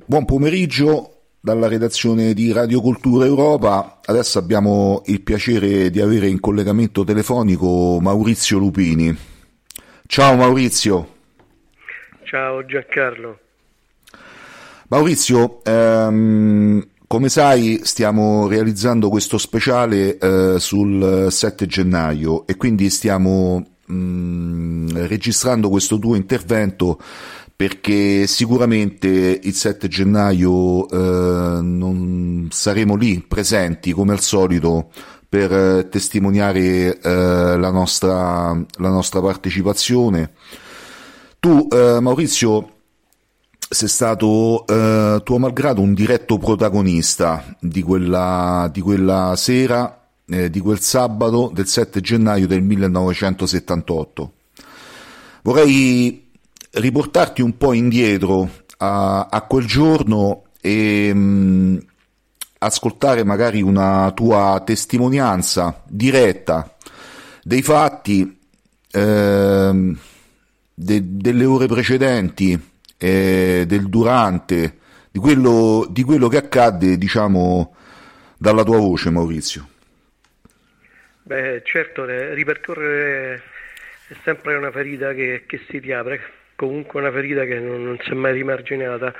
buon pomeriggio dalla redazione di Radio Cultura Europa. Adesso abbiamo il piacere di avere in collegamento telefonico Maurizio Lupini. Ciao Maurizio. Ciao Giancarlo. Maurizio, ehm, come sai stiamo realizzando questo speciale eh, sul sette gennaio e quindi stiamo mh, registrando questo tuo intervento perché sicuramente il sette gennaio eh, non saremo lì presenti come al solito per eh, testimoniare eh, la nostra, la nostra partecipazione. Tu eh, Maurizio sei stato eh, tuo malgrado un diretto protagonista di quella, di quella sera, eh, di quel sabato del sette gennaio del millenovecentosettantotto. Vorrei riportarti un po' indietro a, a quel giorno e mh, ascoltare magari una tua testimonianza diretta dei fatti eh, de, delle ore precedenti e del durante, di quello, di quello che accadde, diciamo, dalla tua voce, Maurizio. Beh, certo, ripercorrere è sempre una ferita che, che si riapre, comunque una ferita che non, non si è mai rimarginata.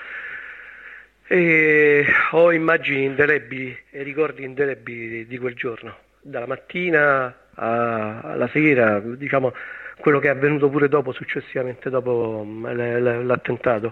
E ho immagini indelebili e ricordi indelebili di, di quel giorno, dalla mattina a, alla sera, diciamo, quello che è avvenuto pure dopo, successivamente dopo l'attentato.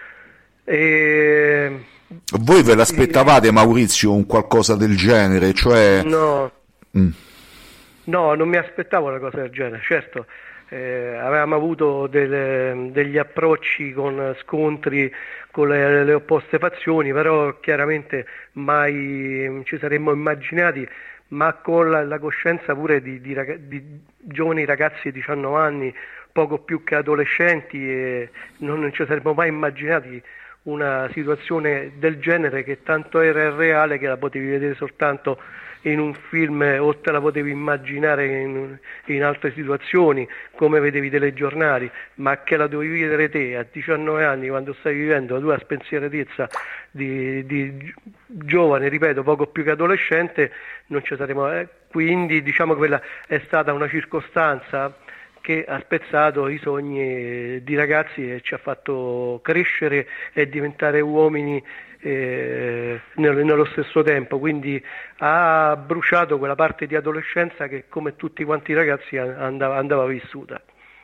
E... Voi ve l'aspettavate, Maurizio, un qualcosa del genere? Cioè... No, mm. no, non mi aspettavo una cosa del genere, certo. Eh, avevamo avuto delle, degli approcci con scontri con le, le opposte fazioni, però chiaramente mai ci saremmo immaginati, ma con la, la coscienza pure di, di, rag- di giovani ragazzi di diciannove anni, poco più che adolescenti, e non, non ci saremmo mai immaginati una situazione del genere, che tanto era reale che la potevi vedere soltanto in un film o te la potevi immaginare in, in altre situazioni, come vedevi telegiornali, ma che la dovevi vedere te a diciannove anni, quando stai vivendo la tua spensieratezza di, di giovane, ripeto, poco più che adolescente, non ci saremo. Eh, quindi diciamo che quella è stata una circostanza che ha spezzato i sogni di ragazzi e ci ha fatto crescere e diventare uomini eh, nello, nello stesso tempo, quindi ha bruciato quella parte di adolescenza che, come tutti quanti i ragazzi, andava, andava vissuta.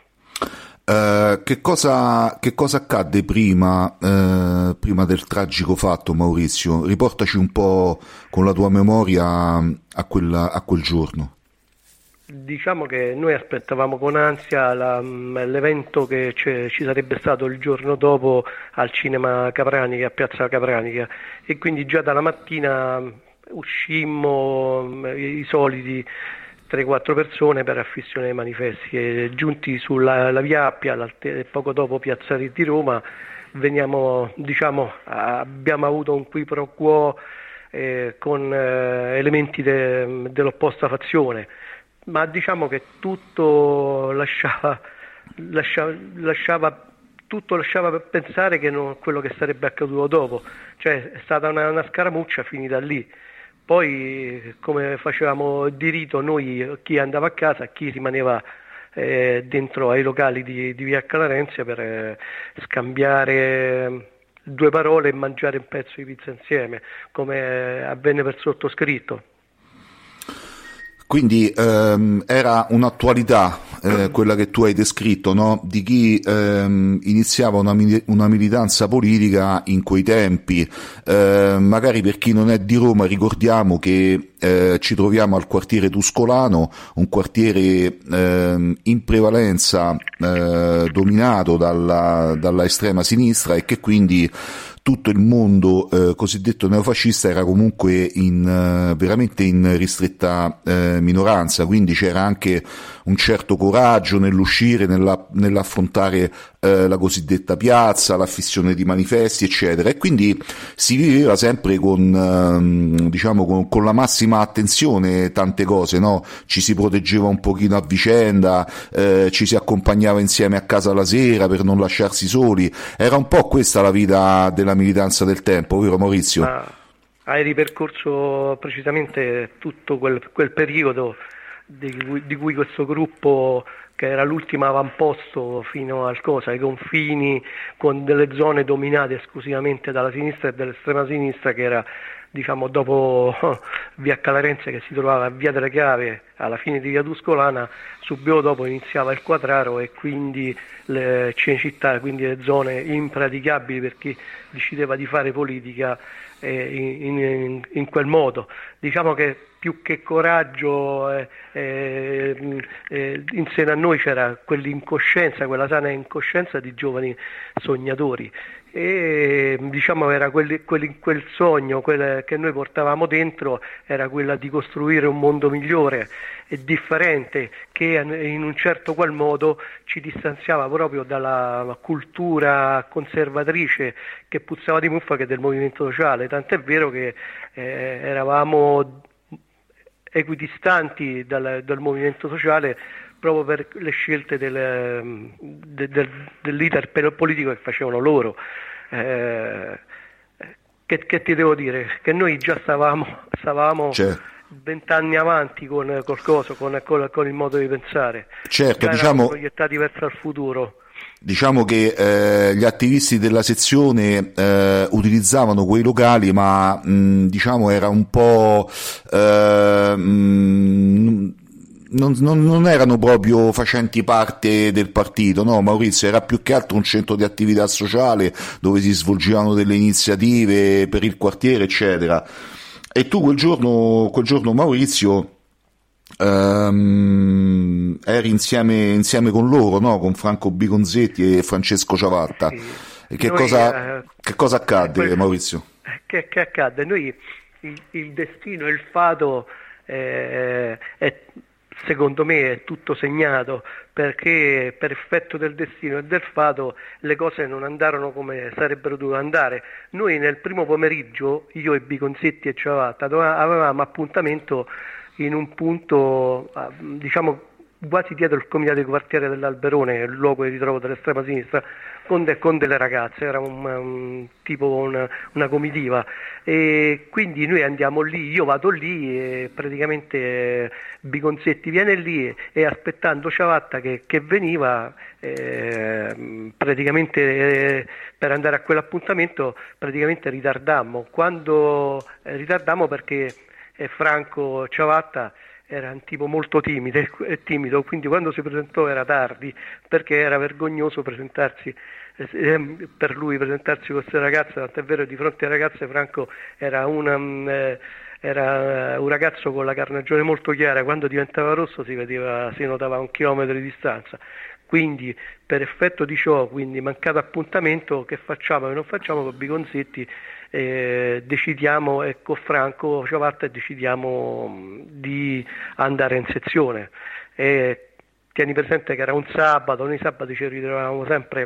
Uh, che cosa, che cosa accadde prima, uh, prima del tragico fatto, Maurizio? Riportaci un po' con la tua memoria a, quella, a quel giorno. Diciamo che noi aspettavamo con ansia la, l'evento che ci sarebbe stato il giorno dopo al cinema Capranica, a Piazza Capranica, e quindi già dalla mattina uscimmo i soliti tre quattro persone per affissione dei manifesti, e giunti sulla la via Appia, poco dopo Piazza di Roma, veniamo, diciamo, abbiamo avuto un qui pro quo eh, con eh, elementi de, dell'opposta fazione, ma diciamo che tutto lasciava, lasciava, lasciava tutto lasciava pensare che non, quello che sarebbe accaduto dopo, cioè è stata una, una scaramuccia finita lì. Poi, come facevamo di rito noi, chi andava a casa, chi rimaneva eh, dentro ai locali di, di via Clarenzia per eh, scambiare due parole e mangiare un pezzo di pizza insieme, come avvenne per sottoscritto. Quindi ehm, era un'attualità eh, quella che tu hai descritto, no? Di chi ehm, iniziava una, una militanza politica in quei tempi. Eh, magari per chi non è di Roma ricordiamo che eh, ci troviamo al quartiere Tuscolano, un quartiere ehm, in prevalenza eh, dominato dalla, dalla estrema sinistra, e che quindi tutto il mondo eh, cosiddetto neofascista era comunque in, eh, veramente in ristretta eh, minoranza, quindi c'era anche un certo coraggio nell'uscire, nella, nell'affrontare eh, la cosiddetta piazza, l'affissione di manifesti, eccetera, e quindi si viveva sempre con, ehm, diciamo, con, con la massima attenzione tante cose, no? Ci si proteggeva un pochino a vicenda, eh, ci si accompagnava insieme a casa la sera per non lasciarsi soli. Era un po' questa la vita della militanza del tempo, vero Maurizio? Ma hai ripercorso precisamente tutto quel, quel periodo di cui, di cui questo gruppo, che era l'ultimo avamposto fino al cosa, ai confini, con delle zone dominate esclusivamente dalla sinistra e dall'estrema sinistra, che era, diciamo, dopo via Calarense, che si trovava a via delle Cave alla fine di via Tuscolana, subito dopo iniziava il Quatraro e quindi le Cinecittà, quindi le zone impraticabili per chi decideva di fare politica eh, in, in, in quel modo. Diciamo che più che coraggio eh, eh, eh, in seno a noi c'era quell'incoscienza, quella sana incoscienza di giovani sognatori, e diciamo era quel, quel, quel sogno quel che noi portavamo dentro, era quella di costruire un mondo migliore e differente, che in un certo qual modo ci distanziava proprio dalla cultura conservatrice che puzzava di muffa, che è del movimento sociale, tant'è vero che eh, eravamo equidistanti dal, dal movimento sociale proprio per le scelte del, del, del, dell'iter politico che facevano loro. Eh, che, che ti devo dire? Che noi già stavamo stavamo vent'anni avanti con, col coso, con, con, con il modo di pensare. Certo, già diciamo, proiettati verso il futuro. Diciamo che eh, gli attivisti della sezione eh, utilizzavano quei locali, ma mh, diciamo era un po' eh, mh, non, non, non erano proprio facenti parte del partito, no Maurizio? Era più che altro un centro di attività sociale dove si svolgevano delle iniziative per il quartiere, eccetera. E tu quel giorno, quel giorno Maurizio, Um, eri insieme, insieme con loro, no? Con Franco Bigonzetti e Francesco Ciavatta. Sì. E che, Noi, cosa, eh, che cosa accadde, quel, Maurizio? Che, che accadde? Noi il, il destino, il fato eh, è, secondo me è tutto segnato, perché per effetto del destino e del fato le cose non andarono come sarebbero dovute andare. Noi nel primo pomeriggio, io e Bigonzetti e Ciavatta, avevamo appuntamento in un punto, diciamo, quasi dietro il comitato di quartiere dell'Alberone, il luogo di ritrovo dell'estrema sinistra, con, de, con delle ragazze, era un, un tipo una, una comitiva, e quindi noi andiamo lì, io vado lì e praticamente eh, Bigonzetti viene lì e, e aspettando Ciavatta che, che veniva eh, praticamente eh, per andare a quell'appuntamento, praticamente ritardammo, quando eh, ritardammo perché e Franco Ciavatta era un tipo molto timido, e timido, quindi quando si presentò era tardi, perché era vergognoso presentarsi eh, per lui presentarsi con queste ragazze, tant'è vero di fronte alle ragazze Franco era, una, eh, era un ragazzo con la carnagione molto chiara, quando diventava rosso si vedeva, si notava a un chilometro di distanza. Quindi per effetto di ciò, quindi mancato appuntamento, che facciamo e non facciamo con Bigonzetti, eh, decidiamo, e con Franco Ciavatta decidiamo di andare in sezione. E tieni presente che era un sabato, noi sabati ci ritrovavamo sempre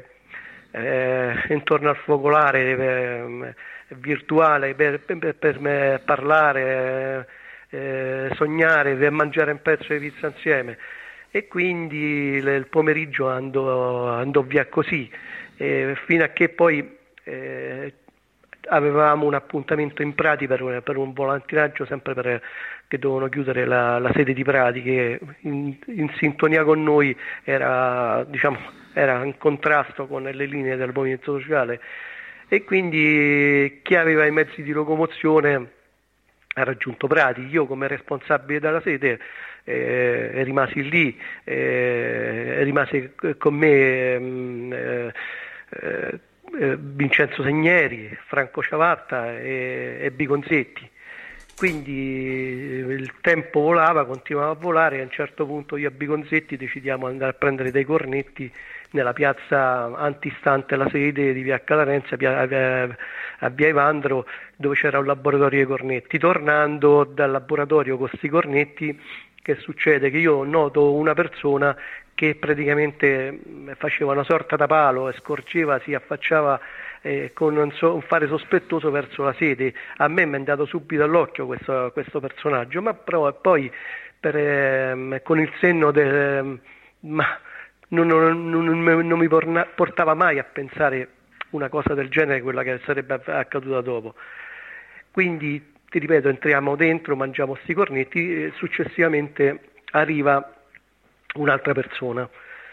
eh, intorno al focolare eh, virtuale per, per, per me parlare, eh, sognare, per mangiare un pezzo di pizza insieme. E quindi il pomeriggio andò, andò via così, eh, fino a che poi eh, avevamo un appuntamento in Prati per, per un volantinaggio, sempre per, che dovevano chiudere la, la sede di Prati, che in, in sintonia con noi era, diciamo, era in contrasto con le linee del movimento sociale, e quindi chi aveva i mezzi di locomozione ha raggiunto Prati. Io come responsabile della sede eh, rimasi lì, eh, rimase con me eh, eh, Vincenzo Segneri, Franco Ciavatta e, e Bigonzetti. Quindi il tempo volava, continuava a volare, e a un certo punto io e Bigonzetti decidiamo di andare a prendere dei cornetti nella piazza antistante la sede di via Calarense, a via Evandro, dove c'era un laboratorio dei cornetti. Tornando dal laboratorio con questi cornetti, che succede? Che io noto una persona che praticamente faceva una sorta da palo e scorgeva, si affacciava eh, con un, so- un fare sospettoso verso la sede. A me mi è andato subito all'occhio questo, questo personaggio, ma però poi per, ehm, con il senno del... ma non, non- non- non mi porna- portava mai a pensare una cosa del genere, quella che sarebbe accaduta dopo. Quindi, ti ripeto, entriamo dentro, mangiamo sti cornetti e successivamente arriva un'altra persona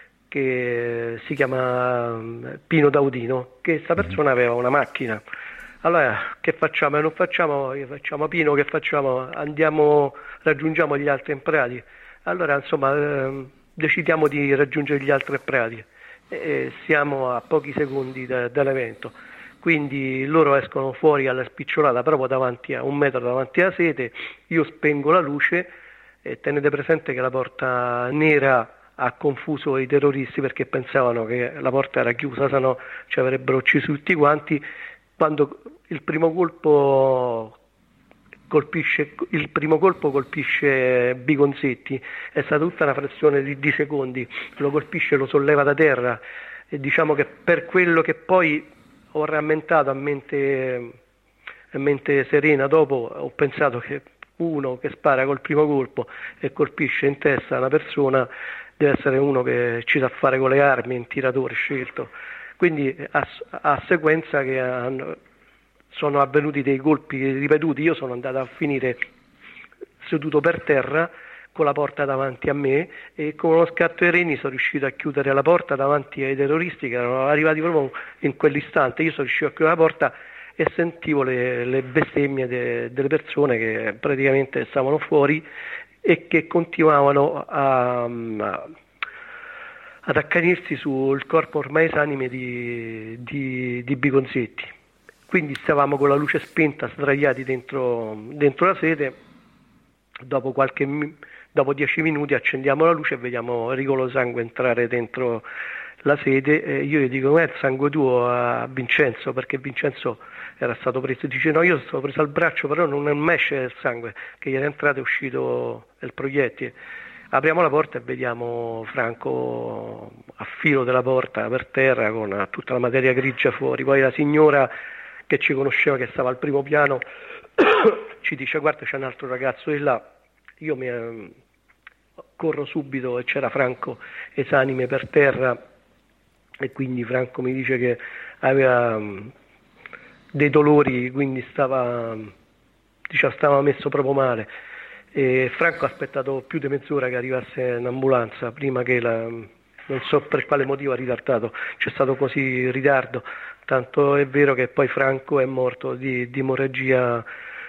che si chiama Pino Daudino, che questa persona aveva una macchina. Allora, che facciamo? Non facciamo, facciamo Pino, che facciamo? Andiamo, raggiungiamo gli altri imprati. Allora, insomma, ehm, decidiamo di raggiungere gli altri imprati. E siamo a pochi secondi da- dall'evento. Quindi loro escono fuori alla spicciolata proprio davanti a un metro davanti alla sede, io spengo la luce e tenete presente che la porta nera ha confuso i terroristi perché pensavano che la porta era chiusa, se no ci avrebbero ucciso tutti quanti. Quando il primo colpo colpisce, il primo colpo colpisce Bigonzetti, è stata tutta una frazione di, di secondi, lo colpisce, lo solleva da terra e diciamo che per quello che poi ho rammentato a mente, a mente serena dopo, ho pensato che uno che spara col primo colpo e colpisce in testa una persona deve essere uno che ci sa fare con le armi, un tiratore scelto. Quindi a, a sequenza che hanno, sono avvenuti dei colpi ripetuti, io sono andato a finire seduto per terra con la porta davanti a me e con uno scatto di reni sono riuscito a chiudere la porta davanti ai terroristi che erano arrivati proprio in quell'istante. Io sono riuscito a chiudere la porta e sentivo le, le bestemmie de, delle persone che praticamente stavano fuori e che continuavano a, a, ad accanirsi sul corpo ormai esanime di, di, di Bigonzetti. Quindi stavamo con la luce spenta sdraiati dentro, dentro la sede. Dopo qualche mi- dopo dieci minuti accendiamo la luce e vediamo Rigolo Sangue entrare dentro la sede e io gli dico: è il sangue tuo a Vincenzo? Perché Vincenzo era stato preso, dice no, io sono stato preso al braccio, però non mi esce il sangue, che gli era entrato e uscito il proiettile. Apriamo la porta e vediamo Franco a filo della porta per terra con tutta la materia grigia fuori. Poi la signora che ci conosceva, che stava al primo piano, ci dice: guarda, c'è un altro ragazzo di là. Io mi eh, corro subito e c'era Franco esanime per terra e quindi Franco mi dice che aveva um, dei dolori, quindi stava, diciamo, stava messo proprio male. E Franco ha aspettato più di mezz'ora che arrivasse un'ambulanza prima che la, non so per quale motivo ha ritardato, c'è stato così ritardo, tanto è vero che poi Franco è morto di, di emorragia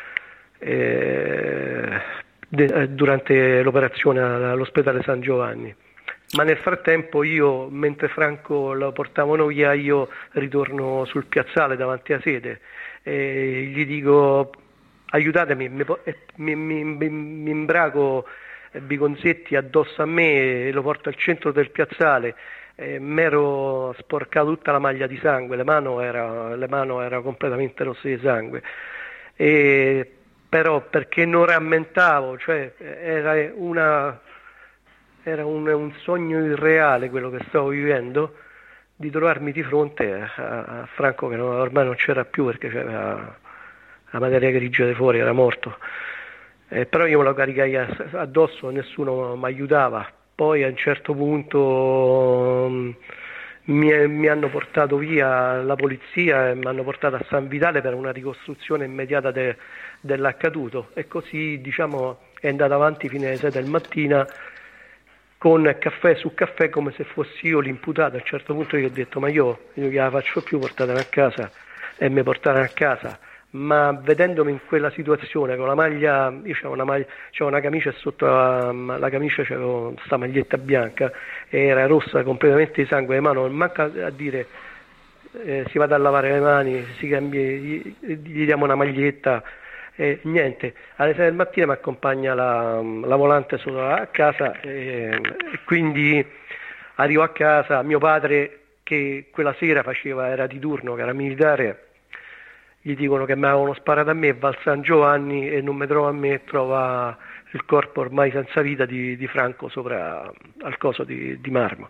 eh, de, durante l'operazione all'ospedale San Giovanni. Ma nel frattempo io, mentre Franco lo portavano via, io ritorno sul piazzale davanti alla sede e gli dico: aiutatemi, mi, mi, mi, mi, mi imbraco Bigonzetti addosso a me e lo porto al centro del piazzale. Eh, mi ero sporcato tutta la maglia di sangue, le mani era, le mani erano completamente rosse di sangue. E, però perché non rammentavo, cioè era una... Era un, un sogno irreale quello che stavo vivendo, di trovarmi di fronte a, a Franco che non, ormai non c'era più perché c'era la materia grigia di fuori, era morto. Eh, però io me lo caricai addosso, nessuno mi aiutava. Poi a un certo punto um, mi, mi hanno portato via la polizia e mi hanno portato a San Vitale per una ricostruzione immediata de, dell'accaduto. E così, diciamo, è andato avanti fino alle sei del mattina, con caffè su caffè, come se fossi io l'imputato. A un certo punto io ho detto: ma io non gliela faccio più, portatemi a casa, e mi portarono a casa. Ma vedendomi in quella situazione con la maglia, io c'avevo una maglia, c'avevo una camicia e sotto la, la camicia c'avevo questa maglietta bianca e era rossa completamente di sangue, le mani non manca a dire eh, si vada a lavare le mani, si cambia, gli, gli diamo una maglietta. E niente, alle sei del mattino mi accompagna la, la volante solo a casa e, e quindi arrivo a casa, mio padre che quella sera faceva, era di turno, che era militare, gli dicono che mi avevano sparato a me, va al San Giovanni e non mi trova a me, trova il corpo ormai senza vita di, di Franco sopra al coso di, di marmo.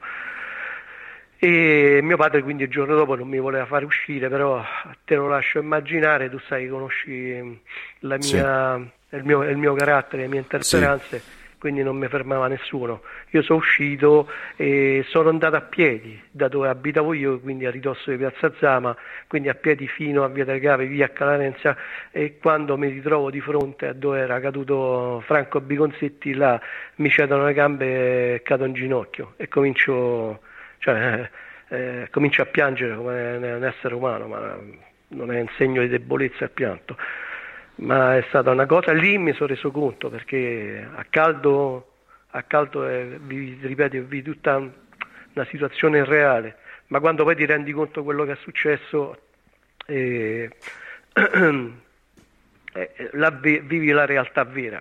E mio padre quindi il giorno dopo non mi voleva fare uscire, però te lo lascio immaginare, tu sai, conosci la mia, sì. il, mio, il mio carattere, le mie interferenze, sì. Quindi non mi fermava nessuno. Io sono uscito e sono andato a piedi da dove abitavo io, quindi a ridosso di Piazza Zama, quindi a piedi fino a Via del Cave, via Calarenzia, e quando mi ritrovo di fronte a dove era caduto Franco Bigonzetti, là mi cedono le gambe e cado in ginocchio e comincio... Cioè, eh, eh, comincio a piangere come un essere umano, ma non è un segno di debolezza il pianto, ma è stata una cosa, lì mi sono reso conto, perché a caldo, a caldo è, vi ripeto, vi tutta una situazione irreale, ma quando poi ti rendi conto di quello che è successo, eh, eh, la, vivi la realtà vera.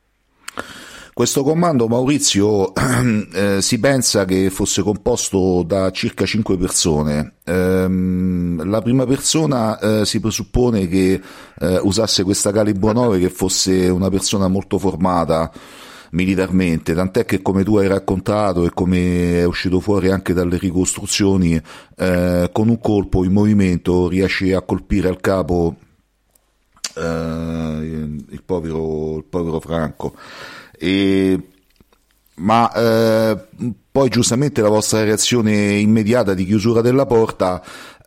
Questo comando, Maurizio, eh, si pensa che fosse composto da circa cinque persone. Ehm, la prima persona eh, si presuppone che eh, usasse questa calibro nove, che fosse una persona molto formata militarmente, tant'è che, come tu hai raccontato e come è uscito fuori anche dalle ricostruzioni, eh, con un colpo in movimento riesce a colpire al capo eh, il povero, il povero Franco. E, ma eh, poi giustamente la vostra reazione immediata di chiusura della porta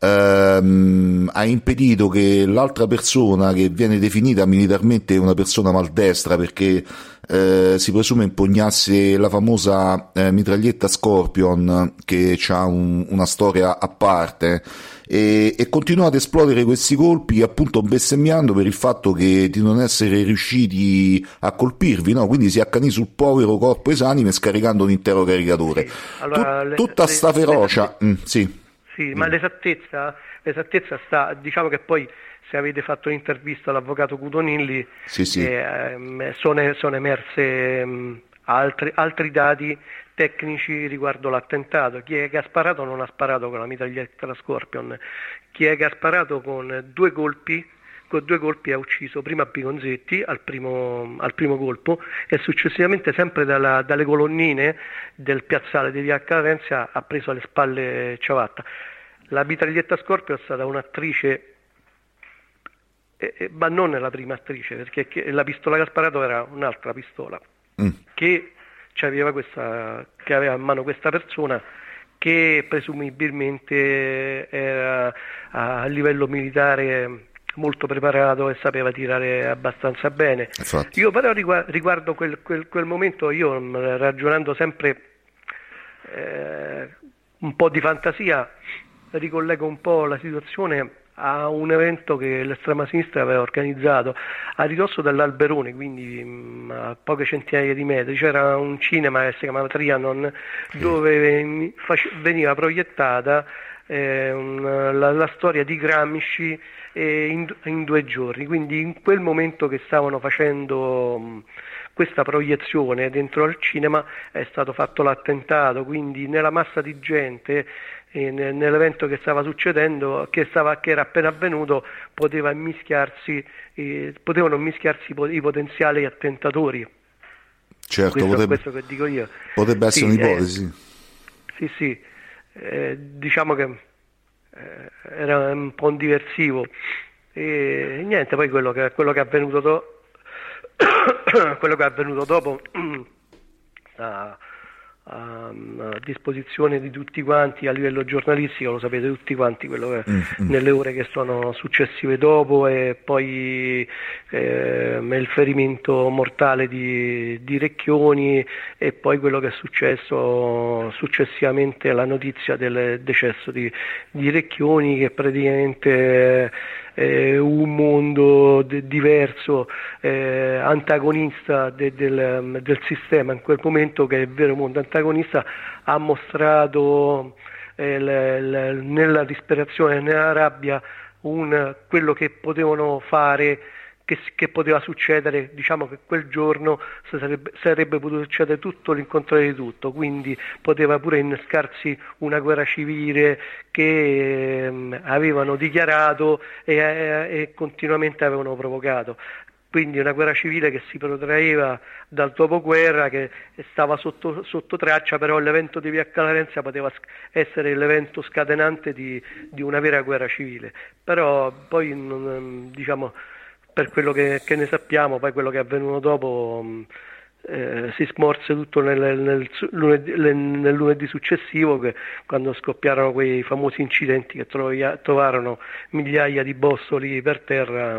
ehm, ha impedito che l'altra persona, che viene definita militarmente una persona maldestra perché eh, si presume impugnasse la famosa eh, mitraglietta Scorpion, che ha un, una storia a parte, e, e continua ad esplodere questi colpi, appunto bestemmiando per il fatto che di non essere riusciti a colpirvi, no? Quindi si accanì sul povero corpo esanime scaricando un intero caricatore. Sì. Allora, Tut, le, tutta le, sta ferocia, le, mm, sì. Sì, ma l'esattezza, l'esattezza sta, diciamo che poi, se avete fatto l'intervista all'avvocato Cutonilli, sì, sì. Eh, sono, sono emerse mh, altri, altri dati tecnici riguardo l'attentato. Chi è che ha sparato non ha sparato con la mitraglietta Scorpion, chi è che ha sparato con due colpi, con due colpi ha ucciso prima Bigonzetti al primo, al primo colpo, e successivamente, sempre dalla, dalle colonnine del piazzale di via Calarenzia, ha preso alle spalle Ciavatta. La mitraglietta Scorpion è stata un'attrice, eh, eh, ma non è la prima attrice, perché che, la pistola che ha sparato era un'altra pistola mm. che, aveva questa, che aveva in mano questa persona, che presumibilmente era a livello militare molto preparato e sapeva tirare abbastanza bene. Infatti. Io però riguardo quel, quel, quel momento, io ragionando sempre eh, un po' di fantasia, ricollego un po' la situazione a un evento che l'estrema sinistra aveva organizzato a ridosso dell'Alberone, quindi mh, a poche centinaia di metri. C'era un cinema che si chiamava Trianon, sì. dove veniva proiettata eh, un, la, la storia di Gramsci eh, in, in due giorni, quindi in quel momento che stavano facendo mh, questa proiezione dentro al cinema è stato fatto l'attentato, quindi nella massa di gente, eh, nell'evento che stava succedendo, che, stava, che era appena avvenuto, poteva mischiarsi, eh, potevano mischiarsi i potenziali attentatori. Certo, questo, potrebbe, questo che dico io. Potrebbe essere sì, un'ipotesi. Eh, sì, sì, eh, diciamo che eh, era un po' un diversivo. E niente, poi quello che, quello che è avvenuto dopo quello che è avvenuto dopo a, a, a disposizione di tutti quanti a livello giornalistico, lo sapete tutti quanti, quello che mm, mm. nelle ore che sono successive dopo, e poi eh, il ferimento mortale di, di Recchioni, e poi quello che è successo successivamente, la notizia del decesso di, di Recchioni, che praticamente Eh, un mondo de- diverso, eh, antagonista de- del, del sistema in quel momento, che è il vero mondo antagonista, ha mostrato eh, le, le, nella disperazione, nella rabbia, un, quello che potevano fare, che, che poteva succedere. Diciamo che quel giorno sarebbe, sarebbe potuto succedere tutto l'incontrario di tutto, quindi poteva pure innescarsi una guerra civile che eh, avevano dichiarato e, e, e continuamente avevano provocato. quindi una guerra civile che si protraeva dal dopoguerra, che stava sotto, sotto traccia, però l'evento di via Calarenzia poteva essere l'evento scatenante di, di una vera guerra civile, però poi non, diciamo, per quello che, che ne sappiamo, poi quello che è avvenuto dopo eh, si smorse tutto nel, nel, lunedì, nel lunedì successivo, che, quando scoppiarono quei famosi incidenti che trovia, trovarono migliaia di bossoli per terra,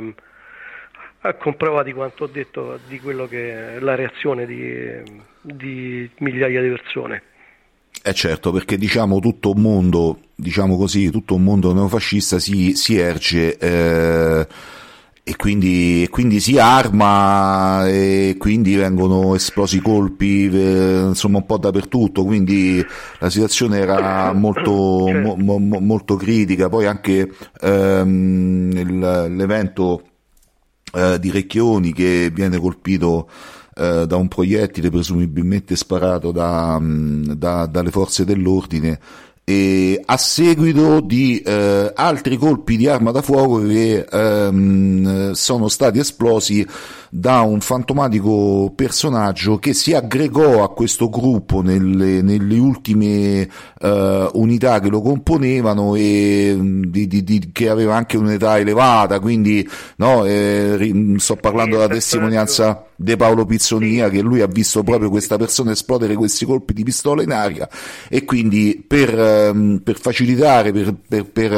a comprova di quanto ho detto, di quello che è la reazione di, di migliaia di persone. Eh certo, perché diciamo tutto un mondo, diciamo così, tutto un mondo neofascista si, si erge eh, e quindi, quindi si arma e quindi vengono esplosi colpi eh, insomma un po' dappertutto, quindi la situazione era molto, mo, mo, molto critica. Poi anche ehm, il, l'evento eh, di Recchioni, che viene colpito eh, da un proiettile presumibilmente sparato da, da, dalle forze dell'ordine, e a seguito di eh, altri colpi di arma da fuoco che ehm, sono stati esplosi da un fantomatico personaggio che si aggregò a questo gruppo nelle, nelle ultime eh, unità che lo componevano, e di, di, di, che aveva anche un'età elevata, quindi no, eh, sto parlando della testimonianza di Paolo Pizzonia, che lui ha visto proprio questa persona esplodere questi colpi di pistola in aria, e quindi per, ehm, per facilitare, per, per, per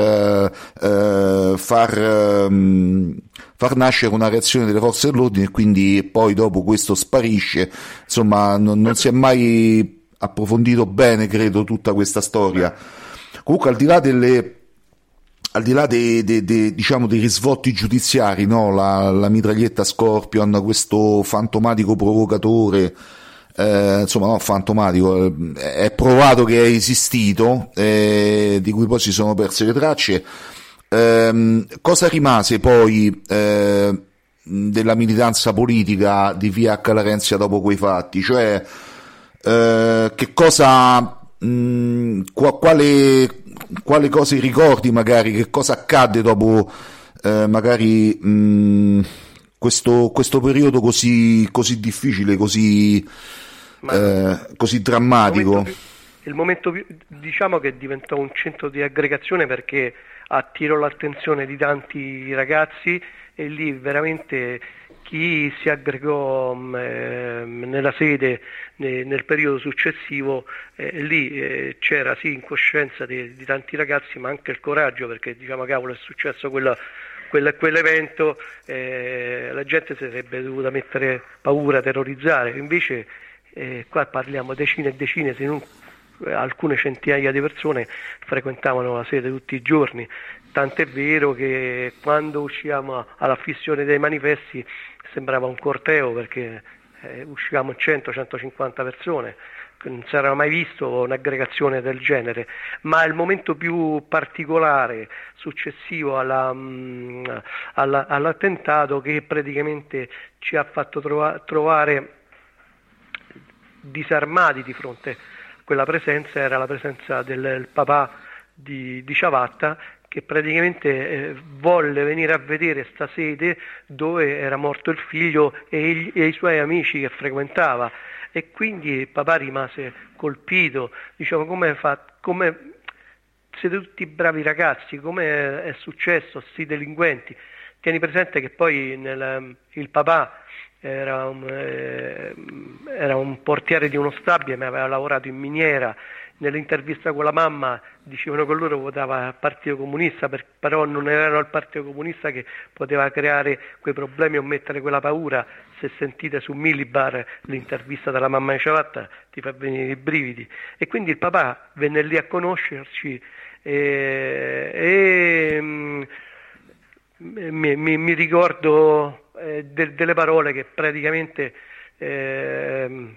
eh, far, ehm, far nascere una reazione delle forze dell'ordine, e quindi poi dopo questo sparisce, insomma non, non si è mai approfondito bene, credo, tutta questa storia. Comunque, al di là delle al di là dei, dei, dei, diciamo, dei risvolti giudiziari, no? la, la mitraglietta Scorpion, questo fantomatico provocatore, eh, insomma no, fantomatico, eh, è provato che è esistito, eh, di cui poi si sono perse le tracce. Eh, cosa rimase poi eh, della militanza politica di via Calarenzia dopo quei fatti? Cioè, eh, che cosa, mh, qua, quale quale cose ricordi, magari che cosa accadde dopo eh, magari mh, questo, questo periodo così, così difficile, così, eh, così drammatico? Il momento, più, il momento più, diciamo che diventò un centro di aggregazione, perché attirò l'attenzione di tanti ragazzi, e lì veramente chi si aggregò eh, nella sede ne, nel periodo successivo, eh, lì eh, c'era sì incoscienza di, di tanti ragazzi, ma anche il coraggio, perché diciamo cavolo, è successo quella, quella, quell'evento, eh, la gente si sarebbe dovuta mettere paura, terrorizzare, invece eh, qua parliamo decine e decine, se non alcune centinaia di persone frequentavano la sede tutti i giorni, tant'è vero che quando uscivamo alla fissione dei manifesti sembrava un corteo, perché eh, uscivamo cento centocinquanta persone, non si era mai visto un'aggregazione del genere. Ma il momento più particolare successivo alla, mh, alla, all'attentato, che praticamente ci ha fatto trova, trovare disarmati di fronte a quella presenza, era la presenza del, del papà di, di Ciavatta, che praticamente eh, volle venire a vedere sta sede dove era morto il figlio e, gli, e i suoi amici che frequentava, e quindi il papà rimase colpito, diciamo, come fa, come siete tutti bravi ragazzi, come è successo, sti delinquenti. Tieni presente che poi nel, il papà era un, eh, era un portiere di uno stabile, ma aveva lavorato in miniera. Nell'intervista con la mamma dicevano che loro votava al Partito Comunista, per, però non erano al Partito Comunista che poteva creare quei problemi o mettere quella paura. Se sentite su Milibar l'intervista della mamma di Ciavatta ti fa venire i brividi. E quindi il papà venne lì a conoscerci e, e mh, mi, mi, mi ricordo eh, de, delle parole che praticamente eh,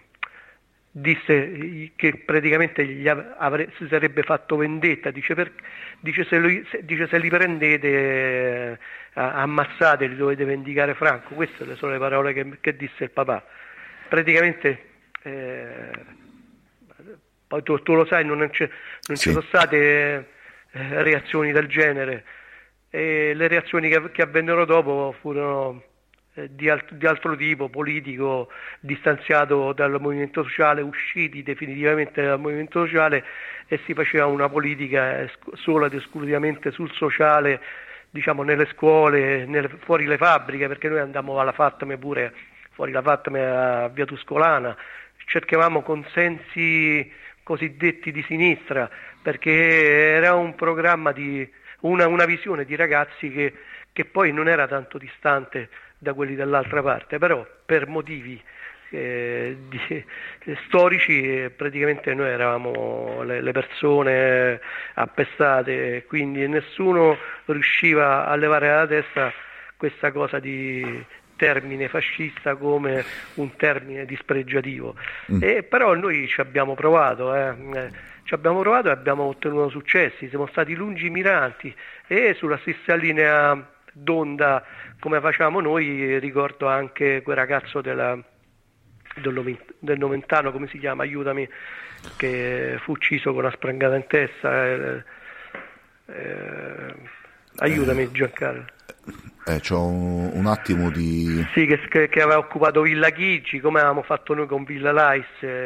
disse, che praticamente gli avre, si sarebbe fatto vendetta, dice, per, dice, se, lui, se, dice se li prendete eh, ammazzate, li dovete vendicare Franco. Queste sono le parole che, che disse il papà. Praticamente eh, poi tu, tu lo sai, non, c'è, non sì. ci sono state eh, reazioni del genere, e le reazioni che, che avvennero dopo furono eh, di, alt- di altro tipo, politico, distanziato dal movimento sociale, usciti definitivamente dal movimento sociale, e si faceva una politica esc- solo ed esclusivamente sul sociale, diciamo nelle scuole, nelle, fuori le fabbriche, perché noi andammo alla Fatme pure, fuori la Fatme a Via Tuscolana, cercavamo consensi cosiddetti di sinistra, perché era un programma di una, una visione di ragazzi che, che poi non era tanto distante da quelli dall'altra parte, però per motivi eh, di, eh, storici eh, praticamente noi eravamo le, le persone appestate, quindi nessuno riusciva a levare dalla testa questa cosa di termine fascista come un termine dispregiativo. Mm. E però noi ci abbiamo provato, eh. Eh, ci abbiamo provato e abbiamo ottenuto successi, siamo stati lungimiranti, e sulla stessa linea d'onda come facciamo noi, ricordo anche quel ragazzo della, del, del Noventano, come si chiama, aiutami, che fu ucciso con una sprangata in testa, eh, eh, aiutami Giancarlo. Eh, c'ho un, un attimo di... Sì, che, che aveva occupato Villa Chigi, come avevamo fatto noi con Villa Lais,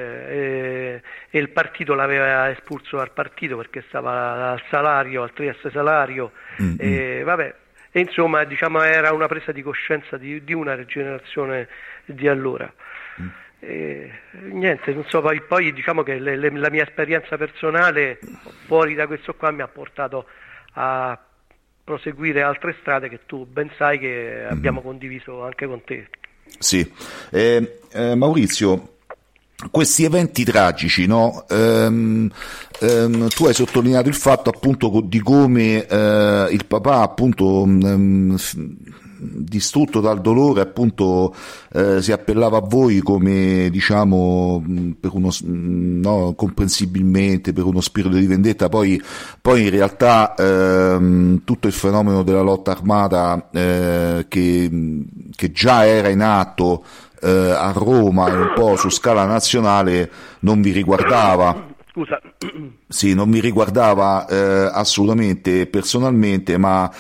eh, e il partito l'aveva espulso dal partito perché stava al salario, al trieste salario, mm-hmm. e vabbè, e insomma diciamo era una presa di coscienza di, di una generazione di allora. Mm. E, niente, non so, poi, poi diciamo che le, le, la mia esperienza personale fuori da questo qua mi ha portato a proseguire altre strade che tu ben sai che abbiamo mm-hmm. condiviso anche con te. Sì, eh, eh, Maurizio, questi eventi tragici, no? ehm, ehm, tu hai sottolineato il fatto appunto di come eh, il papà appunto ehm, distrutto dal dolore appunto eh, si appellava a voi come, diciamo, per uno, no, comprensibilmente per uno spirito di vendetta. Poi, poi in realtà ehm, tutto il fenomeno della lotta armata eh, che, che già era in atto eh, a Roma e un po' su scala nazionale non vi riguardava. Scusa. Sì, non mi riguardava eh, assolutamente personalmente, ma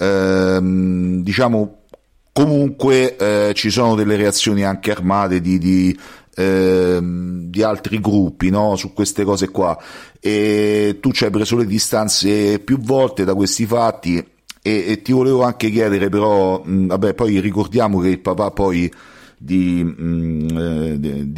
ehm, diciamo comunque eh, ci sono delle reazioni anche armate di, di, ehm, di altri gruppi, no, su queste cose qua, e tu ci hai preso le distanze più volte da questi fatti, e, e ti volevo anche chiedere però, mh, vabbè, poi ricordiamo che il papà poi di, mh, di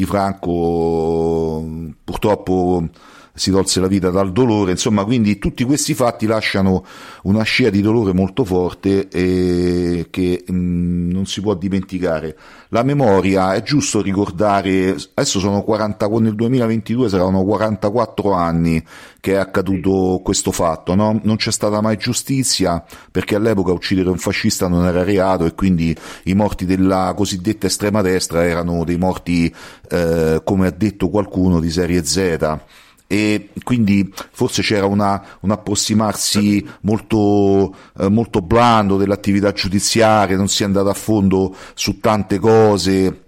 Franco purtroppo si tolse la vita dal dolore, insomma, quindi tutti questi fatti lasciano una scia di dolore molto forte e che mh, non si può dimenticare. La memoria, è giusto ricordare, adesso sono quaranta, nel duemilaventidue saranno quarantaquattro anni che è accaduto questo fatto, no? Non c'è stata mai giustizia, perché all'epoca uccidere un fascista non era reato, e quindi i morti della cosiddetta estrema destra erano dei morti, eh, come ha detto qualcuno, di serie Z. E quindi forse c'era una, un approssimarsi molto, eh, molto blando dell'attività giudiziaria, non si è andato a fondo su tante cose,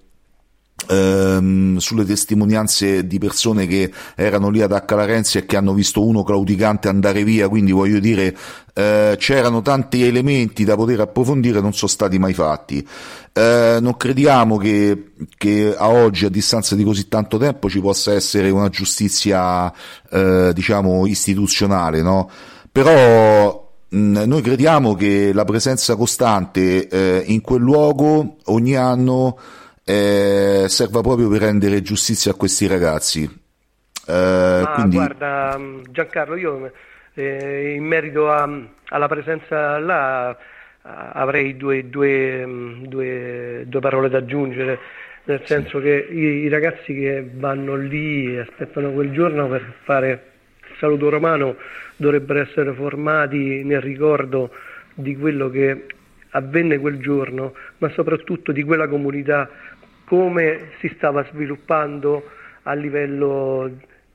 ehm, sulle testimonianze di persone che erano lì ad Accalarenzi e che hanno visto uno claudicante andare via, quindi voglio dire eh, c'erano tanti elementi da poter approfondire, non sono stati mai fatti. Eh, non crediamo che, che a oggi, a distanza di così tanto tempo, ci possa essere una giustizia eh, diciamo istituzionale, no? Però mh, noi crediamo che la presenza costante eh, in quel luogo ogni anno eh, serva proprio per rendere giustizia a questi ragazzi. Eh, Ma quindi... guarda Giancarlo, io eh, in merito a, alla presenza là avrei due, due, due, due parole da aggiungere, nel senso che i, i ragazzi che vanno lì e aspettano quel giorno per fare il saluto romano dovrebbero essere formati nel ricordo di quello che avvenne quel giorno, ma soprattutto di quella comunità, come si stava sviluppando a livello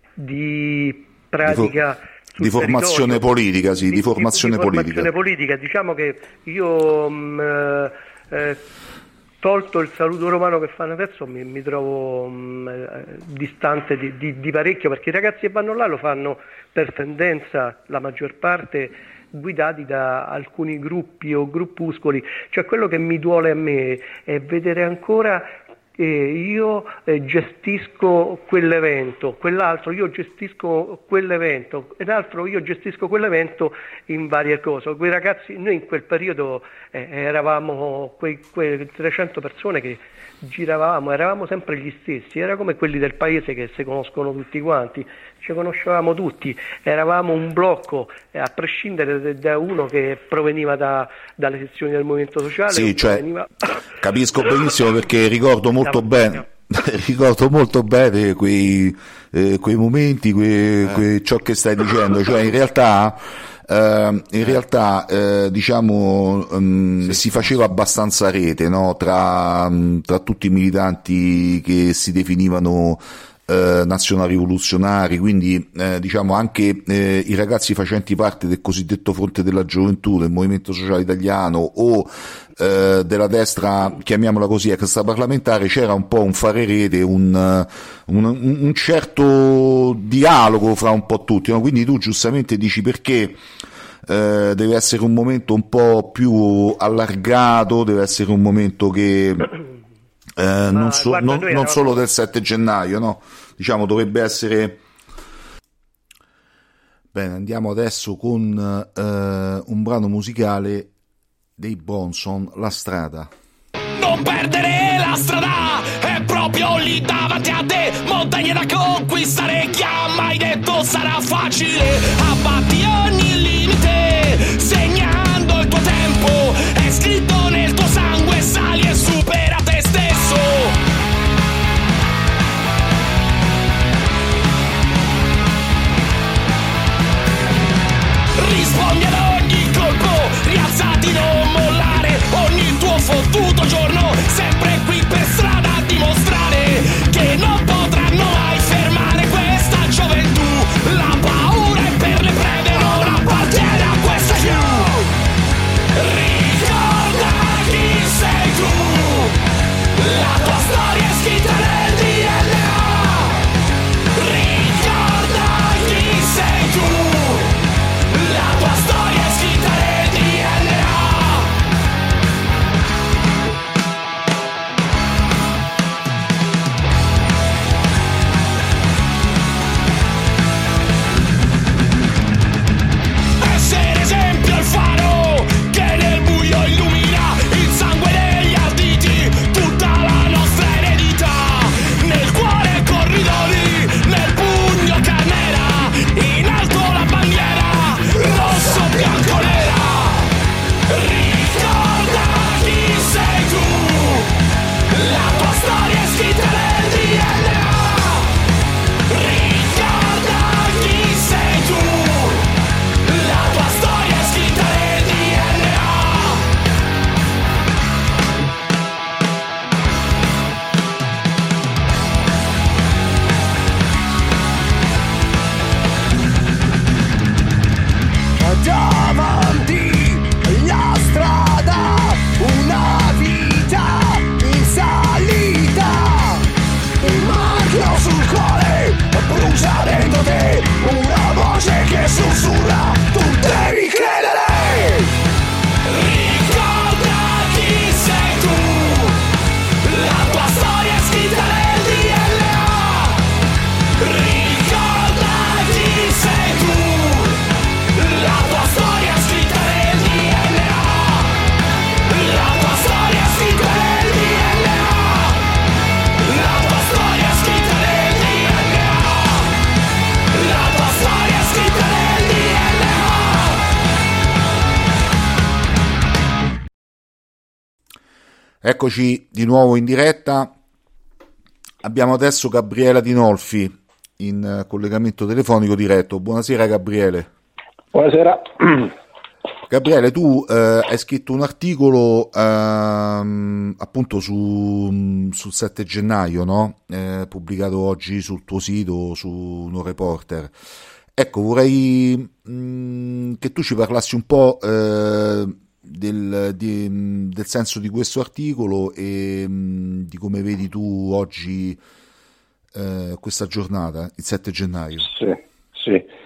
di pratica di formazione politica, sì, di, di formazione, di, di formazione politica. politica. Diciamo che io mh, eh, tolto il saluto romano che fanno adesso mi, mi trovo mh, distante di, di, di parecchio, perché i ragazzi che vanno là lo fanno per tendenza, la maggior parte, guidati da alcuni gruppi o gruppuscoli. Cioè quello che mi duole a me è vedere ancora eh, io eh, gestisco quell'evento, quell'altro io gestisco quell'evento, e l'altro io gestisco quell'evento in varie cose. Quei ragazzi, noi in quel periodo eh, eravamo quei, quei trecento persone che giravamo, eravamo sempre gli stessi, era come quelli del paese che si conoscono tutti quanti, ci conoscevamo tutti, eravamo un blocco, eh, a prescindere da uno che proveniva da, dalle sezioni del Movimento Sociale. Sì, cioè, proveniva... capisco benissimo, perché ricordo molto bene, ricordo molto bene quei, eh, quei momenti, quei, quei, ciò che stai dicendo, cioè in realtà... Uh, in realtà uh, diciamo um, sì, si faceva abbastanza rete, no? tra, um, tra tutti i militanti che si definivano uh, nazional-rivoluzionari, quindi uh, diciamo anche uh, i ragazzi facenti parte del cosiddetto Fronte della Gioventù, del Movimento Sociale Italiano o uh, della destra, chiamiamola così, extraparlamentare. C'era un po' un fare rete, un, un, un certo dialogo fra un po' tutti, no? Quindi tu giustamente dici perché eh, deve essere un momento un po' più allargato, deve essere un momento che eh, non, so, guarda, non, noi non eravamo... solo del sette gennaio, no? Diciamo dovrebbe essere. Bene, andiamo adesso con eh, un brano musicale dei Bonson, La strada. Non perdere la strada, è proprio lì davanti a te, montagne da conquistare, chi ha mai detto sarà facile, abbatti ogni limite, segnando il tuo tempo, è scritto nel tuo sangue, sali e supera te stesso. Rispondi ad ogni colpo, rialzati, non mollare, ogni tuo fottuto giorno, sempre qui per strada a dimostrare che non potranno mai fermare questa gioventù. La paura è per le prede, non appartiene a questa più. Ricorda chi sei tu, la tua storia è scritta nel D N A. Ricorda chi sei tu, la tua storia è scritta nel D N A. Essere esempio il faro che nel buio illumina il sangue degli arditi, tutta la nostra eredità. Nel cuore corridori, nel pugno carnera, in alto la bandiera, rosso, bianco, nera. Ricorda chi sei tu, la tua storia è scritta nel D N A. Ricorda chi sei tu, la tua storia è scritta nel D N A. Davanti la strada, una vita in salita, un marchio sul cuore brucia dentro te, una voce che sussurra, tu devi credere. Ricorda chi sei tu, la tua storia è scritta nel D N A. Ricorda chi sei tu, la tua storia è scritta nel D N A. La tua storia è scritta nel D N A. La tua storia è scritta nel D N A. La tua storia è scritta nel D N A. Eccoci di nuovo in diretta. Abbiamo adesso Gabriela Dinolfi in eh, collegamento telefonico diretto. Buonasera Gabriele. Buonasera. Gabriele, tu eh, hai scritto un articolo ehm, appunto su, sul sette gennaio, no? Eh, pubblicato oggi sul tuo sito, su No Reporter. Ecco, vorrei mh, che tu ci parlassi un po' eh, del, di, del senso di questo articolo e mh, di come vedi tu oggi eh, questa giornata, il sette gennaio. Sì, sì.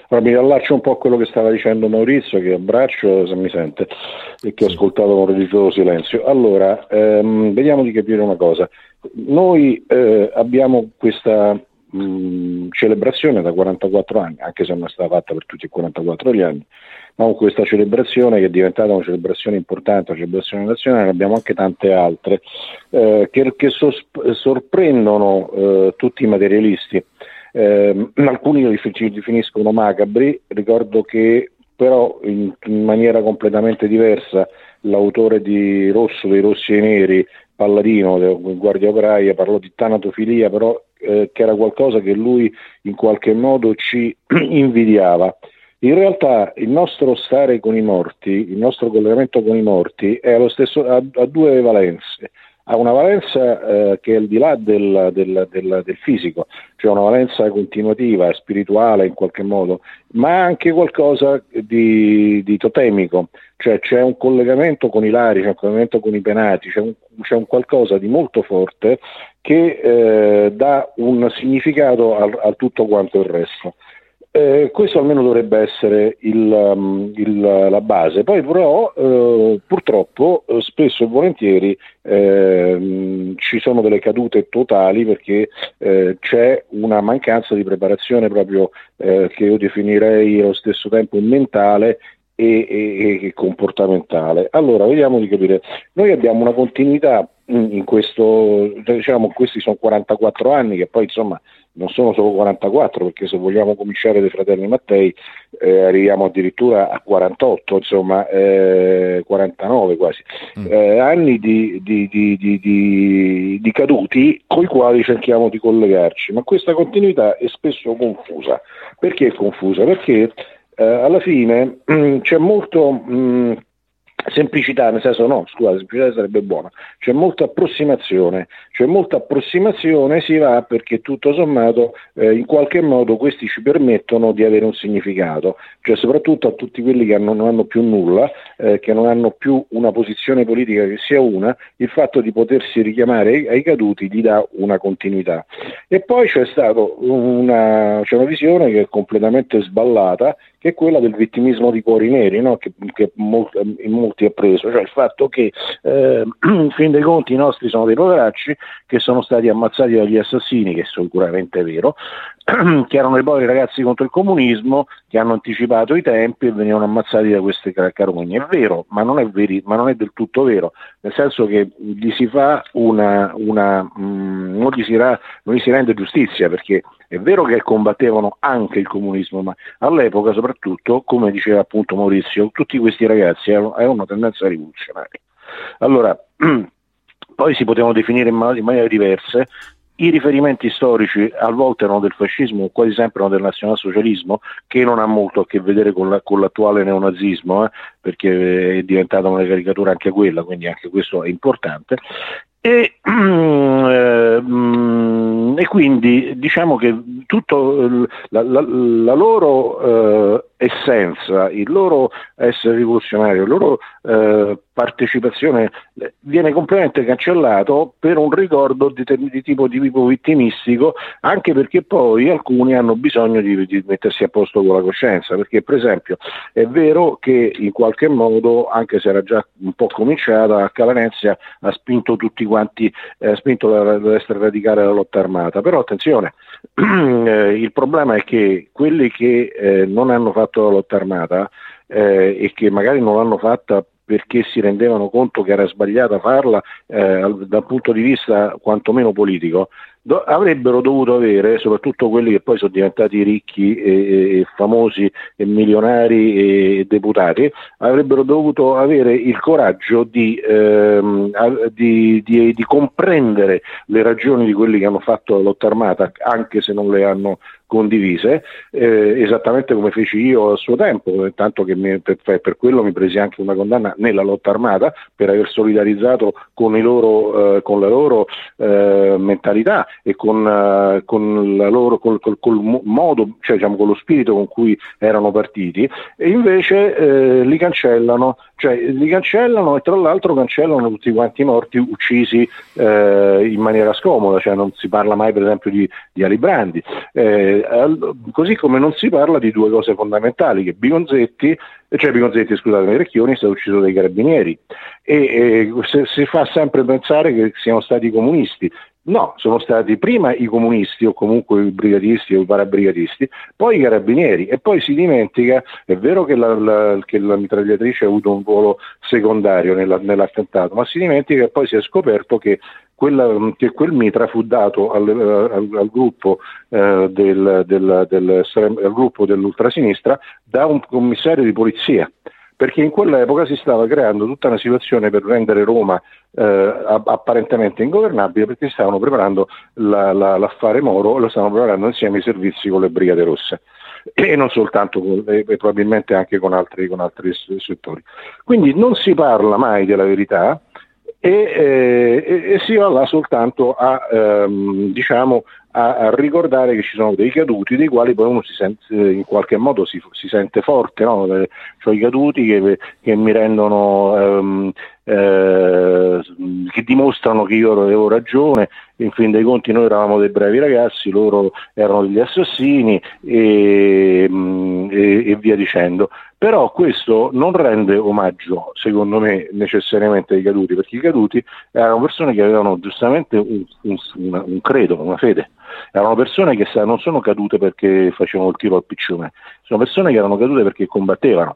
Ora mi allaccio un po' a quello che stava dicendo Maurizio, che abbraccio se mi sente e che ho ascoltato con religioso silenzio. Allora, ehm, vediamo di capire una cosa. Noi eh, abbiamo questa mh, celebrazione da quarantaquattro anni, anche se non è stata fatta per tutti e quarantaquattro gli anni, ma con questa celebrazione che è diventata una celebrazione importante, una celebrazione nazionale, abbiamo anche tante altre eh, che, che sos- sorprendono eh, tutti i materialisti. Eh, alcuni li definiscono macabri. Ricordo che però in, in maniera completamente diversa l'autore di Rosso, dei Rossi e Neri, Palladino, Guardia Operaia, parlò di tanatofilia, però eh, che era qualcosa che lui in qualche modo ci invidiava. In realtà il nostro stare con i morti, il nostro collegamento con i morti è allo stesso, ha, ha due valenze. Ha una valenza eh, che è al di là del, del, del, del fisico, cioè una valenza continuativa, spirituale in qualche modo, ma anche qualcosa di, di totemico, cioè c'è un collegamento con i lari, c'è un collegamento con i penati, c'è un, c'è un qualcosa di molto forte che eh, dà un significato a, a tutto quanto il resto. Eh, questo almeno dovrebbe essere il, um, il, la base. Poi però eh, purtroppo eh, spesso e volentieri eh, ci sono delle cadute totali perché eh, c'è una mancanza di preparazione proprio eh, che io definirei allo stesso tempo mentale e, e, e comportamentale. Allora vediamo di capire. Noi abbiamo una continuità in questo, diciamo, questi sono quarantaquattro anni che poi insomma non sono solo quarantaquattro, perché se vogliamo cominciare dai fratelli Mattei eh, arriviamo addirittura a quarantotto, insomma eh, quarantanove quasi, mm. eh, anni di, di, di, di, di, di caduti con i quali cerchiamo di collegarci, ma questa continuità è spesso confusa. Perché è confusa? Perché eh, alla fine mh, c'è molto... Mh, semplicità, nel senso no, scusate, semplicità sarebbe buona, c'è molta approssimazione, c'è molta approssimazione si va perché tutto sommato eh, in qualche modo questi ci permettono di avere un significato, cioè soprattutto a tutti quelli che hanno, non hanno più nulla, eh, che non hanno più una posizione politica che sia una, il fatto di potersi richiamare ai, ai caduti gli dà una continuità. E poi c'è stato una, c'è una visione che è completamente sballata, che è quella del vittimismo di cuori neri, no? che, che molti, in molti ha preso, cioè il fatto che eh, in fin dei conti i nostri sono dei poveracci che sono stati ammazzati dagli assassini, che sicuramente è vero, che erano dei poveri ragazzi contro il comunismo, che hanno anticipato i tempi e venivano ammazzati da queste carogne. È vero, ma non è, veri, ma non è del tutto vero, nel senso che gli si fa una, una mh, non, gli si ra, non gli si rende giustizia, perché è vero che combattevano anche il comunismo, ma all'epoca soprattutto, come diceva appunto Maurizio, tutti questi ragazzi avevano, avevano tendenza rivoluzionaria. Allora, poi si potevano definire in maniere diverse. I riferimenti storici a volte erano del fascismo, quasi sempre erano del nazionalsocialismo, che non ha molto a che vedere con, la, con l'attuale neonazismo, eh, perché è diventata una caricatura anche quella, quindi anche questo è importante. E, eh, e quindi diciamo che tutto la, la, la loro eh, essenza, il loro essere rivoluzionario, la loro eh, partecipazione viene completamente cancellato per un ricordo di, di tipo di tipo vittimistico, anche perché poi alcuni hanno bisogno di, di mettersi a posto con la coscienza, perché per esempio è vero che in qualche modo, anche se era già un po' cominciata, Calanezia ha spinto tutti quanti, ha spinto la, la destra radicale alla lotta armata, però attenzione, il problema è che quelli che eh, non hanno fatto la lotta armata eh, e che magari non l'hanno fatta perché si rendevano conto che era sbagliata farla eh, dal punto di vista quantomeno politico, do- avrebbero dovuto avere, soprattutto quelli che poi sono diventati ricchi e, e famosi e milionari e deputati, avrebbero dovuto avere il coraggio di, ehm, di, di, di comprendere le ragioni di quelli che hanno fatto la lotta armata, anche se non le hanno condivise, eh, esattamente come feci io a suo tempo, tanto che mi, per, per quello mi presi anche una condanna nella lotta armata per aver solidarizzato con, i loro, eh, con la loro eh, mentalità e con, eh, con la loro col, col, col modo, cioè diciamo con lo spirito con cui erano partiti, e invece eh, li cancellano, cioè li cancellano e tra l'altro cancellano tutti quanti i morti uccisi eh, in maniera scomoda, cioè non si parla mai per esempio di, di Ali Brandi. Eh, eh, al, così come non si parla di due cose fondamentali, che Bigonzetti, cioè Bigonzetti, scusate, Recchioni è stato ucciso dai carabinieri, e, e se, si fa sempre pensare che siano stati i comunisti. No, sono stati prima i comunisti o comunque i brigatisti o i parabrigatisti, poi i carabinieri, e poi si dimentica, è vero che la, la, che la mitragliatrice ha avuto un ruolo secondario nella, nell'attentato, ma si dimentica che poi si è scoperto che, quella, che quel mitra fu dato al, al, al, gruppo, eh, del, del, del, al gruppo dell'ultrasinistra da un commissario di polizia, perché in quell'epoca si stava creando tutta una situazione per rendere Roma eh, apparentemente ingovernabile, perché stavano preparando la, la, l'affare Moro, lo stavano preparando insieme ai servizi con le Brigate Rosse, e non soltanto con, e, e probabilmente anche con altri, con altri settori. Quindi non si parla mai della verità, e, eh, e, e si va là soltanto a, ehm, diciamo, a, a ricordare che ci sono dei caduti dei quali poi uno si sente, in qualche modo si, si sente forte, no? Eh, cioè i caduti che, che mi rendono ehm, eh, che dimostrano che io avevo ragione, in fin dei conti noi eravamo dei bravi ragazzi, loro erano degli assassini, e, e, e via dicendo. Però questo non rende omaggio, secondo me, necessariamente ai caduti, perché i caduti erano persone che avevano giustamente un, un, una, un credo, una fede. Erano persone che non sono cadute perché facevano il tiro al piccione, sono persone che erano cadute perché combattevano.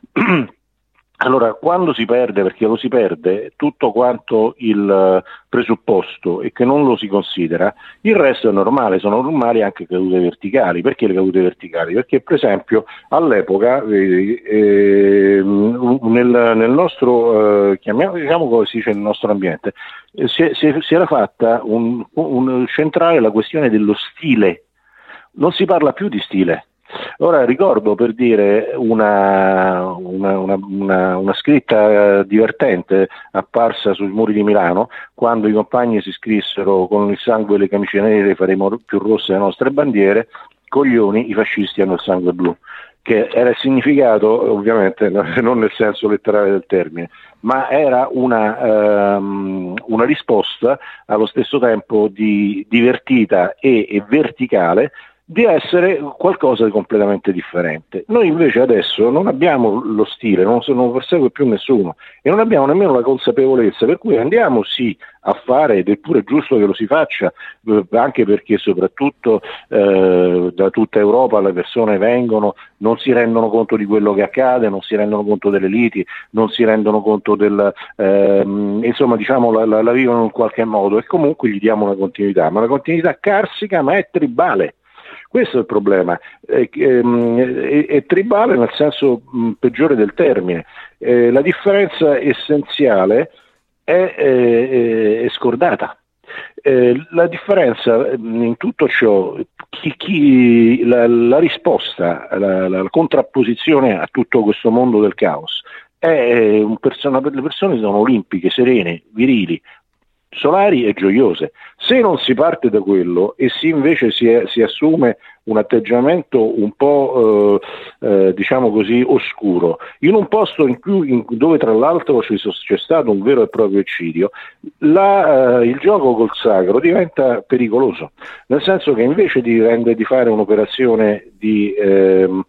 Allora, quando si perde, perché lo si perde, tutto quanto il presupposto e che non lo si considera, il resto è normale, sono normali anche cadute verticali. Perché le cadute verticali? Perché per esempio all'epoca eh, eh, nel, nel nostro, eh, chiamiamo, diciamo come si dice nel nostro ambiente, eh, si, si, si era fatta un, un centrale la questione dello stile, non si parla più di stile. Ora ricordo, per dire, una, una, una, una, una scritta divertente apparsa sui muri di Milano, quando i compagni si scrissero: con il sangue e le camicie nere faremo più rosse le nostre bandiere, coglioni, i fascisti hanno il sangue blu, che era il significato, ovviamente non nel senso letterale del termine, ma era una, um, una risposta allo stesso tempo di, divertita e, e verticale, di essere qualcosa di completamente differente. Noi invece adesso non abbiamo lo stile, non se non persegue più nessuno, e non abbiamo nemmeno la consapevolezza, per cui andiamo sì a fare, ed è pure giusto che lo si faccia, eh, anche perché soprattutto eh, da tutta Europa le persone vengono, non si rendono conto di quello che accade, non si rendono conto delle liti, non si rendono conto del, ehm, insomma diciamo la, la, la vivono in qualche modo, e comunque gli diamo una continuità, ma una continuità carsica, ma è tribale. Questo è il problema, è, è, è tribale nel senso mh, peggiore del termine. Eh, la differenza essenziale è, è, è scordata. Eh, la differenza in tutto ciò, chi, chi, la, la risposta, la, la contrapposizione a tutto questo mondo del caos è un persona, le persone sono olimpiche, serene, virili, solari e gioiose. Se non si parte da quello e si invece si, è, si assume un atteggiamento un po' eh, eh, diciamo così oscuro, in un posto in cui, in, dove tra l'altro c'è, c'è stato un vero e proprio eccidio, la, eh, il gioco col sacro diventa pericoloso, nel senso che invece di, rende, di fare un'operazione di ehm,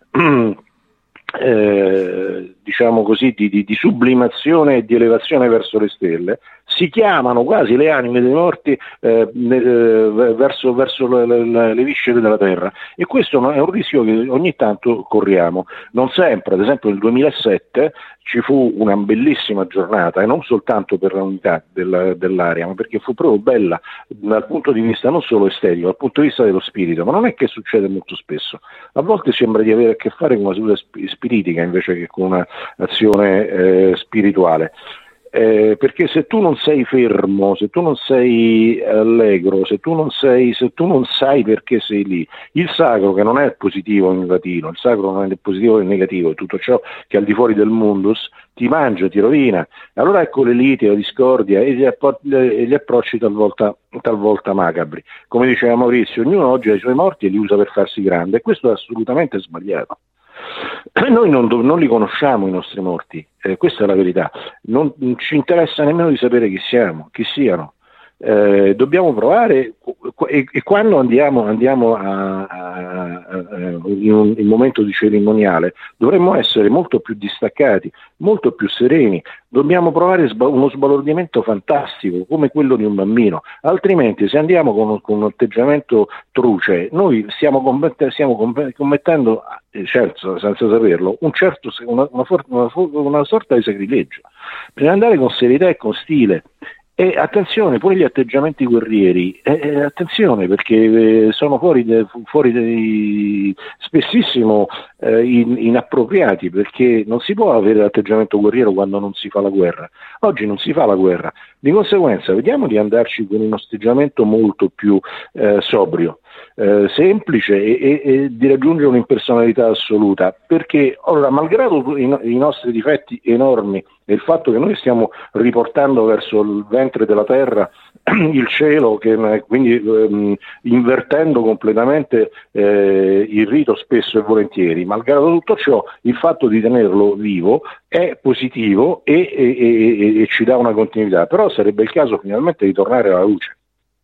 Eh, diciamo così di, di, di sublimazione e di elevazione verso le stelle, si chiamano quasi le anime dei morti eh, ne, eh, verso, verso le, le, le viscere della terra, e questo è un rischio che ogni tanto corriamo, non sempre. Ad esempio nel duemilasette ci fu una bellissima giornata, e non soltanto per l'unità del, dell'aria, ma perché fu proprio bella dal punto di vista non solo estetico, dal punto di vista dello spirito, ma non è che succede molto spesso. A volte sembra di avere a che fare con una seduta spiritica invece che con un'azione eh, spirituale. Eh, perché se tu non sei fermo, se tu non sei allegro, se tu non sei, se tu non sai perché sei lì, il sacro, che non è positivo o negativo, il sacro non è positivo e negativo, è tutto ciò che è al di fuori del mundus, ti mangia, ti rovina. Allora ecco le liti, la discordia e gli, appro- gli approcci talvolta, talvolta macabri. Come diceva Maurizio, ognuno oggi ha i suoi morti e li usa per farsi grande, e questo è assolutamente sbagliato. Noi non, non li conosciamo i nostri morti, eh, questa è la verità, non, non ci interessa nemmeno di sapere chi siamo, chi siano. Eh, dobbiamo provare, e, e quando andiamo, andiamo a, a a, a, in un in momento di cerimoniale, dovremmo essere molto più distaccati, molto più sereni, dobbiamo provare sba- uno sbalordimento fantastico come quello di un bambino, altrimenti se andiamo con, con un atteggiamento truce noi stiamo, commett- stiamo comm- commettendo, eh, certo, senza saperlo, un certo, una, una, for- una, for- una sorta di sacrilegio. Bisogna andare con serietà e con stile. E attenzione, pure gli atteggiamenti guerrieri, eh, eh, attenzione perché eh, sono fuori, de, fuori dei, spessissimo eh, in, inappropriati, perché non si può avere l'atteggiamento guerriero quando non si fa la guerra. Oggi non si fa la guerra, di conseguenza vediamo di andarci con un atteggiamento molto più eh, sobrio, eh, semplice e, e, e di raggiungere un'impersonalità assoluta, perché ora, malgrado i, i nostri difetti enormi e il fatto che noi stiamo riportando verso il ventre della terra il cielo, che, quindi ehm, invertendo completamente eh, il rito spesso e volentieri, malgrado tutto ciò il fatto di tenerlo vivo è positivo e, e, e, e ci dà una continuità, però sarebbe il caso finalmente di tornare alla luce.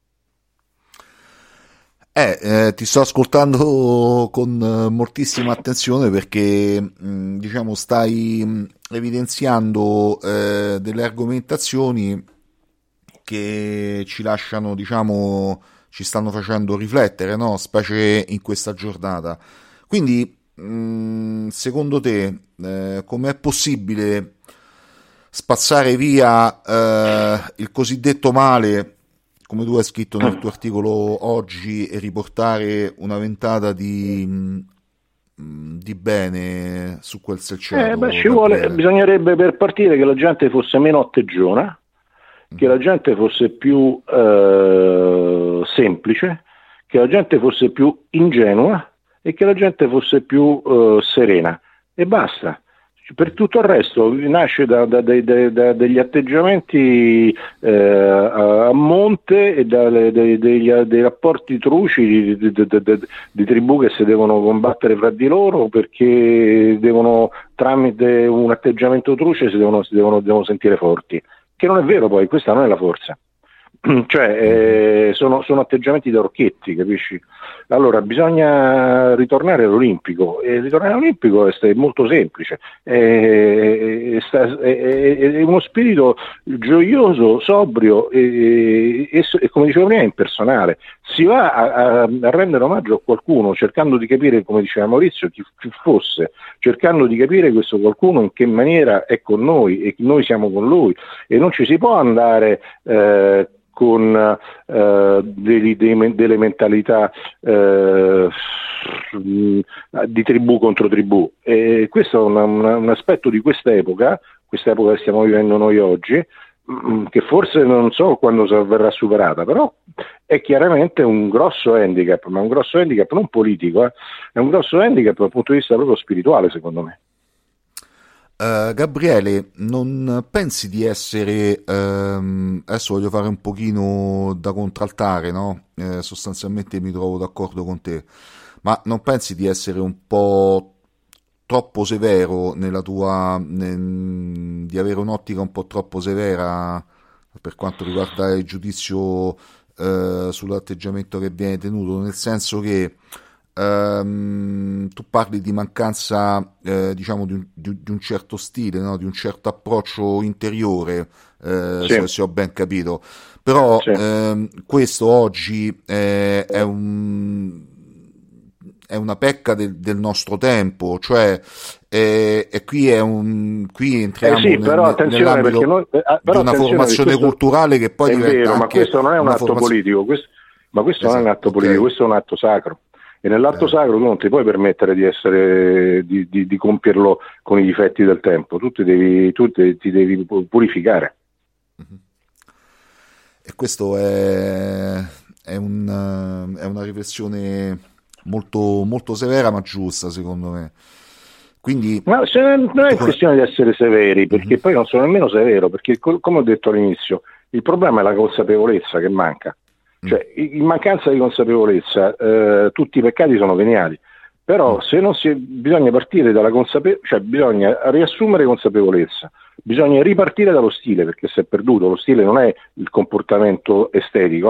Eh, eh, ti sto ascoltando con eh, moltissima attenzione perché mh, diciamo stai mh, evidenziando eh, delle argomentazioni che ci lasciano, diciamo, ci stanno facendo riflettere, no? Specie in questa giornata. Quindi, mh, secondo te, eh, com'è possibile spazzare via eh, il cosiddetto male, come tu hai scritto nel tuo articolo oggi, e riportare una ventata di, di bene su quel selciato? Eh, beh, ci vuole, bisognerebbe per partire che la gente fosse meno atteggiona, che la gente fosse più eh, semplice, che la gente fosse più ingenua e che la gente fosse più eh, serena, e basta. Per tutto il resto nasce da, da, da, da, dagli atteggiamenti eh, a, a monte e dalle, dei, degli, dei rapporti truci di, di, di, di, di tribù che si devono combattere fra di loro perché devono, tramite un atteggiamento truce si devono, si devono, devono sentire forti, che non è vero, poi questa non è la forza. Cioè eh, sono, sono atteggiamenti da orchetti, capisci? Allora bisogna ritornare all'Olimpico, e ritornare all'Olimpico è, è molto semplice, è, è, è, è uno spirito gioioso, sobrio e, e, e come dicevo prima impersonale. Si va a, a, a rendere omaggio a qualcuno cercando di capire, come diceva Maurizio, chi, chi fosse, cercando di capire questo qualcuno in che maniera è con noi e noi siamo con lui, e non ci si può andare eh, con eh, dei, dei, delle mentalità eh, di tribù contro tribù. E questo è una, una, un aspetto di questa epoca, questa epoca che stiamo vivendo noi oggi, mh, che forse non so quando verrà superata, però è chiaramente un grosso handicap, ma un grosso handicap non politico, eh, è un grosso handicap dal punto di vista proprio spirituale, secondo me. Uh, Gabriele, non pensi di essere, um, adesso voglio fare un pochino da contraltare, no? Eh, sostanzialmente mi trovo d'accordo con te, ma non pensi di essere un po' troppo severo nella tua, nel, di avere un'ottica un po' troppo severa per quanto riguarda il giudizio uh, sull'atteggiamento che viene tenuto, nel senso che Um, tu parli di mancanza eh, diciamo di un, di, di un certo stile, no? Di un certo approccio interiore, eh, sì. se, se ho ben capito, però sì. ehm, questo oggi eh, è un è una pecca del, del nostro tempo, cioè eh, e qui è un qui entriamo eh sì, però nel, attenzione perché noi, eh, però di una formazione culturale che poi è diventa vero, ma anche questo non è un atto formazio... politico, questo, ma questo esatto, non è un atto okay. politico, questo è un atto sacro. E nell'atto eh. sacro tu non ti puoi permettere di essere di, di, di compierlo con i difetti del tempo, tu ti devi, tu ti, ti devi purificare. Mm-hmm. E questo è, è, un, è una riflessione molto, molto severa ma giusta, secondo me. Quindi ma se non è questione di essere severi, perché mm-hmm. poi non sono nemmeno severo, perché come ho detto all'inizio il problema è la consapevolezza che manca. Cioè, in mancanza di consapevolezza eh, tutti i peccati sono veniali, però se non si bisogna partire dalla consapevolezza, cioè bisogna riassumere consapevolezza, bisogna ripartire dallo stile, perché si è perduto, lo stile non è il comportamento estetico, eh?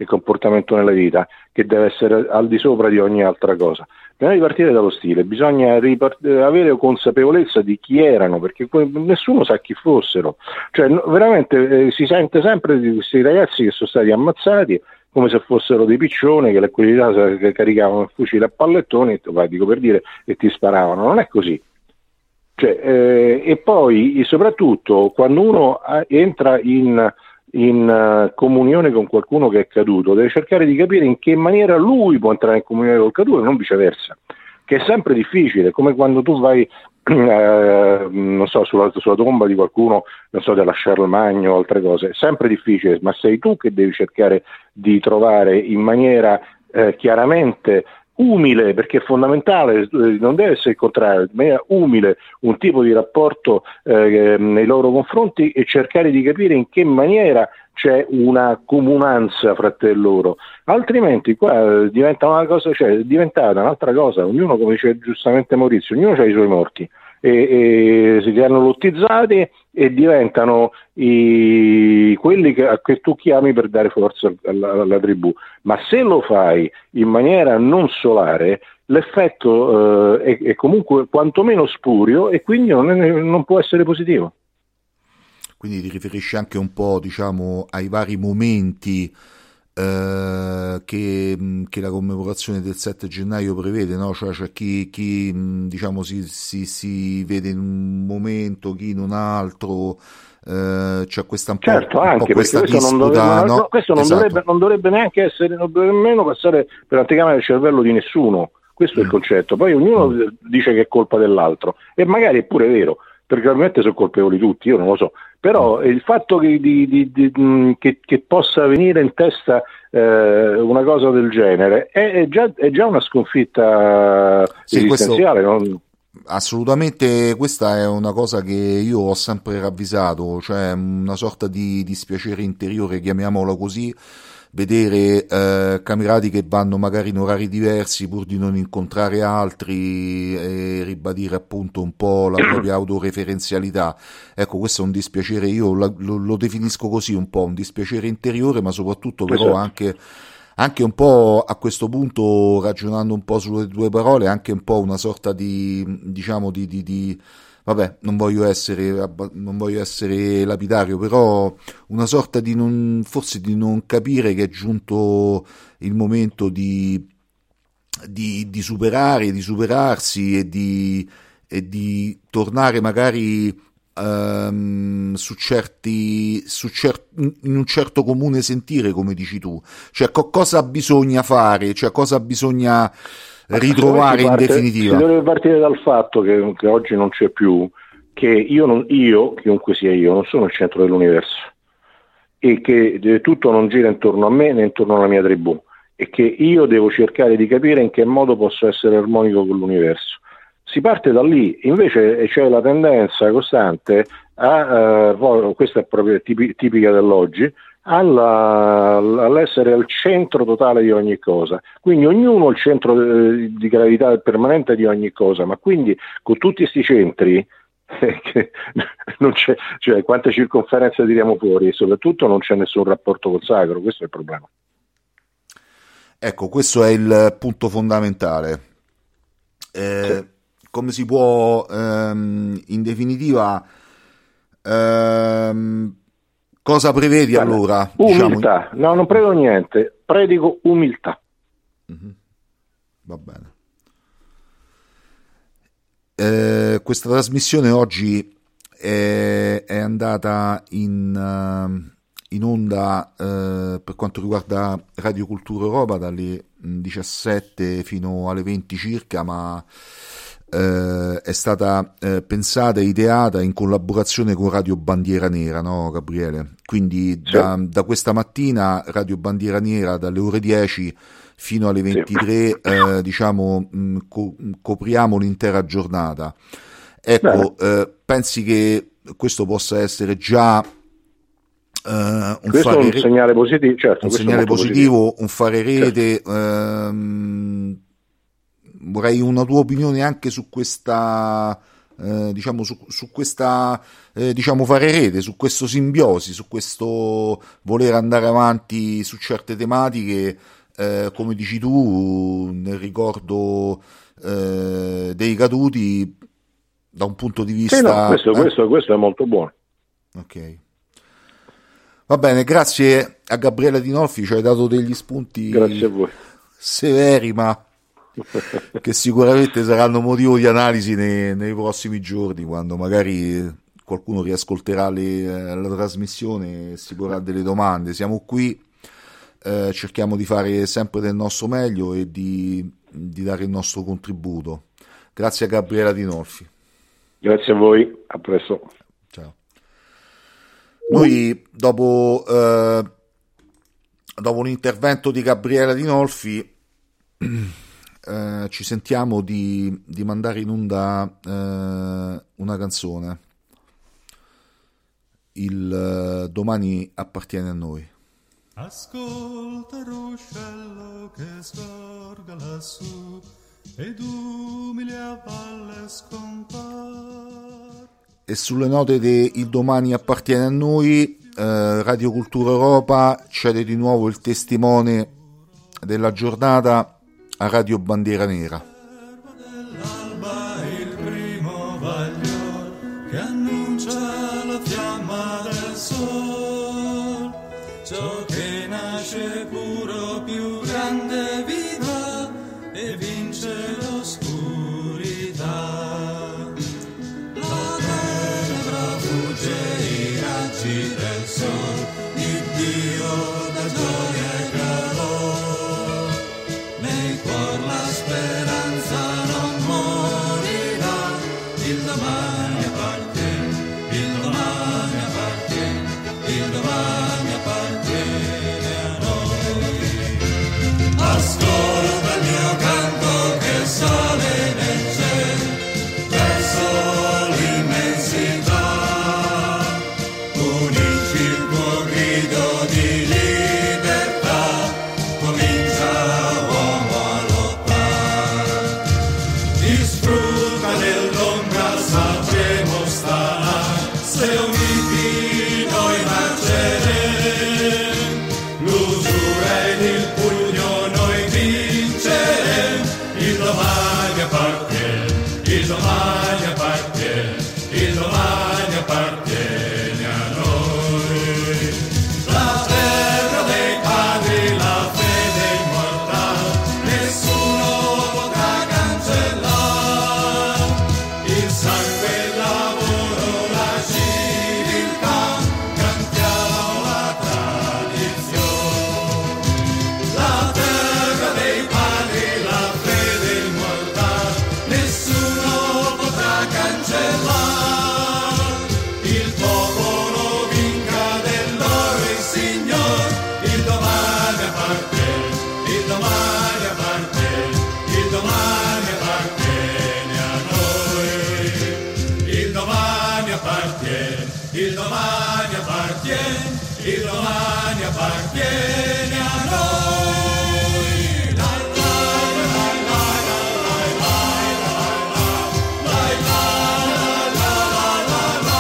e comportamento nella vita, che deve essere al di sopra di ogni altra cosa. Prima di partire dallo stile bisogna ripart- avere consapevolezza di chi erano, perché que- nessuno sa chi fossero, cioè no, veramente eh, si sente sempre di questi ragazzi che sono stati ammazzati come se fossero dei piccioni che le qualità che caricavano il fucile a pallettoni, vai, dico per dire, e ti sparavano. Non è così. Cioè, eh, e poi soprattutto quando uno ha, entra in, in uh, comunione con qualcuno che è caduto, deve cercare di capire in che maniera lui può entrare in comunione col caduto e non viceversa, che è sempre difficile, come quando tu vai eh, non so, sulla, sulla tomba di qualcuno, non so, della Charlemagne o altre cose, è sempre difficile, ma sei tu che devi cercare di trovare in maniera eh, chiaramente umile, perché è fondamentale, non deve essere il contrario, ma umile, un tipo di rapporto eh, nei loro confronti e cercare di capire in che maniera c'è una comunanza fra te e loro, altrimenti qua diventa una cosa, cioè è diventata un'altra cosa, ognuno, come dice giustamente Maurizio, ognuno ha i suoi morti e, e si hanno lottizzati e diventano i, quelli che, che tu chiami per dare forza alla, alla tribù, ma se lo fai in maniera non solare l'effetto eh, è, è comunque quantomeno spurio e quindi non, è, non può essere positivo. Quindi ti riferisci anche un po', diciamo, ai vari momenti eh, che, che la commemorazione del sette gennaio prevede, no? Cioè c'è chi, chi diciamo, si, si, si vede in un momento, chi in un altro, eh, c'è questa un po', certo, un anche po' questa perché questo, non disputa, dovrebbe, no? no, questo non, Esatto. dovrebbe, non dovrebbe neanche essere, non dovrebbe nemmeno passare per l'anticamera del cervello di nessuno, questo mm. è il concetto. Poi ognuno mm. dice che è colpa dell'altro e magari è pure vero, perché ovviamente sono colpevoli tutti, io non lo so, però il fatto che, di, di, di, che, che possa venire in testa eh, una cosa del genere è, è, già, è già una sconfitta sì, esistenziale. Questo, non... Assolutamente, questa è una cosa che io ho sempre ravvisato, cioè una sorta di dispiacere interiore, chiamiamolo così, vedere eh, camerati che vanno magari in orari diversi pur di non incontrare altri e ribadire appunto un po' la propria autoreferenzialità. Ecco, questo è un dispiacere, io lo, lo, lo definisco così, un po' un dispiacere interiore, ma soprattutto però esatto. anche, anche un po' a questo punto, ragionando un po' sulle due parole, anche un po' una sorta di, diciamo, di, di, di vabbè, non voglio essere non voglio essere lapidario, però una sorta di non, forse di non capire che è giunto il momento di, di, di superare, di superarsi e di, e di tornare magari um, su certi, su cer- in un certo comune sentire, come dici tu, cioè co- cosa bisogna fare, cioè cosa bisogna ritrovare in parte, definitiva. Si deve partire dal fatto che, che oggi non c'è più, che io, non, io, chiunque sia io, non sono il centro dell'universo e che eh, tutto non gira intorno a me né intorno alla mia tribù e che io devo cercare di capire in che modo posso essere armonico con l'universo. Si parte da lì, invece c'è la tendenza costante a, uh, questa è proprio tipi, tipica dell'oggi, Alla, all'essere al centro totale di ogni cosa, quindi ognuno è il centro di gravità permanente di ogni cosa, ma quindi con tutti questi centri eh, che non c'è, cioè quante circonferenze tiriamo fuori e soprattutto non c'è nessun rapporto col sacro, questo è il problema. Ecco, questo è il punto fondamentale. Eh, sì. Come si può ehm, in definitiva ehm, cosa prevedi Guarda, allora? Umiltà, diciamo... no, non prego niente, predico umiltà. Mm-hmm. Va bene. Eh, questa trasmissione oggi è, è andata in, uh, in onda uh, per quanto riguarda Radio Cultura Europa dalle diciassette fino alle venti circa, ma Uh, è stata uh, pensata e ideata in collaborazione con Radio Bandiera Nera, no Gabriele? Quindi sì. da, da questa mattina Radio Bandiera Nera dalle ore dieci fino alle ventitré sì. uh, diciamo mh, co- copriamo l'intera giornata. Ecco, uh, pensi che questo possa essere già uh, un questo fare è un re- segnale positivo, certo, un segnale positivo, positivo, un fare rete, certo. um, vorrei una tua opinione anche su questa eh, diciamo su, su questa eh, diciamo fare rete, su questo simbiosi, su questo voler andare avanti su certe tematiche, eh, come dici tu, nel ricordo eh, dei caduti, da un punto di vista... Sì, no, questo, eh? questo, questo è molto buono. Ok. Va bene, grazie a Gabriele Dinolfi, ci hai dato degli spunti Grazie a voi. severi, ma che sicuramente saranno motivo di analisi nei, nei prossimi giorni, quando magari qualcuno riascolterà le, la trasmissione e si porrà delle domande. Siamo qui, eh, cerchiamo di fare sempre del nostro meglio e di, di dare il nostro contributo. Grazie a Gabriele Dinolfi. Grazie a voi, a presto. Ciao. Noi dopo, eh, dopo un intervento di Gabriele Dinolfi eh, ci sentiamo di, di mandare in onda eh, una canzone. Il eh, Domani appartiene a noi. Ascolta il ruscello che scorga lassù ed umili a valle scompar. E sulle note di Il Domani appartiene a noi, eh, Radio Cultura Europa cede di nuovo il testimone della giornata a Radio Bandiera Nera. L'alba il primo baglior che annuncia la fiamma del sol, ciò che nasce puro più grande viva e vince l'oscurità. La tenebra fugge i raggi del sol, il Dio da gioia e calor. Nei cuor la speranza non morirà, il domani appartiene, il domani appartiene, il domani appartiene a noi. Ascolta il mio canto che sale nel cielo, verso l'immensità, unisci il tuo grido di libertà, comincia uomo a lottare, disfrutta dell'ombra sapremo stare, se uniti noi marceremo, l'usura ed il pugno noi vinceremo, il domani appartiene, il domani appartiene, il domani appartiene a noi. La terra dei padri, la fede immortale, nessuno potrà cancellare, il sangue, il lavoro, la civiltà, cantiamo la tradizione. La terra dei padri, la fede immortale, nessuno potrà cancellare, il popolo vinca dell'oro il Signore, il domani appartiene, il domani appartiene, il domani appartiene a noi, il domani appartiene, il domani appartiene, il domani appartiene a noi. La, la, la, la, la, la, la, la, la, la, la, la,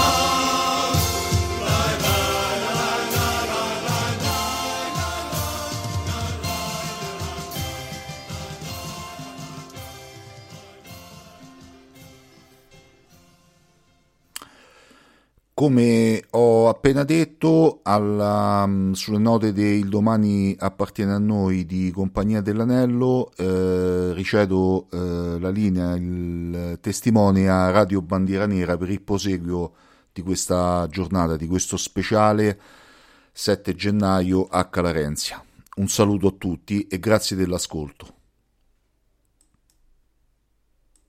Come ho appena detto, alla, sulle note del Domani appartiene a noi di Compagnia dell'Anello, eh, ricedo eh, la linea, il testimone a Radio Bandiera Nera per il proseguio di questa giornata, di questo speciale sette gennaio a Calarenzia. Un saluto a tutti e grazie dell'ascolto.